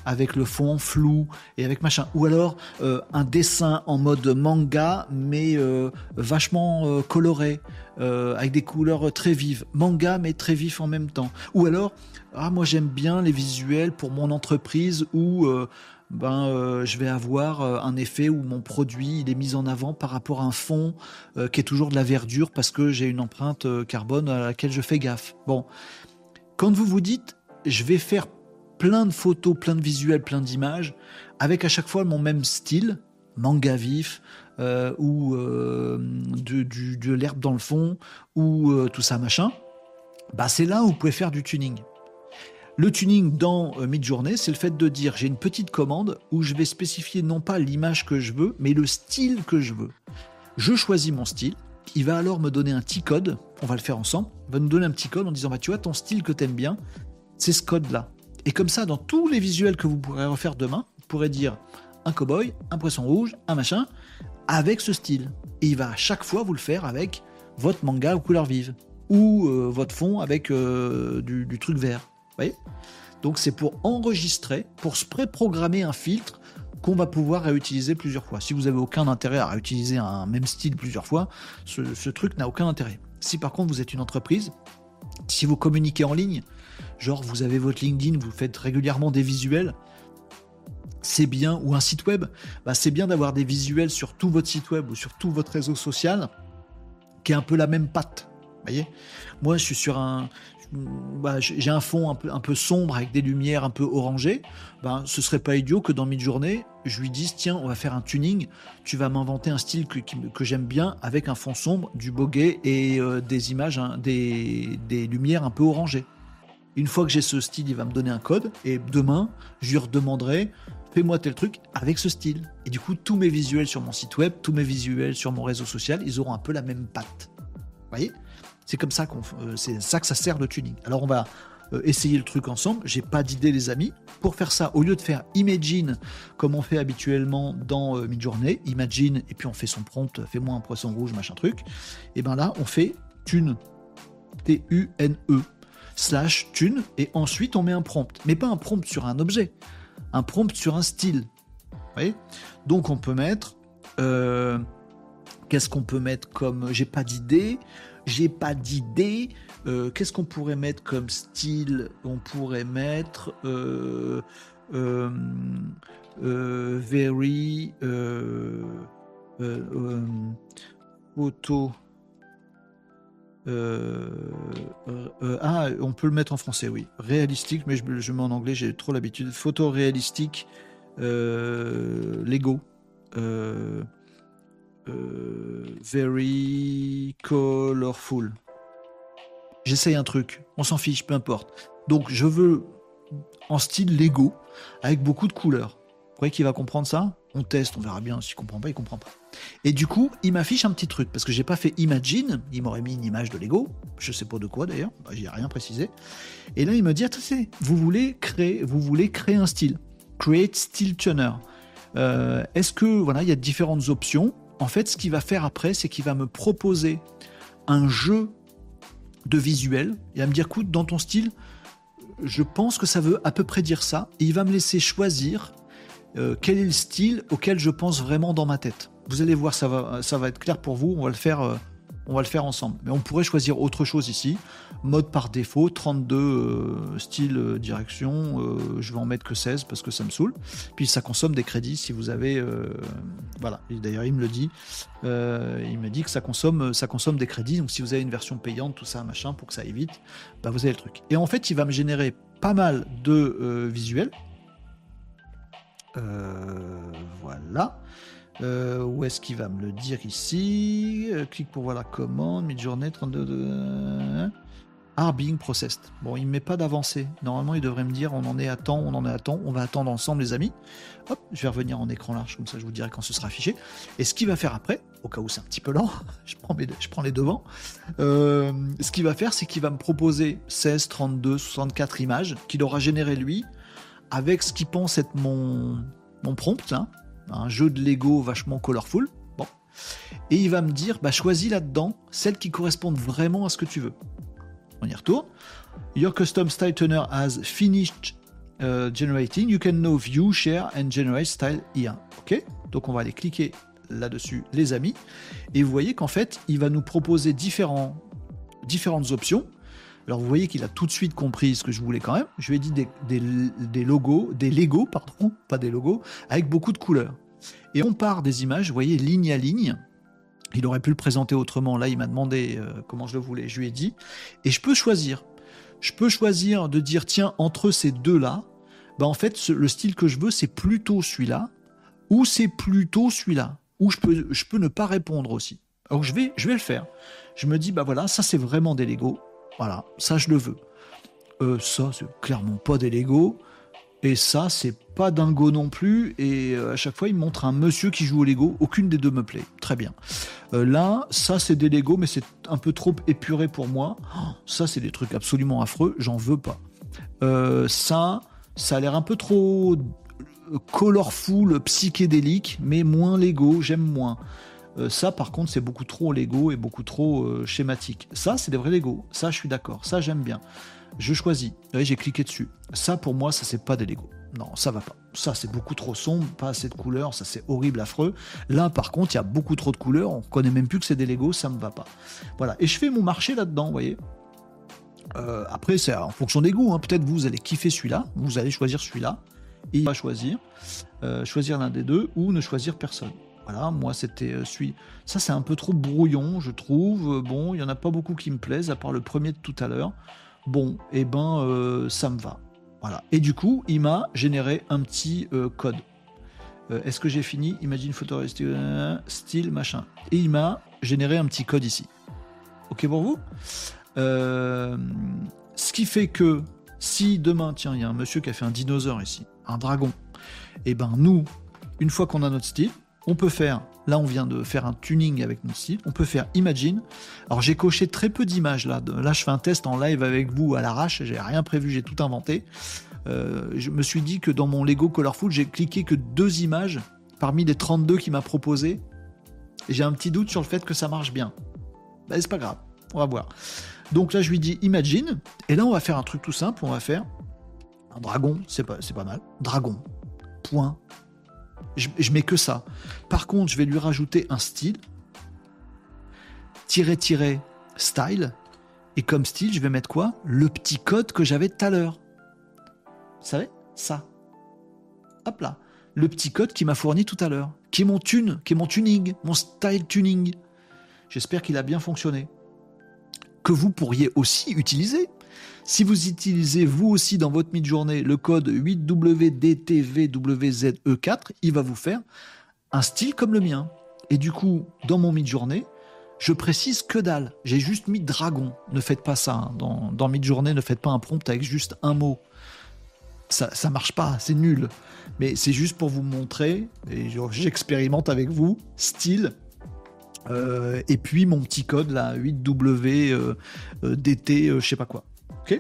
avec le fond flou et avec machin. Ou alors euh, un dessin en mode manga, mais euh, vachement euh, coloré, euh, avec des couleurs très vives. Manga, mais très vif en même temps. Ou alors, ah, moi j'aime bien les visuels pour mon entreprise où euh, ben, euh, je vais avoir euh, un effet où mon produit il est mis en avant par rapport à un fond euh, qui est toujours de la verdure parce que j'ai une empreinte euh, carbone à laquelle je fais gaffe. Bon, quand vous vous dites, je vais faire plein de photos, plein de visuels, plein d'images, avec à chaque fois mon même style, manga vif, euh, ou euh, de, du, de l'herbe dans le fond, ou euh, tout ça machin, bah c'est là où vous pouvez faire du tuning. Le tuning dans euh, Midjourney, c'est le fait de dire j'ai une petite commande où je vais spécifier non pas l'image que je veux, mais le style que je veux. Je choisis mon style, il va alors me donner un petit code, on va le faire ensemble, il va nous donner un petit code en disant bah tu vois ton style que t'aimes bien, c'est ce code-là. Et comme ça, dans tous les visuels que vous pourrez refaire demain, vous pourrez dire un cow-boy, un poisson rouge, un machin, avec ce style. Et il va à chaque fois vous le faire avec votre manga aux couleurs vives, ou euh, votre fond avec euh, du, du truc vert. Vous voyez ? Donc c'est pour enregistrer, pour se pré-programmer un filtre qu'on va pouvoir réutiliser plusieurs fois. Si vous n'avez aucun intérêt à réutiliser un même style plusieurs fois, ce, ce truc n'a aucun intérêt. Si par contre vous êtes une entreprise, si vous communiquez en ligne, genre vous avez votre LinkedIn, vous faites régulièrement des visuels, c'est bien, ou un site web, bah c'est bien d'avoir des visuels sur tout votre site web ou sur tout votre réseau social qui est un peu la même patte. Vous voyez ? Moi, je suis sur un... Bah, j'ai un fond un peu, un peu sombre avec des lumières un peu orangées, ben, ce serait pas idiot que dans Midjourney, je lui dise tiens, on va faire un tuning, tu vas m'inventer un style que, que j'aime bien avec un fond sombre, du bokeh et euh, des images, hein, des, des lumières un peu orangées. Une fois que j'ai ce style, il va me donner un code et demain, je lui redemanderai fais-moi tel truc avec ce style. Et du coup, tous mes visuels sur mon site web, tous mes visuels sur mon réseau social, ils auront un peu la même patte. Vous voyez ? C'est comme ça qu'on, euh, c'est ça que ça sert le tuning. Alors on va euh, essayer le truc ensemble. J'ai pas d'idée les amis. Pour faire ça, au lieu de faire Imagine comme on fait habituellement dans euh, Midjourney, Imagine et puis on fait son prompt, fais-moi un poisson rouge machin truc. Et ben là on fait Tune, T U N E slash Tune et ensuite on met un prompt, mais pas un prompt sur un objet, un prompt sur un style. Vous voyez ? Donc on peut mettre euh, qu'est-ce qu'on peut mettre comme j'ai pas d'idée. J'ai pas d'idée. Euh, qu'est-ce qu'on pourrait mettre comme style ? On pourrait mettre euh, euh, euh, very euh, euh, euh, photo. Euh, euh, euh, ah, on peut le mettre en français, oui. Réalistique, mais je, je mets en anglais. J'ai trop l'habitude. Photo réalistique. Euh, Lego. Euh, Euh, very colorful. J'essaye un truc, on s'en fiche, peu importe. Donc je veux en style Lego, avec beaucoup de couleurs. Vous croyez qu'il va comprendre ça ? On teste, on verra bien. S'il comprend pas, il comprend pas. Et du coup, il m'affiche un petit truc, parce que j'ai pas fait Imagine, il m'aurait mis une image de Lego, je sais pas de quoi d'ailleurs, bah, j'y ai rien précisé. Et là il me dit, attendez, vous voulez créer, vous voulez créer un style. Create Style Tuner. Euh, est-ce que, voilà, il y a différentes options. En fait, ce qu'il va faire après, c'est qu'il va me proposer un jeu de visuel. Il va me dire, écoute, dans ton style, je pense que ça veut à peu près dire ça. Et il va me laisser choisir euh, quel est le style auquel je pense vraiment dans ma tête. Vous allez voir, ça va, ça va être clair pour vous. On va le faire, euh, on va le faire ensemble. Mais on pourrait choisir autre chose ici. Mode par défaut, trente-deux euh, style euh, direction. Euh, je vais en mettre que seize parce que ça me saoule. Puis ça consomme des crédits si vous avez... Euh, voilà. Et d'ailleurs, il me le dit. Euh, il me dit que ça consomme, ça consomme des crédits. Donc si vous avez une version payante, tout ça, machin, pour que ça aille vite, bah, vous avez le truc. Et en fait, il va me générer pas mal de euh, visuels. Euh, voilà. Euh, où est-ce qu'il va me le dire ici ? euh, Clique pour voir la commande. Midjourney trente-deux. De... Are being processed. Bon, il ne met pas d'avancée. Normalement, il devrait me dire on en est à temps, on en est à temps. On va attendre ensemble, les amis. Hop, je vais revenir en écran large, comme ça je vous dirai quand ce sera affiché. Et ce qu'il va faire après, au cas où c'est un petit peu lent, je prends, mes, je prends les devants. Euh, ce qu'il va faire, c'est qu'il va me proposer seize, trente-deux, soixante-quatre images qu'il aura générées lui, avec ce qu'il pense être mon, mon prompt, hein. Un jeu de Lego vachement colorful. Bon. Et il va me dire, bah, choisis là-dedans celles qui correspondent vraiment à ce que tu veux. On y retourne. Your custom style tuner has finished euh, generating, you can now view, share and generate style here. Ok, donc on va aller cliquer là-dessus, les amis, et vous voyez qu'en fait, il va nous proposer différents, différentes options. Alors vous voyez qu'il a tout de suite compris ce que je voulais quand même. Je lui ai dit des, des, des logos, des Lego, pardon, pas des logos, avec beaucoup de couleurs. Et on part des images, vous voyez, ligne à ligne. Il aurait pu le présenter autrement. Là, il m'a demandé euh, comment je le voulais. Je lui ai dit. Et je peux choisir. Je peux choisir de dire, tiens, entre ces deux-là, bah en fait, ce, le style que je veux, c'est plutôt celui-là, ou c'est plutôt celui-là, ou je peux, je peux ne pas répondre aussi. Alors je vais, je vais le faire. Je me dis, bah voilà, ça c'est vraiment des Lego. Voilà, ça je le veux. Euh, ça, c'est clairement pas des Lego. Et ça, c'est pas dingo non plus. Et euh, à chaque fois, il me montre un monsieur qui joue au Lego. Aucune des deux me plaît. Très bien. Euh, là, ça, c'est des Lego, mais c'est un peu trop épuré pour moi. Oh, ça, c'est des trucs absolument affreux. J'en veux pas. Euh, ça, ça a l'air un peu trop colorful, psychédélique, mais moins Lego. J'aime moins. Euh, ça, par contre, c'est beaucoup trop Lego et beaucoup trop euh, schématique. Ça, c'est des vrais Lego. Ça, je suis d'accord. Ça, j'aime bien. Je choisis. Vous voyez, j'ai cliqué dessus. Ça, pour moi, ça, c'est pas des Lego. Non, ça va pas. Ça, c'est beaucoup trop sombre, pas assez de couleurs. Ça, c'est horrible, affreux. Là, par contre, il y a beaucoup trop de couleurs. On connaît même plus que c'est des Lego. Ça me va pas. Voilà. Et je fais mon marché là-dedans, vous voyez. Euh, après, c'est en fonction des goûts. Hein. Peut-être vous allez kiffer celui-là. Vous allez choisir celui-là. Et il va choisir. Euh, choisir l'un des deux ou ne choisir personne. Voilà, moi c'était euh, celui. Ça c'est un peu trop brouillon, je trouve. Euh, bon, il y en a pas beaucoup qui me plaisent, à part le premier de tout à l'heure. Bon, et eh ben euh, ça me va. Voilà. Et du coup, il m'a généré un petit euh, code. Euh, est-ce que j'ai fini? Imagine photo euh, style machin. Et il m'a généré un petit code ici. Ok pour vous? euh, Ce qui fait que si demain, tiens, il y a un monsieur qui a fait un dinosaure ici, un dragon. Et eh ben nous, une fois qu'on a notre style. On peut faire, là on vient de faire un tuning avec notre style, on peut faire Imagine. Alors j'ai coché très peu d'images là, là je fais un test en live avec vous à l'arrache, j'ai rien prévu, j'ai tout inventé. Euh, je me suis dit que dans mon Lego Colorful, j'ai cliqué que deux images parmi les trente-deux qu'il m'a proposé. Et j'ai un petit doute sur le fait que ça marche bien. Ben, c'est pas grave, on va voir. Donc là je lui dis Imagine, et là on va faire un truc tout simple, on va faire un dragon, c'est pas, c'est pas mal, dragon, point. Je, je mets que ça. Par contre, je vais lui rajouter un style, tiret, tiret, style, et comme style, je vais mettre quoi? Le petit code que j'avais tout à l'heure. Vous savez? Ça. Hop là. Le petit code qui m'a fourni tout à l'heure, qui est mon tune, qui est mon tuning, mon style tuning. J'espère qu'il a bien fonctionné. Que vous pourriez aussi utiliser. Si vous utilisez vous aussi dans votre mid-journée le code huit W D T V W Z E quatre, il va vous faire un style comme le mien. Et du coup, dans mon mid-journée, je précise que dalle. J'ai juste mis dragon. Ne faites pas ça. Hein. Dans, dans mid-journée, ne faites pas un prompt avec juste un mot. Ça, ça marche pas, c'est nul. Mais c'est juste pour vous montrer, et j'expérimente avec vous, style. Euh, et puis mon petit code là, huit W D T, euh, je sais pas quoi. Ok,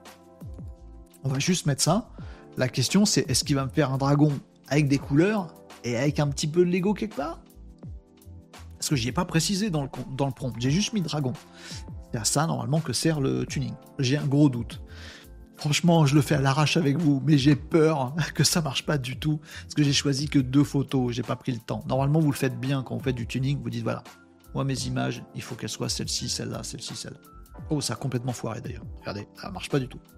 on va juste mettre ça. La question c'est, est-ce qu'il va me faire un dragon avec des couleurs et avec un petit peu de Lego quelque part? Parce que j'y ai pas précisé dans le, dans le prompt, j'ai juste mis dragon. C'est à ça normalement que sert le tuning. J'ai un gros doute. Franchement, je le fais à l'arrache avec vous, mais j'ai peur que ça marche pas du tout, parce que j'ai choisi que deux photos, j'ai pas pris le temps. Normalement, vous le faites bien quand vous faites du tuning, vous dites voilà, moi mes images, il faut qu'elles soient celle-ci, celle-là, celle-ci, celle-là. Oh, ça a complètement foiré d'ailleurs. Regardez, ça marche pas du tout.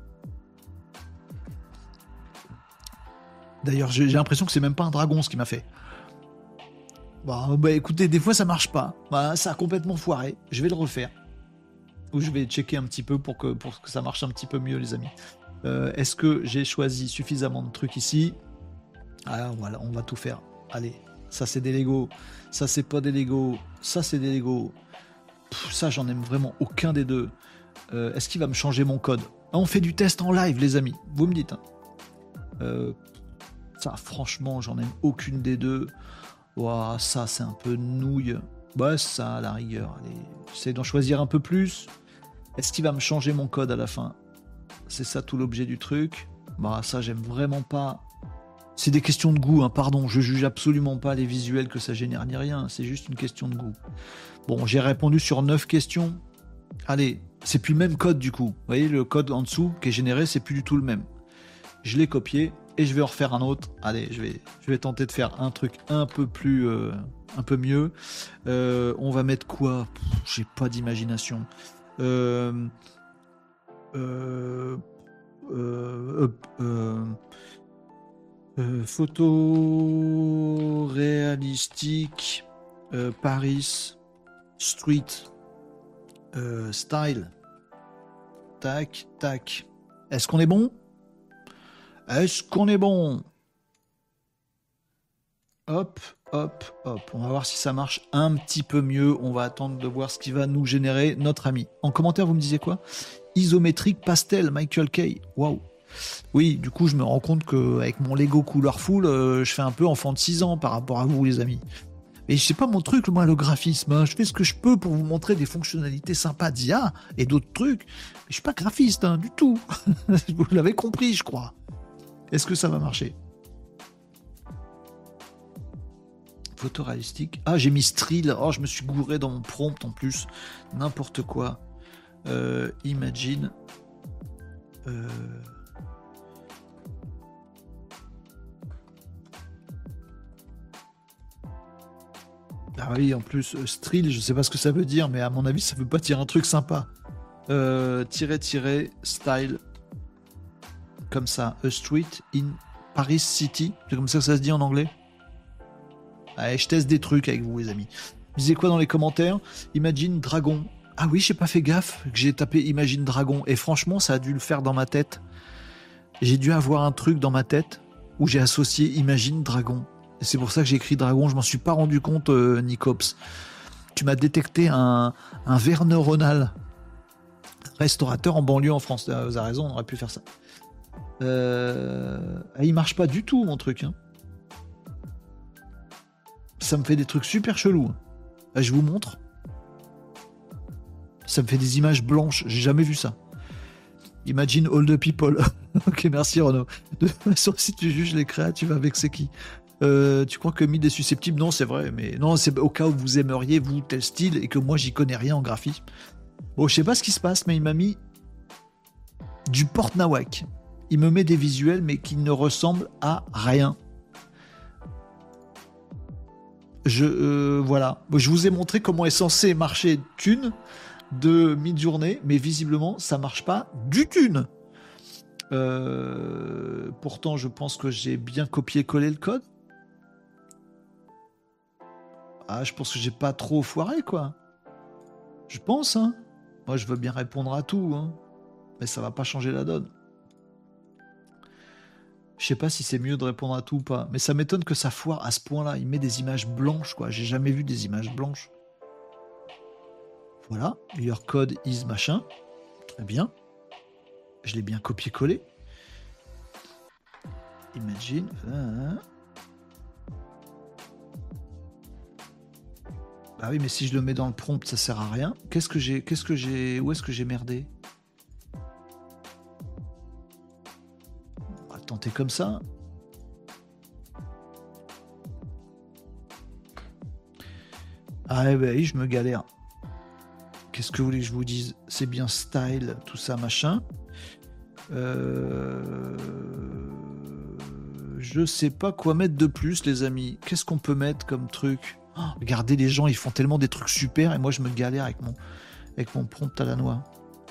D'ailleurs, j'ai, j'ai l'impression que c'est même pas un dragon ce qui m'a fait. Bah, bah écoutez, des fois ça marche pas. Bah, ça a complètement foiré. Je vais le refaire. Ou je vais checker un petit peu pour que, pour que ça marche un petit peu mieux, les amis. Euh, est-ce que j'ai choisi suffisamment de trucs ici? Alors voilà, on va tout faire. Allez, ça c'est des Lego, ça c'est pas des Lego, ça c'est des Lego. Pff, ça j'en aime vraiment aucun des deux. Euh, est-ce qu'il va me changer mon code? Ah, on fait du test en live, les amis. Vous me dites. Hein. Euh, ça, franchement, j'en aime aucune des deux. Ouah, ça c'est un peu nouille. Bah ça, à la rigueur. Allez, j'essaie d'en choisir un peu plus. Est-ce qu'il va me changer mon code à la fin? C'est ça tout l'objet du truc. Bah ça, j'aime vraiment pas. C'est des questions de goût, hein, pardon. Je juge absolument pas les visuels que ça génère ni rien. C'est juste une question de goût. Bon, j'ai répondu sur neuf questions. Allez, c'est plus le même code du coup. Vous voyez, le code en dessous qui est généré, c'est plus du tout le même. je l'ai copié et je vais en refaire un autre. Allez, je vais, je vais tenter de faire un truc un peu plus, euh, un peu mieux. Euh, on va mettre quoi? Pff, j'ai pas d'imagination. Euh, euh, euh, euh, euh, photo réalistique, euh, Paris Street euh, Style. Tac, tac. Est-ce qu'on est bon? Est-ce qu'on est bon? Hop, hop, hop. On va voir si ça marche un petit peu mieux. On va attendre de voir ce qui va nous générer notre ami. En commentaire, vous me disiez quoi? Isométrique pastel, Michael Kay. Waouh. Oui, du coup, je me rends compte qu'avec mon Lego Colorful, euh, je fais un peu enfant de six ans par rapport à vous, les amis. Mais c'est pas mon truc, moi, le graphisme. Hein. Je fais ce que je peux pour vous montrer des fonctionnalités sympas d'I A et d'autres trucs. Mais je suis pas graphiste, hein, du tout. Vous l'avez compris, je crois. Est-ce que ça va marcher? Photoréalistique. Ah, j'ai mis Strill. Oh, je me suis gouré dans mon prompt en plus. N'importe quoi. Euh, imagine. Euh... Ah oui, en plus, euh, Strill, je sais pas ce que ça veut dire, mais à mon avis, ça veut pas dire un truc sympa. Euh, tiret, tiret, style. Comme ça. A street in Paris City. C'est comme ça que ça se dit en anglais. Allez, je teste des trucs avec vous, les amis. Vous disiez quoi dans les commentaires? Imagine Dragon. Ah oui, j'ai pas fait gaffe que j'ai tapé Imagine Dragon. Et franchement, ça a dû le faire dans ma tête. J'ai dû avoir un truc dans ma tête où j'ai associé Imagine Dragon. Et c'est pour ça que j'ai écrit Dragon. Je m'en suis pas rendu compte, euh, Nicops. Tu m'as détecté un, un ver neuronal. Restaurateur en banlieue en France. Ah, vous avez raison, on aurait pu faire ça. Euh... Ah, il marche pas du tout, mon truc. Hein. Ça me fait des trucs super chelous. Là, je vous montre. Ça me fait des images blanches. J'ai jamais vu ça. Imagine all the people. Ok, merci Renaud. De toute façon, si tu juges les créas, tu vas vexer qui? euh, Tu crois que Mid est susceptible? Non, c'est vrai. Mais non, c'est au cas où vous aimeriez, vous, tel style, et que moi, j'y connais rien en graphisme. Bon, je sais pas ce qui se passe, mais il m'a mis du porte-nawak. Il me met des visuels, mais qui ne ressemblent à rien. Je, euh, voilà. Je vous ai montré comment est censé marcher Thune de Midjourney, mais visiblement, ça marche pas du Thune. Euh, pourtant, je pense que j'ai bien copié-collé le code. Ah, je pense que j'ai pas trop foiré, quoi. Je pense, hein. Moi, je veux bien répondre à tout, hein. Mais ça va pas changer la donne. Je sais pas si c'est mieux de répondre à tout ou pas, mais ça m'étonne que ça foire à ce point-là. Il met des images blanches, quoi. J'ai jamais vu des images blanches. Voilà, your code is machin. Très bien. Je l'ai bien copié-collé. Imagine. Ah oui, mais si je le mets dans le prompt, ça sert à rien. Qu'est-ce que j'ai, qu'est-ce que j'ai, où est-ce que j'ai merdé? On va tenter comme ça. Ah ouais, bah oui, je me galère. Qu'est-ce que vous voulez que je vous dise? C'est bien style, tout ça, machin. Euh... Je sais pas quoi mettre de plus, les amis. Qu'est-ce qu'on peut mettre comme truc? Oh, regardez, les gens, ils font tellement des trucs super et moi, je me galère avec mon, avec mon prompt à la noix.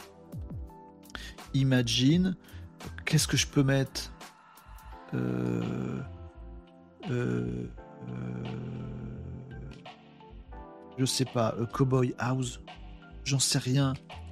Imagine. Qu'est-ce que je peux mettre? euh... Euh... Euh... Je sais pas. A Cowboy House. J'en sais rien.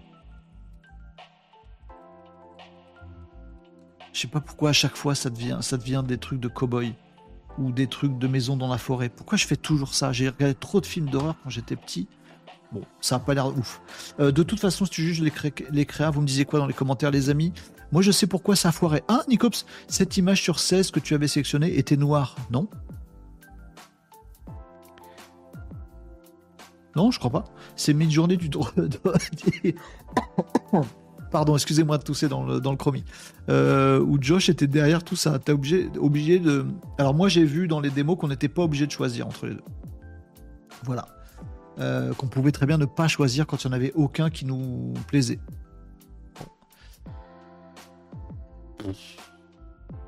Je sais pas pourquoi à chaque fois ça devient, ça devient des trucs de cow-boy ou des trucs de maison dans la forêt. Pourquoi je fais toujours ça? J'ai regardé trop de films d'horreur quand j'étais petit. Bon, ça a pas l'air ouf. Euh, de toute façon, si tu juges les, cré- les créas, vous me disiez quoi dans les commentaires, les amis? Moi, je sais pourquoi ça a foiré. Ah, Nicops, cette image sur seize que tu avais sélectionnée était noire, non? Non, je crois pas. C'est Midjourney du droit. Pardon, excusez-moi de tousser dans le, dans le chromie. Euh, où Josh était derrière tout ça. T'es obligé, obligé de... Alors moi, j'ai vu dans les démos qu'on n'était pas obligé de choisir entre les deux. Voilà. Euh, qu'on pouvait très bien ne pas choisir quand il n'y en avait aucun qui nous plaisait. Bon.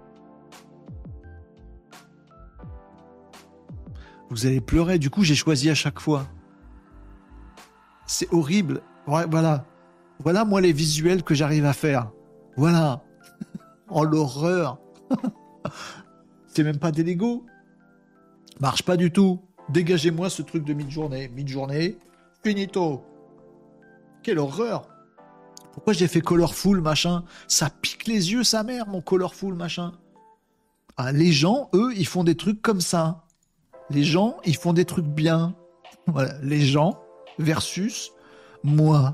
Vous allez pleurer. Du coup, j'ai choisi à chaque fois. C'est horrible. Ouais, voilà. Voilà, moi, les visuels que j'arrive à faire. Voilà. Oh, l'horreur. C'est même pas des Lego. Marche pas du tout. Dégagez-moi ce truc de mid-journée. Mid-journée. Finito. Quelle horreur. Pourquoi j'ai fait colorful, machin? Ça pique les yeux, sa mère, mon colorful, machin. Ah, les gens, eux, ils font des trucs comme ça. Les gens, ils font des trucs bien. Voilà, les gens versus moi.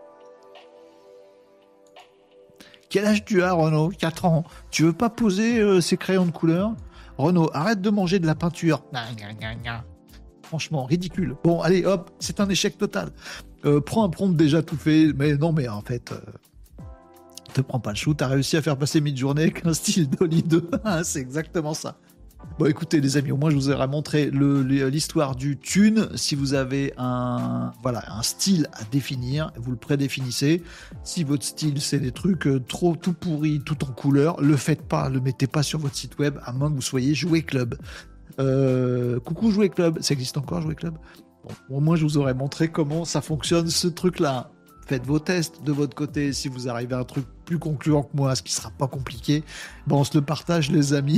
Quel âge tu as, Renaud? quatre ans. Tu veux pas poser euh, ces crayons de couleur? Renaud, arrête de manger de la peinture. Franchement, ridicule. Bon, allez, hop, c'est un échec total. Euh, prends un prompt déjà tout fait. Mais non, mais en fait... Euh... te prends pas le chou, t'as réussi à faire passer mid-journée avec un style Dolly deux. C'est exactement ça. Bon, écoutez, les amis, au moins, je vous aurais montré le, l'histoire du thune. Si vous avez un, voilà, un style à définir, vous le prédéfinissez. Si votre style, c'est des trucs trop tout pourris, tout en couleur, le faites pas, le mettez pas sur votre site web, à moins que vous soyez Jouet Club. Euh, coucou Jouet Club, ça existe encore Jouet Club? Bon, au moins, je vous aurais montré comment ça fonctionne, ce truc-là. Faites vos tests de votre côté. Si vous arrivez à un truc plus concluant que moi, ce qui sera pas compliqué, bon, on se le partage, les amis,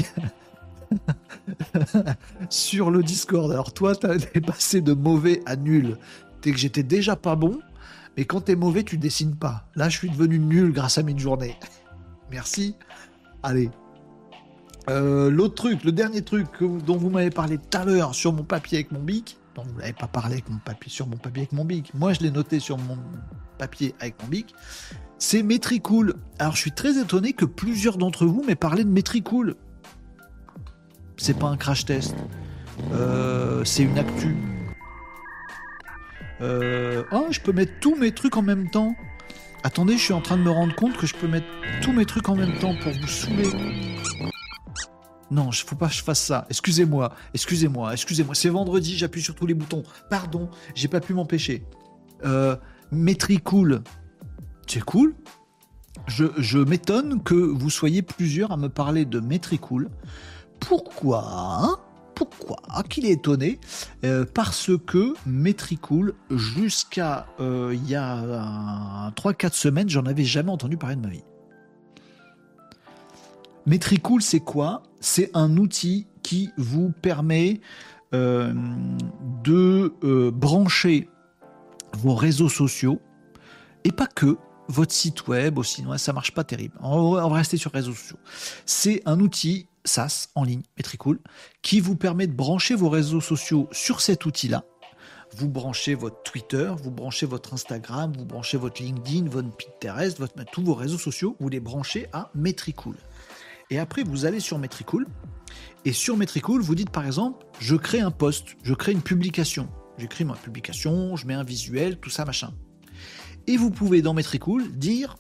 sur le Discord. Alors toi, t'as passé de mauvais à nul. T'es que j'étais déjà pas bon, mais quand t'es mauvais, tu dessines pas. Là, je suis devenu nul grâce à mid-journée. Merci. Allez. Euh, l'autre truc, le dernier truc dont vous m'avez parlé tout à l'heure sur mon papier avec mon bic. Non, vous l'avez pas parlé avec mon papier, sur mon papier avec mon bic. Moi, je l'ai noté sur mon papier avec mon bic. C'est Metricool. Alors, je suis très étonné que plusieurs d'entre vous m'aient parlé de Metricool. C'est pas un crash test. Euh, c'est une actu. Euh, oh, je peux mettre tous mes trucs en même temps. Attendez, je suis en train de me rendre compte que je peux mettre tous mes trucs en même temps pour vous saouler. Non, il faut pas que je fasse ça. Excusez-moi, excusez-moi, excusez-moi. C'est vendredi, j'appuie sur tous les boutons. Pardon, j'ai pas pu m'empêcher. Euh, Metricool, c'est cool. Je, je m'étonne que vous soyez plusieurs à me parler de Metricool. Pourquoi hein Pourquoi qu'il est étonné euh, Parce que Metricool, jusqu'à euh, il y a trois quatre semaines, j'en avais jamais entendu parler de ma vie. Metricool, c'est quoi? C'est un outil qui vous permet euh, de euh, brancher vos réseaux sociaux et pas que votre site web aussi. Ouais, ça marche pas terrible. On va, on va rester sur réseaux sociaux. C'est un outil SaaS en ligne, Metricool, qui vous permet de brancher vos réseaux sociaux sur cet outil-là. Vous branchez votre Twitter, vous branchez votre Instagram, vous branchez votre LinkedIn, votre Pinterest, votre, tous vos réseaux sociaux, vous les branchez à Metricool. Et après, vous allez sur Metricool. Et sur Metricool, vous dites par exemple, je crée un post, je crée une publication. J'écris ma publication, je mets un visuel, tout ça, machin. Et vous pouvez, dans Metricool, dire,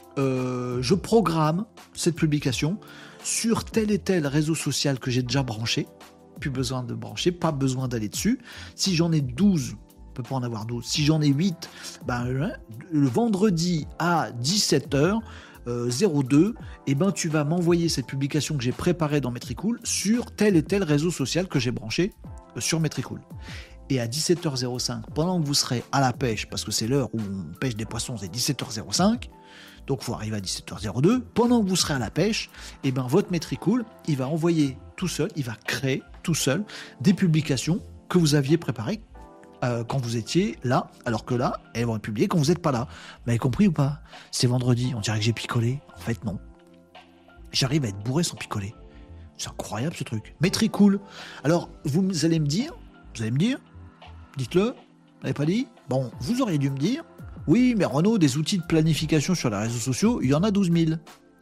euh, je programme cette publication sur tel et tel réseau social que j'ai déjà branché. Plus besoin de brancher, pas besoin d'aller dessus. Si j'en ai douze, on peut pas en avoir douze. Si j'en ai huit, ben, le vendredi à dix-sept heures, Euh, zéro deux, et ben tu vas m'envoyer cette publication que j'ai préparée dans Metricool sur tel et tel réseau social que j'ai branché euh, sur Metricool. Et à dix-sept heures cinq, pendant que vous serez à la pêche, parce que c'est l'heure où on pêche des poissons, c'est dix-sept heures cinq, donc il faut arriver à dix-sept heures deux, pendant que vous serez à la pêche, et ben votre Metricool, il va envoyer tout seul, il va créer tout seul des publications que vous aviez préparées Euh, quand vous étiez là, alors que là, elles vont être publiées quand vous n'êtes pas là. Vous m'avez compris ou pas? C'est vendredi, on dirait que j'ai picolé. En fait, non. J'arrive à être bourré sans picoler. C'est incroyable ce truc. Metricool. Alors, vous allez me dire, vous allez me dire, dites-le, vous n'avez pas dit? Bon, vous auriez dû me dire, oui, mais Renaud, des outils de planification sur les réseaux sociaux, il y en a douze mille.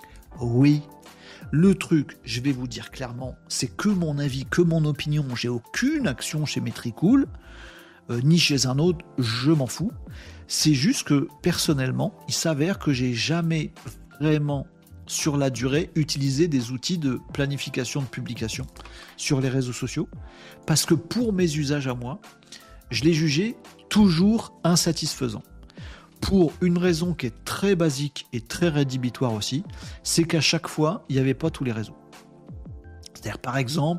Oui. Le truc, je vais vous dire clairement, c'est que mon avis, que mon opinion. J'ai aucune action chez Metricool. Euh, ni chez un autre, je m'en fous. C'est juste que, personnellement, il s'avère que j'ai jamais vraiment, sur la durée, utilisé des outils de planification de publication sur les réseaux sociaux, parce que pour mes usages à moi, je l'ai jugé toujours insatisfaisant. Pour une raison qui est très basique et très rédhibitoire aussi, c'est qu'à chaque fois, il n'y avait pas tous les réseaux. C'est-à-dire, par exemple,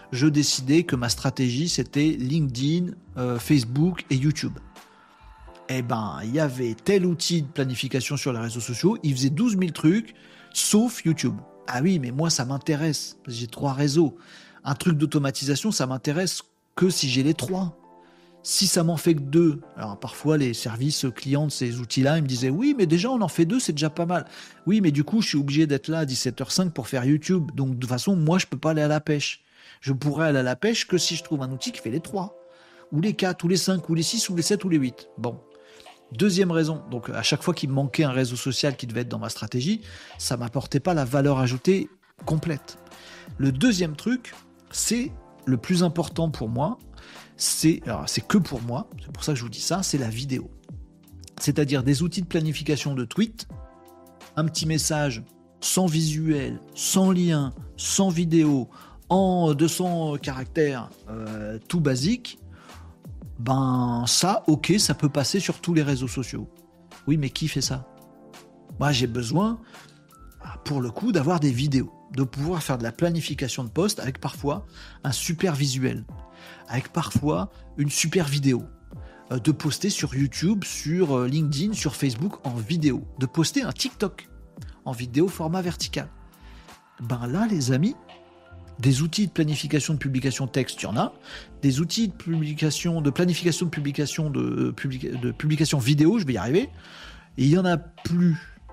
je décidais que ma stratégie, c'était LinkedIn, euh, Facebook et YouTube. Eh ben, il y avait tel outil de planification sur les réseaux sociaux, il faisait douze mille trucs, sauf YouTube. Ah oui, mais moi, ça m'intéresse. J'ai trois réseaux. Un truc d'automatisation, ça m'intéresse que si j'ai les trois. Si ça m'en fait que deux, alors parfois les services clients de ces outils-là, ils me disaient « Oui, mais déjà, on en fait deux, c'est déjà pas mal. » Oui, mais du coup, je suis obligé d'être là à dix-sept heures cinq pour faire YouTube. Donc, de toute façon, moi, je peux pas aller à la pêche. Je pourrais aller à la pêche que si je trouve un outil qui fait les trois. Ou les quatre, ou les cinq, ou les six, ou les sept, ou les huit. Bon. Deuxième raison, donc à chaque fois qu'il me manquait un réseau social qui devait être dans ma stratégie, ça m'apportait pas la valeur ajoutée complète. Le deuxième truc, c'est le plus important pour moi, c'est, alors c'est que pour moi, c'est pour ça que je vous dis ça, c'est la vidéo. C'est-à-dire des outils de planification de tweets, un petit message sans visuel, sans lien, sans vidéo, en deux cents caractères, euh, tout basique. Ben ça, ok, ça peut passer sur tous les réseaux sociaux. Oui, mais qui fait ça? Moi, j'ai besoin, pour le coup, d'avoir des vidéos, de pouvoir faire de la planification de posts avec parfois un super visuel, avec parfois une super vidéo, de poster sur YouTube, sur LinkedIn, sur Facebook en vidéo, de poster un TikTok en vidéo format vertical. Ben là, les amis, des outils de planification de publication texte, il y en a. Des outils de publication, de planification de publication de, publica, de publication vidéo, je vais y arriver. Et il n'y en a plus.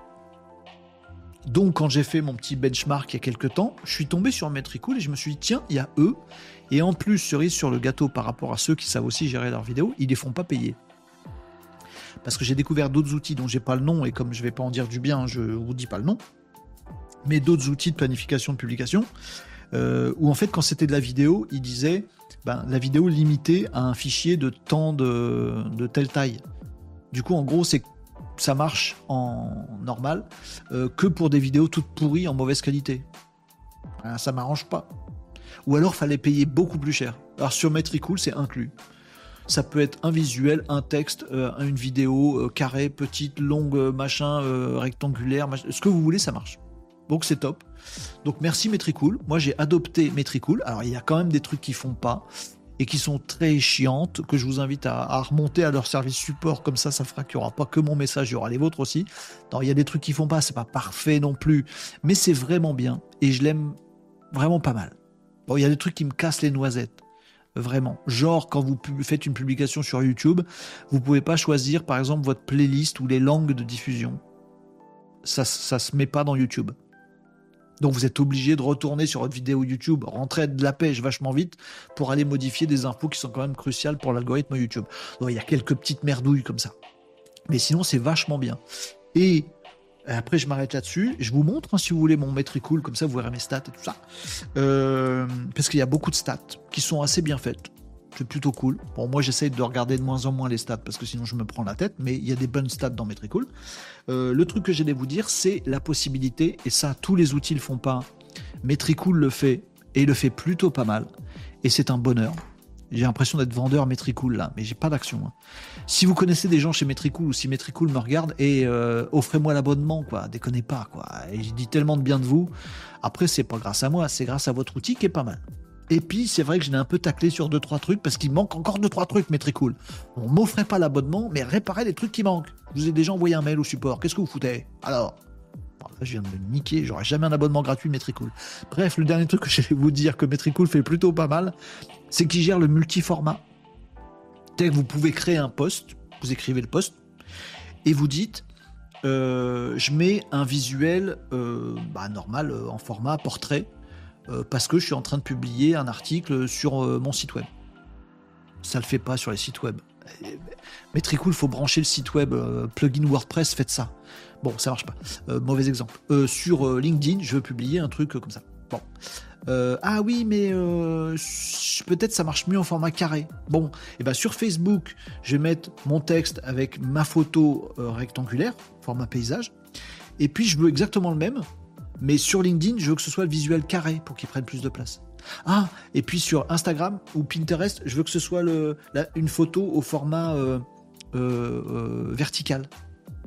Donc, quand j'ai fait mon petit benchmark il y a quelques temps, je suis tombé sur Metricool et je me suis dit, tiens, il y a eux. Et en plus, cerise sur le gâteau par rapport à ceux qui savent aussi gérer leurs vidéos, ils ne les font pas payer. Parce que j'ai découvert d'autres outils dont j'ai pas le nom, et comme je ne vais pas en dire du bien, je ne vous dis pas le nom. Mais d'autres outils de planification de publication, Euh, où en fait quand c'était de la vidéo, il disait ben, la vidéo limitée à un fichier de temps de, de telle taille. Du coup en gros c'est ça marche en normal euh, que pour des vidéos toutes pourries en mauvaise qualité. Ben, ça m'arrange pas. Ou alors fallait payer beaucoup plus cher. Alors sur Metricool c'est inclus. Ça peut être un visuel, un texte, euh, une vidéo euh, carrée, petite, longue, machin, euh, rectangulaire, machin, ce que vous voulez ça marche. Donc c'est top. Donc merci Metricool. Moi j'ai adopté Metricool. Alors il y a quand même des trucs qui font pas et qui sont très chiantes, que je vous invite à, à remonter à leur service support, comme ça ça fera qu'il n'y aura pas que mon message, il y aura les vôtres aussi. Non, il y a des trucs qui font pas, c'est pas parfait non plus, mais c'est vraiment bien et je l'aime vraiment pas mal. Bon, il y a des trucs qui me cassent les noisettes. Vraiment. Genre, quand vous faites une publication sur YouTube, vous pouvez pas choisir par exemple votre playlist ou les langues de diffusion. Ça, ça se met pas dans YouTube. Donc vous êtes obligé de retourner sur votre vidéo YouTube, rentrer de la pêche vachement vite pour aller modifier des infos qui sont quand même cruciales pour l'algorithme YouTube. Donc il y a quelques petites merdouilles comme ça. Mais sinon c'est vachement bien. Et après je m'arrête là-dessus. Je vous montre hein, si vous voulez mon Metricool, comme ça vous verrez mes stats et tout ça. Euh, parce qu'il y a beaucoup de stats qui sont assez bien faites. C'est plutôt cool. Bon, moi, j'essaye de regarder de moins en moins les stats parce que sinon, je me prends la tête, mais il y a des bonnes stats dans Metricool. Euh, le truc que j'allais vous dire, c'est la possibilité, et ça, tous les outils le font pas. Metricool le fait, et il le fait plutôt pas mal, et c'est un bonheur. J'ai l'impression d'être vendeur Metricool là, mais j'ai pas d'action. Hein. Si vous connaissez des gens chez Metricool, ou si Metricool me regarde, et euh, offrez-moi l'abonnement, quoi. Déconnez pas, quoi. Et je dis tellement de bien de vous. Après, c'est pas grâce à moi, c'est grâce à votre outil qui est pas mal. Et puis, c'est vrai que je l'ai un peu taclé sur deux trois trucs parce qu'il manque encore deux trois trucs, Metricool. On m'offrait pas l'abonnement, mais réparez les trucs qui manquent. Je vous ai déjà envoyé un mail au support. Qu'est-ce que vous foutez? Alors, bon, là, je viens de me niquer. J'aurai jamais un abonnement gratuit Metricool. Bref, le dernier truc que je vais vous dire que Metricool fait plutôt pas mal, c'est qu'il gère le multiformat. C'est-à-dire que vous pouvez créer un post, vous écrivez le post, et vous dites, euh, je mets un visuel euh, bah, normal euh, en format portrait. Euh, parce que je suis en train de publier un article sur euh, mon site web. Ça le fait pas sur les sites web. Metricool, il faut brancher le site web, euh, plugin WordPress, faites ça. Bon, ça marche pas. Euh, mauvais exemple. Euh, sur euh, LinkedIn, je veux publier un truc euh, comme ça. Bon. Euh, ah oui, mais euh, peut-être ça marche mieux en format carré. Bon, et ben sur Facebook, je vais mettre mon texte avec ma photo euh, rectangulaire, format paysage. Et puis je veux exactement le même. Mais sur LinkedIn, je veux que ce soit le visuel carré pour qu'il prenne plus de place. Ah, et puis sur Instagram ou Pinterest, je veux que ce soit le, la, une photo au format euh, euh, euh, vertical.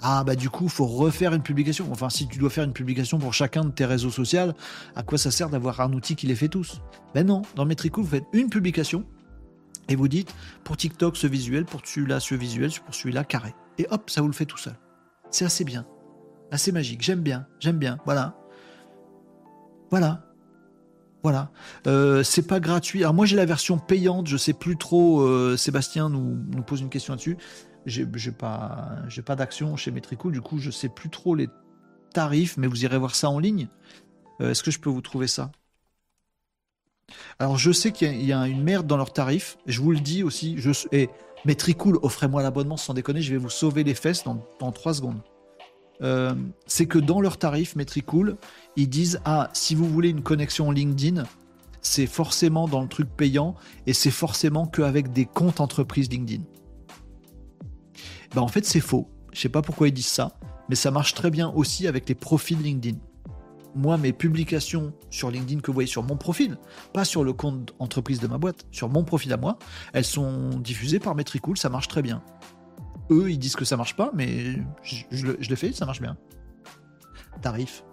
Ah bah du coup, faut refaire une publication. Enfin, si tu dois faire une publication pour chacun de tes réseaux sociaux, à quoi ça sert d'avoir un outil qui les fait tous? Ben non, dans Metricool, vous faites une publication et vous dites pour TikTok ce visuel, pour celui-là ce visuel, pour celui-là carré. Et hop, ça vous le fait tout seul. C'est assez bien, assez magique. J'aime bien, j'aime bien. Voilà, voilà. Voilà, euh, c'est pas gratuit. Alors moi j'ai la version payante, je sais plus trop. Euh, Sébastien nous, nous pose une question là-dessus. J'ai, j'ai pas, j'ai pas d'action chez Metricool, du coup je sais plus trop les tarifs, mais vous irez voir ça en ligne. Euh, est-ce que je peux vous trouver ça? Alors je sais qu'il y a, il y a une merde dans leurs tarifs. Je vous le dis aussi. Je, et Metricool, offrez-moi l'abonnement sans déconner, je vais vous sauver les fesses dans, dans trois secondes. Euh, c'est que dans leurs tarifs Metricool, ils disent ah si vous voulez une connexion LinkedIn, c'est forcément dans le truc payant et c'est forcément qu'avec des comptes entreprises LinkedIn. Ben en fait c'est faux. Je sais pas pourquoi ils disent ça, mais ça marche très bien aussi avec les profils LinkedIn. Moi mes publications sur LinkedIn que vous voyez sur mon profil, pas sur le compte entreprise de ma boîte, sur mon profil à moi, elles sont diffusées par Metricool, ça marche très bien. Eux, ils disent que ça marche pas, mais je, je, je l'ai fait, ça marche bien. Tarif.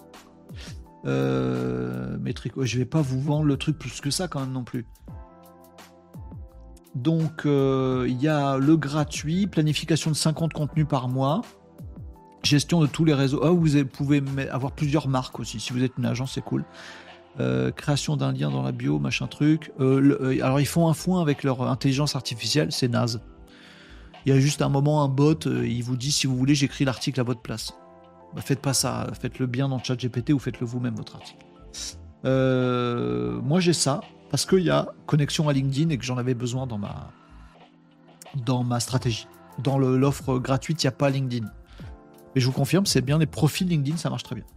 Euh, Metricool, je vais pas vous vendre le truc plus que ça quand même non plus. Donc, il euh, y a le gratuit, planification de cinquante contenus par mois, gestion de tous les réseaux. Ah, vous pouvez avoir plusieurs marques aussi. Si vous êtes une agence, c'est cool. Euh, création d'un lien dans la bio, machin truc. Euh, le, euh, alors, ils font un foin avec leur intelligence artificielle, c'est naze. Il y a juste un moment, un bot, euh, il vous dit si vous voulez, j'écris l'article à votre place. Bah, faites pas ça, faites-le bien dans ChatGPT ou faites-le vous-même votre article. Euh, moi j'ai ça parce qu'il y a connexion à LinkedIn et que j'en avais besoin dans ma dans ma stratégie. Dans le, l'offre gratuite, il n'y a pas LinkedIn. Mais je vous confirme, c'est bien les profils LinkedIn, ça marche très bien.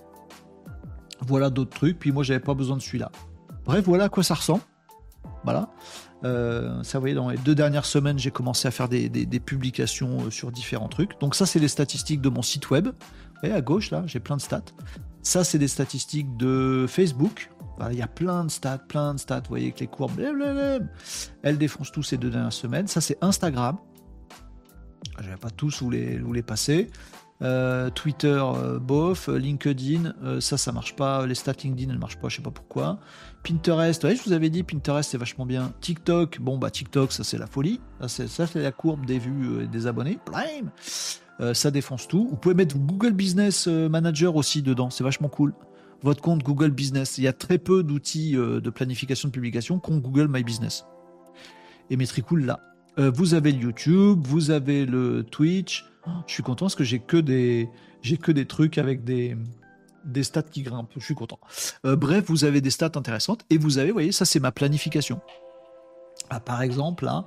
Voilà d'autres trucs. Puis moi j'avais pas besoin de celui-là. Bref, voilà à quoi ça ressemble. Voilà. Euh, ça, vous voyez, dans les deux dernières semaines, j'ai commencé à faire des, des, des publications sur différents trucs. Donc ça, c'est les statistiques de mon site web. Vous voyez, à gauche, là, j'ai plein de stats. Ça, c'est des statistiques de Facebook. Voilà, il y a plein de stats, plein de stats. Vous voyez que les courbes, blablabla, elles défoncent tous ces deux dernières semaines. Ça, c'est Instagram. Je ne vais pas tous vous les, vous les passer. Euh, Twitter, euh, bof, LinkedIn, euh, ça, ça marche pas. Les stats LinkedIn, elles marchent pas, je sais pas pourquoi. Pinterest, ouais, je vous avais dit, Pinterest, c'est vachement bien. TikTok, bon, bah, TikTok, ça, c'est la folie. Ça, c'est, ça, c'est la courbe des vues et des abonnés. Blam euh, ça défonce tout. Vous pouvez mettre Google Business Manager aussi dedans, c'est vachement cool. Votre compte Google Business. Il y a très peu d'outils euh, de planification de publication qu'ont Google My Business. Et Metricool, là. Euh, vous avez le YouTube, vous avez le Twitch. Je suis content parce que j'ai que des, j'ai que des trucs avec des, des stats qui grimpent. Je suis content. Euh, bref, vous avez des stats intéressantes et vous avez, vous voyez, ça c'est ma planification. Ah, par exemple, là,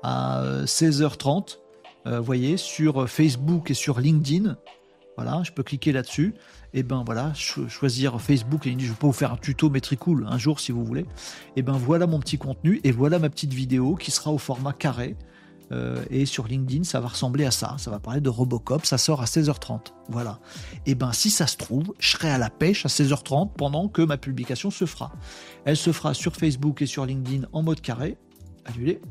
à seize heures trente, euh, vous voyez, sur Facebook et sur LinkedIn, voilà, je peux cliquer là-dessus. Et ben voilà, cho- choisir Facebook et LinkedIn. Je vais pas vous faire un tuto Metricool un jour si vous voulez. Et ben voilà mon petit contenu et voilà ma petite vidéo qui sera au format carré. Euh, et sur LinkedIn, ça va ressembler à ça. Ça va parler de Robocop. Ça sort à seize heures trente. Voilà. Et ben, si ça se trouve, je serai à la pêche à seize heures trente pendant que ma publication se fera. Elle se fera sur Facebook et sur LinkedIn en mode carré. Annulé.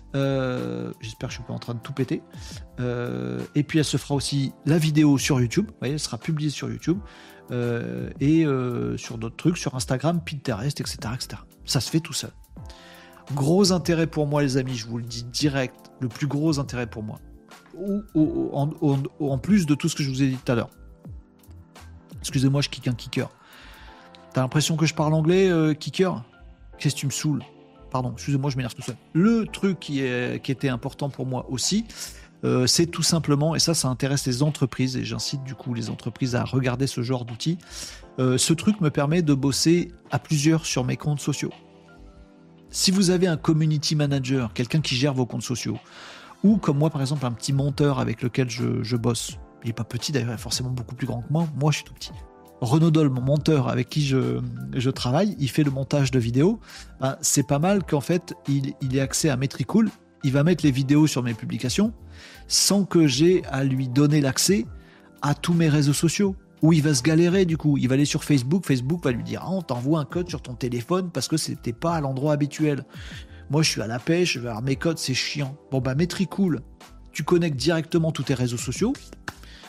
Euh, j'espère que je suis pas en train de tout péter. Euh, et puis, elle se fera aussi la vidéo sur YouTube. Vous voyez, elle sera publiée sur YouTube. Euh, et euh, sur d'autres trucs, sur Instagram, Pinterest, et cetera, et cetera. Ça se fait tout seul. Gros intérêt pour moi, les amis, je vous le dis direct, le plus gros intérêt pour moi, ou, ou, en, en, en plus de tout ce que je vous ai dit tout à l'heure. Excusez-moi, je kick un kicker. T'as l'impression que je parle anglais, euh, kicker? Qu'est-ce que tu me saoules? Pardon, excusez-moi, je m'énerve tout seul. Le truc qui, est, qui était important pour moi aussi, euh, c'est tout simplement, et ça, ça intéresse les entreprises, et j'incite du coup les entreprises à regarder ce genre d'outils, euh, ce truc me permet de bosser à plusieurs sur mes comptes sociaux. Si vous avez un community manager, quelqu'un qui gère vos comptes sociaux, ou comme moi par exemple un petit monteur avec lequel je, je bosse, il n'est pas petit d'ailleurs, il est forcément beaucoup plus grand que moi, moi je suis tout petit. Renaud Doll, mon monteur avec qui je, je travaille, il fait le montage de vidéos, ben, c'est pas mal qu'en fait il, il ait accès à Metricool, il va mettre les vidéos sur mes publications sans que j'ai à lui donner l'accès à tous mes réseaux sociaux. Où il va se galérer du coup, il va aller sur Facebook, Facebook va lui dire ah, on t'envoie un code sur ton téléphone parce que c'était pas à l'endroit habituel. Moi je suis à la pêche, je vais avoir mes codes, c'est chiant. Bon bah Metricool, tu connectes directement tous tes réseaux sociaux,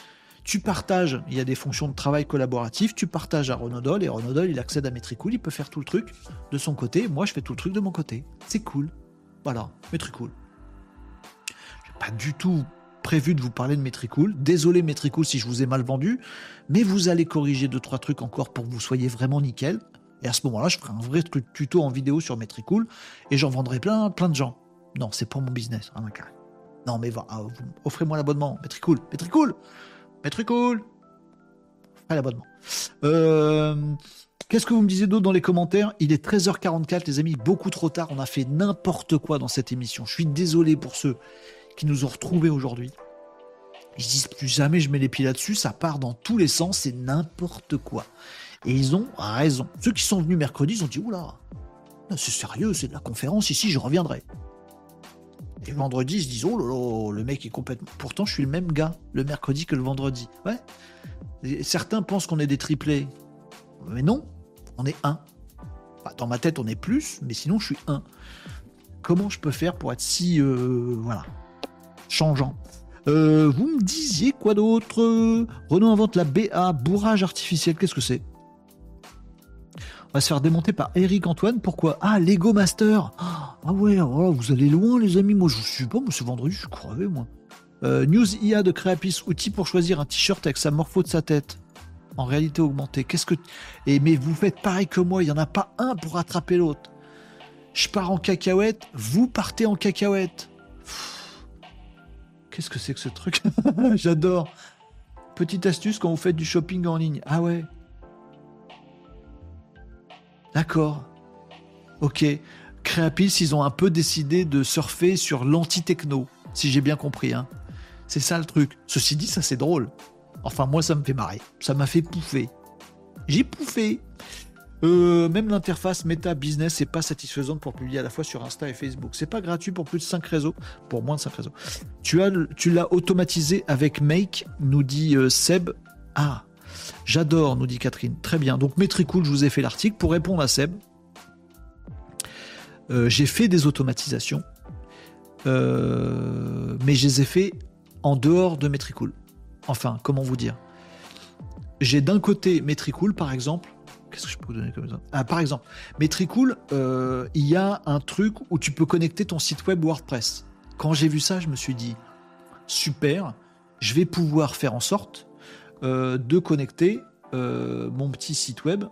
tu partages, il y a des fonctions de travail collaboratif, tu partages à Renaudol, et Renaudol, il accède à Metricool, il peut faire tout le truc de son côté, moi je fais tout le truc de mon côté. C'est cool. Voilà, Metricool. J'ai pas du tout prévu de vous parler de Metricool. Désolé Metricool si je vous ai mal vendu, mais vous allez corriger deux trois trucs encore pour que vous soyez vraiment nickel. Et à ce moment-là, je ferai un vrai truc tuto en vidéo sur Metricool et j'en vendrai plein, plein de gens. Non, c'est pas mon business, hein, carré. Non, mais va, ah, vous, offrez-moi l'abonnement. Metricool, Metricool, Metricool. Offrez l'abonnement. Euh, qu'est-ce que vous me disiez d'autre dans les commentaires? Il est treize heures quarante-quatre, les amis, beaucoup trop tard. On a fait n'importe quoi dans cette émission. Je suis désolé pour ceux qui nous ont retrouvés aujourd'hui. Ils disent plus jamais je mets les pieds là-dessus, ça part dans tous les sens, c'est n'importe quoi. Et ils ont raison. Ceux qui sont venus mercredi, ils ont dit oula, c'est sérieux, c'est de la conférence, ici je reviendrai. Et vendredi, ils se disent oh là là, le mec est complètement. Pourtant, je suis le même gars le mercredi que le vendredi. Ouais. Et certains pensent qu'on est des triplés. Mais non, on est un. Enfin, dans ma tête, on est plus, mais sinon, je suis un. Comment je peux faire pour être si. Euh, voilà. Changeant. Euh, vous me disiez quoi d'autre? Renault invente la B A, bourrage artificiel. Qu'est-ce que c'est? On va se faire démonter par Eric Antoine. Pourquoi? Ah, Lego Master. Ah ouais, oh, vous allez loin, les amis. Moi, je ne suis pas. Moi, ce vendredi, je suis crevé, moi. Euh, News I A de Créapis, outil pour choisir un t-shirt avec sa morpho de sa tête. En réalité augmentée. Qu'est-ce que. Et, mais vous faites pareil que moi. Il n'y en a pas un pour rattraper l'autre. Je pars en cacahuète. Vous partez en cacahuète. Pff. Qu'est-ce que c'est que ce truc? J'adore. Petite astuce quand vous faites du shopping en ligne. Ah ouais. D'accord. Ok. Créapis, ils ont un peu décidé de surfer sur l'anti-techno, si j'ai bien compris. Hein. C'est ça le truc. Ceci dit, ça c'est drôle. Enfin, moi, ça me fait marrer. Ça m'a fait pouffer. J'ai pouffé. Euh, même l'interface Meta Business n'est pas satisfaisante pour publier à la fois sur Insta et Facebook. C'est pas gratuit pour plus de cinq réseaux, pour moins de cinq réseaux. Tu, as, tu l'as automatisé avec Make, nous dit euh, Seb. Ah, j'adore, nous dit Catherine. Très bien. Donc, Metricool, je vous ai fait l'article. Pour répondre à Seb, euh, j'ai fait des automatisations, euh, mais je les ai fait en dehors de Metricool. Enfin, comment vous dire? J'ai d'un côté Metricool, par exemple. Qu'est-ce que je peux vous donner comme exemple? Ah, par exemple, Metricool, euh, il y a un truc où tu peux connecter ton site web WordPress. Quand j'ai vu ça, je me suis dit, super, je vais pouvoir faire en sorte euh, de connecter euh, mon petit site web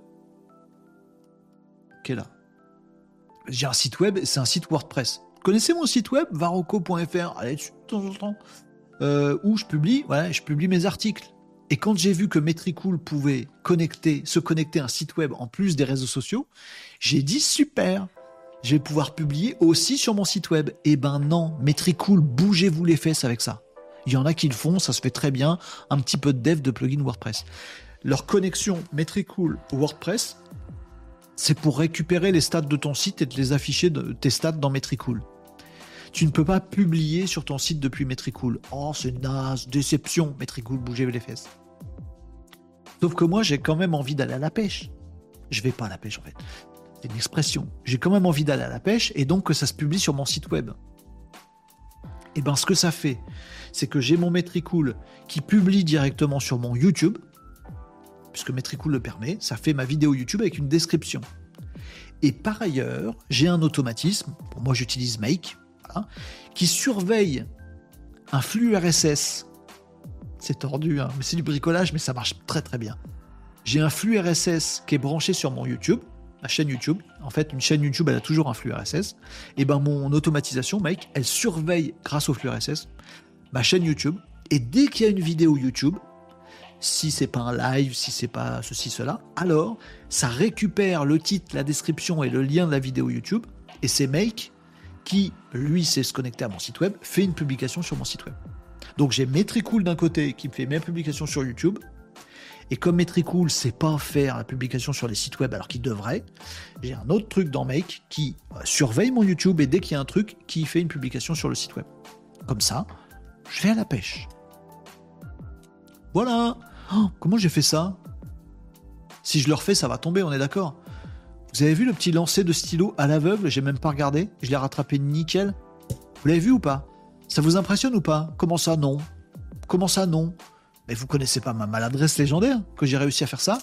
qui est là. J'ai un site web, c'est un site WordPress. Vous connaissez mon site web, varocco point f r? Allez dessus de temps en temps. Euh, où je publie, ouais, je publie mes articles. Et quand j'ai vu que Metricool pouvait connecter, se connecter à un site web en plus des réseaux sociaux, j'ai dit super, je vais pouvoir publier aussi sur mon site web. Eh ben non, Metricool, bougez-vous les fesses avec ça. Il y en a qui le font, ça se fait très bien, un petit peu de dev de plugin WordPress. Leur connexion Metricool WordPress, c'est pour récupérer les stats de ton site et de les afficher de tes stats dans Metricool. Tu ne peux pas publier sur ton site depuis Metricool. Oh, c'est naze, déception. Metricool, bougez les fesses. Sauf que moi, j'ai quand même envie d'aller à la pêche. Je vais pas à la pêche, en fait. C'est une expression. J'ai quand même envie d'aller à la pêche et donc que ça se publie sur mon site web. Et bien, ce que ça fait, c'est que j'ai mon Metricool qui publie directement sur mon YouTube, puisque Metricool le permet. Ça fait ma vidéo YouTube avec une description. Et par ailleurs, j'ai un automatisme. Pour moi, j'utilise Make. Voilà, qui surveille un flux R S S. C'est tordu, hein, mais c'est du bricolage, mais ça marche très très bien. J'ai un flux R S S qui est branché sur mon YouTube, ma chaîne YouTube. En fait, une chaîne YouTube, elle a toujours un flux R S S. Et ben mon automatisation, Mike, elle surveille, grâce au flux R S S, ma chaîne YouTube. Et dès qu'il y a une vidéo YouTube, si c'est pas un live, si c'est pas ceci, cela, alors ça récupère le titre, la description et le lien de la vidéo YouTube. Et c'est Make qui, lui, sait se connecter à mon site web, fait une publication sur mon site web. Donc j'ai Metricool d'un côté qui me fait mes publications sur YouTube, et comme Metricool ne sait pas faire la publication sur les sites web alors qu'il devrait, j'ai un autre truc dans Make qui surveille mon YouTube et dès qu'il y a un truc, qui fait une publication sur le site web. Comme ça, je vais à la pêche. Voilà. Oh, comment j'ai fait ça? Si je le refais, ça va tomber, on est d'accord? Vous avez vu le petit lancer de stylo à l'aveugle? J'ai même pas regardé. Je l'ai rattrapé nickel. Vous l'avez vu ou pas? Ça vous impressionne ou pas? Comment ça, non? Comment ça, non? Mais vous connaissez pas ma maladresse légendaire, que j'ai réussi à faire ça?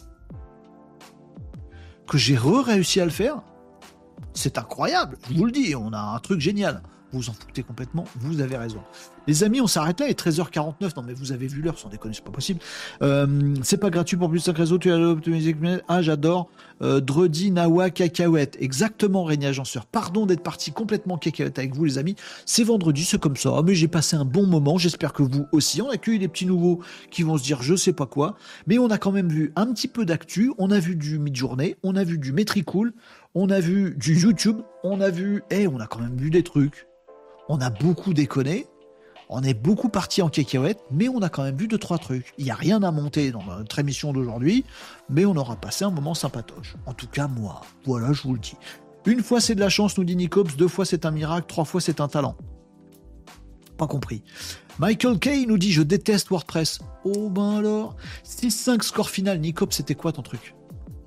Que j'ai re-réussi à le faire? C'est incroyable, je vous le dis, on a un truc génial. Vous vous en foutez complètement, vous avez raison. Les amis, on s'arrête là, il est treize heures quarante-neuf. Non mais vous avez vu l'heure, sans déconner, c'est pas possible. Euh, c'est pas gratuit pour plus de cinq réseaux, tu as l'optimisé. Ah, j'adore. Euh, Dredi, Nawa, Cacahuète. Exactement, Régnier Agenceur. Pardon d'être parti complètement cacahuète avec vous, les amis. C'est vendredi, c'est comme ça. Mais j'ai passé un bon moment, j'espère que vous aussi. On a accueilli des petits nouveaux qui vont se dire je sais pas quoi. Mais on a quand même vu un petit peu d'actu. On a vu du mid-journée, on a vu du Metricool, on a vu du YouTube, on a vu... Eh, on a quand même vu des trucs. On a beaucoup déconné, on est beaucoup parti en cacahuète, mais on a quand même vu deux, trois trucs. Il n'y a rien à monter dans notre émission d'aujourd'hui, mais on aura passé un moment sympatoche. En tout cas, moi, voilà, je vous le dis. Une fois, c'est de la chance, nous dit Nicops, deux fois, c'est un miracle, trois fois, c'est un talent. Pas compris. Michael Kay nous dit, je déteste WordPress. Oh ben alors, six cinq score final. Nicops, c'était quoi ton truc?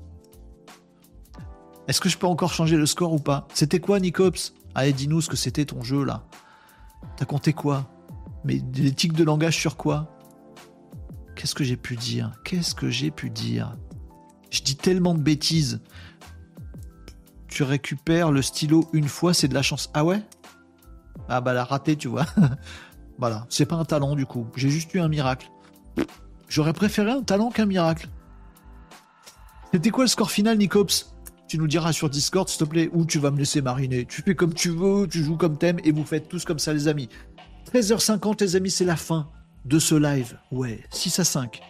Est-ce que je peux encore changer le score ou pas? C'était quoi, Nicops? Allez, dis-nous ce que c'était ton jeu, là. T'as compté quoi? Mais des tics de langage sur quoi? Qu'est-ce que j'ai pu dire? Qu'est-ce que j'ai pu dire? Je dis tellement de bêtises. Tu récupères le stylo une fois, c'est de la chance. Ah ouais? Ah bah, la raté, tu vois. Voilà, c'est pas un talent, du coup. J'ai juste eu un miracle. J'aurais préféré un talent qu'un miracle. C'était quoi le score final, Nicops? Tu nous diras sur Discord, s'il te plaît, ou tu vas me laisser mariner. Tu fais comme tu veux, tu joues comme t'aimes, et vous faites tous comme ça, les amis. treize heures cinquante, les amis, c'est la fin de ce live. Ouais, six à cinq.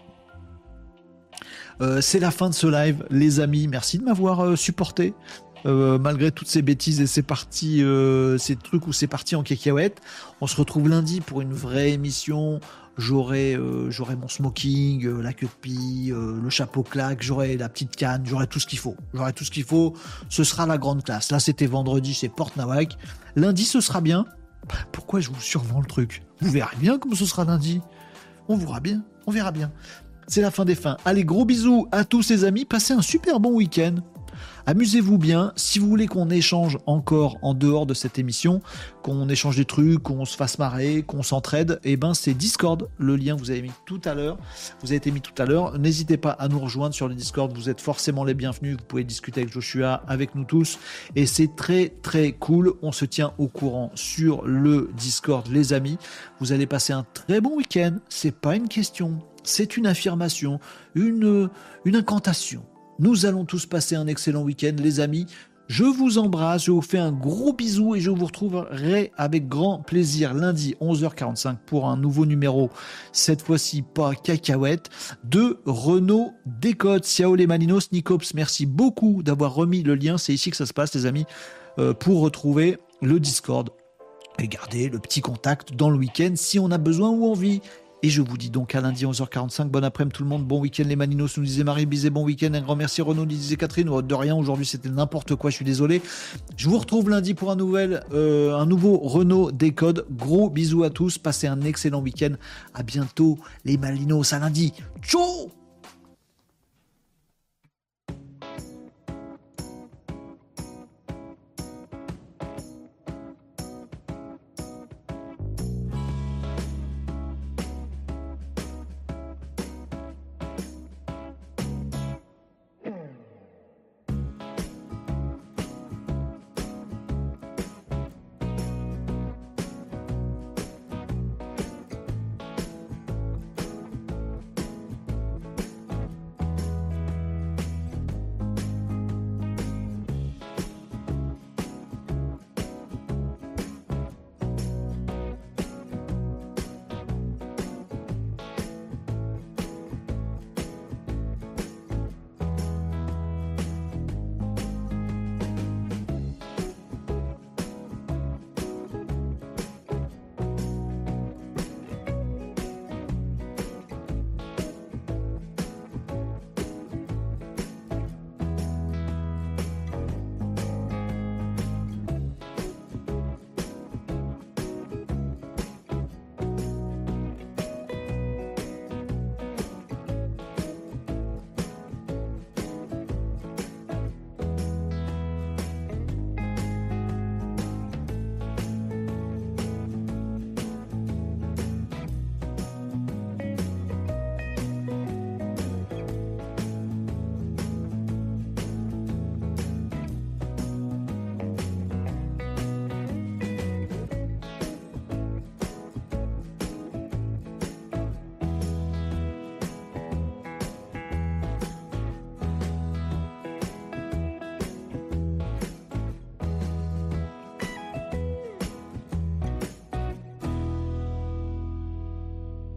Euh, c'est la fin de ce live, les amis. Merci de m'avoir euh, supporté. Euh, malgré toutes ces bêtises et ces parties, euh, ces trucs où c'est parti en cacahuète. On se retrouve lundi pour une vraie émission. J'aurai, euh, j'aurai mon smoking, euh, la queue de pie, euh, le chapeau claque, j'aurai la petite canne, j'aurai tout ce qu'il faut. J'aurai tout ce qu'il faut. Ce sera la grande classe. Là, c'était vendredi, c'est Porte Nawak. Lundi, ce sera bien. Pourquoi je vous survends le truc? Vous verrez bien comme ce sera lundi. On verra bien. On verra bien. C'est la fin des fins. Allez, gros bisous à tous les amis. Passez un super bon week-end. Amusez-vous bien. Si vous voulez qu'on échange encore en dehors de cette émission, qu'on échange des trucs, qu'on se fasse marrer, qu'on s'entraide, eh ben c'est Discord. Le lien vous avez mis tout à l'heure. Vous avez été mis tout à l'heure. N'hésitez pas à nous rejoindre sur le Discord. Vous êtes forcément les bienvenus. Vous pouvez discuter avec Joshua, avec nous tous. Et c'est très très cool. On se tient au courant sur le Discord, les amis. Vous allez passer un très bon week-end. C'est pas une question. C'est une affirmation, une, une incantation. Nous allons tous passer un excellent week-end, les amis. Je vous embrasse, je vous fais un gros bisou et je vous retrouverai avec grand plaisir lundi onze heures quarante-cinq pour un nouveau numéro, cette fois-ci pas cacahuète, de Renault Décode. Ciao les Malinos, Nicops, merci beaucoup d'avoir remis le lien, c'est ici que ça se passe les amis, euh, pour retrouver le Discord et garder le petit contact dans le week-end si on a besoin ou envie. Et je vous dis donc à lundi onze heures quarante-cinq, bon après-midi tout le monde, bon week-end les Maninos, nous disait Marie Bizet, bon week-end, un grand merci Renaud, nous disait Catherine, de rien, aujourd'hui c'était n'importe quoi, je suis désolé. Je vous retrouve lundi pour un, nouvel, euh, un nouveau Renault Décode, gros bisous à tous, passez un excellent week-end, à bientôt les Malinos, à lundi, ciao.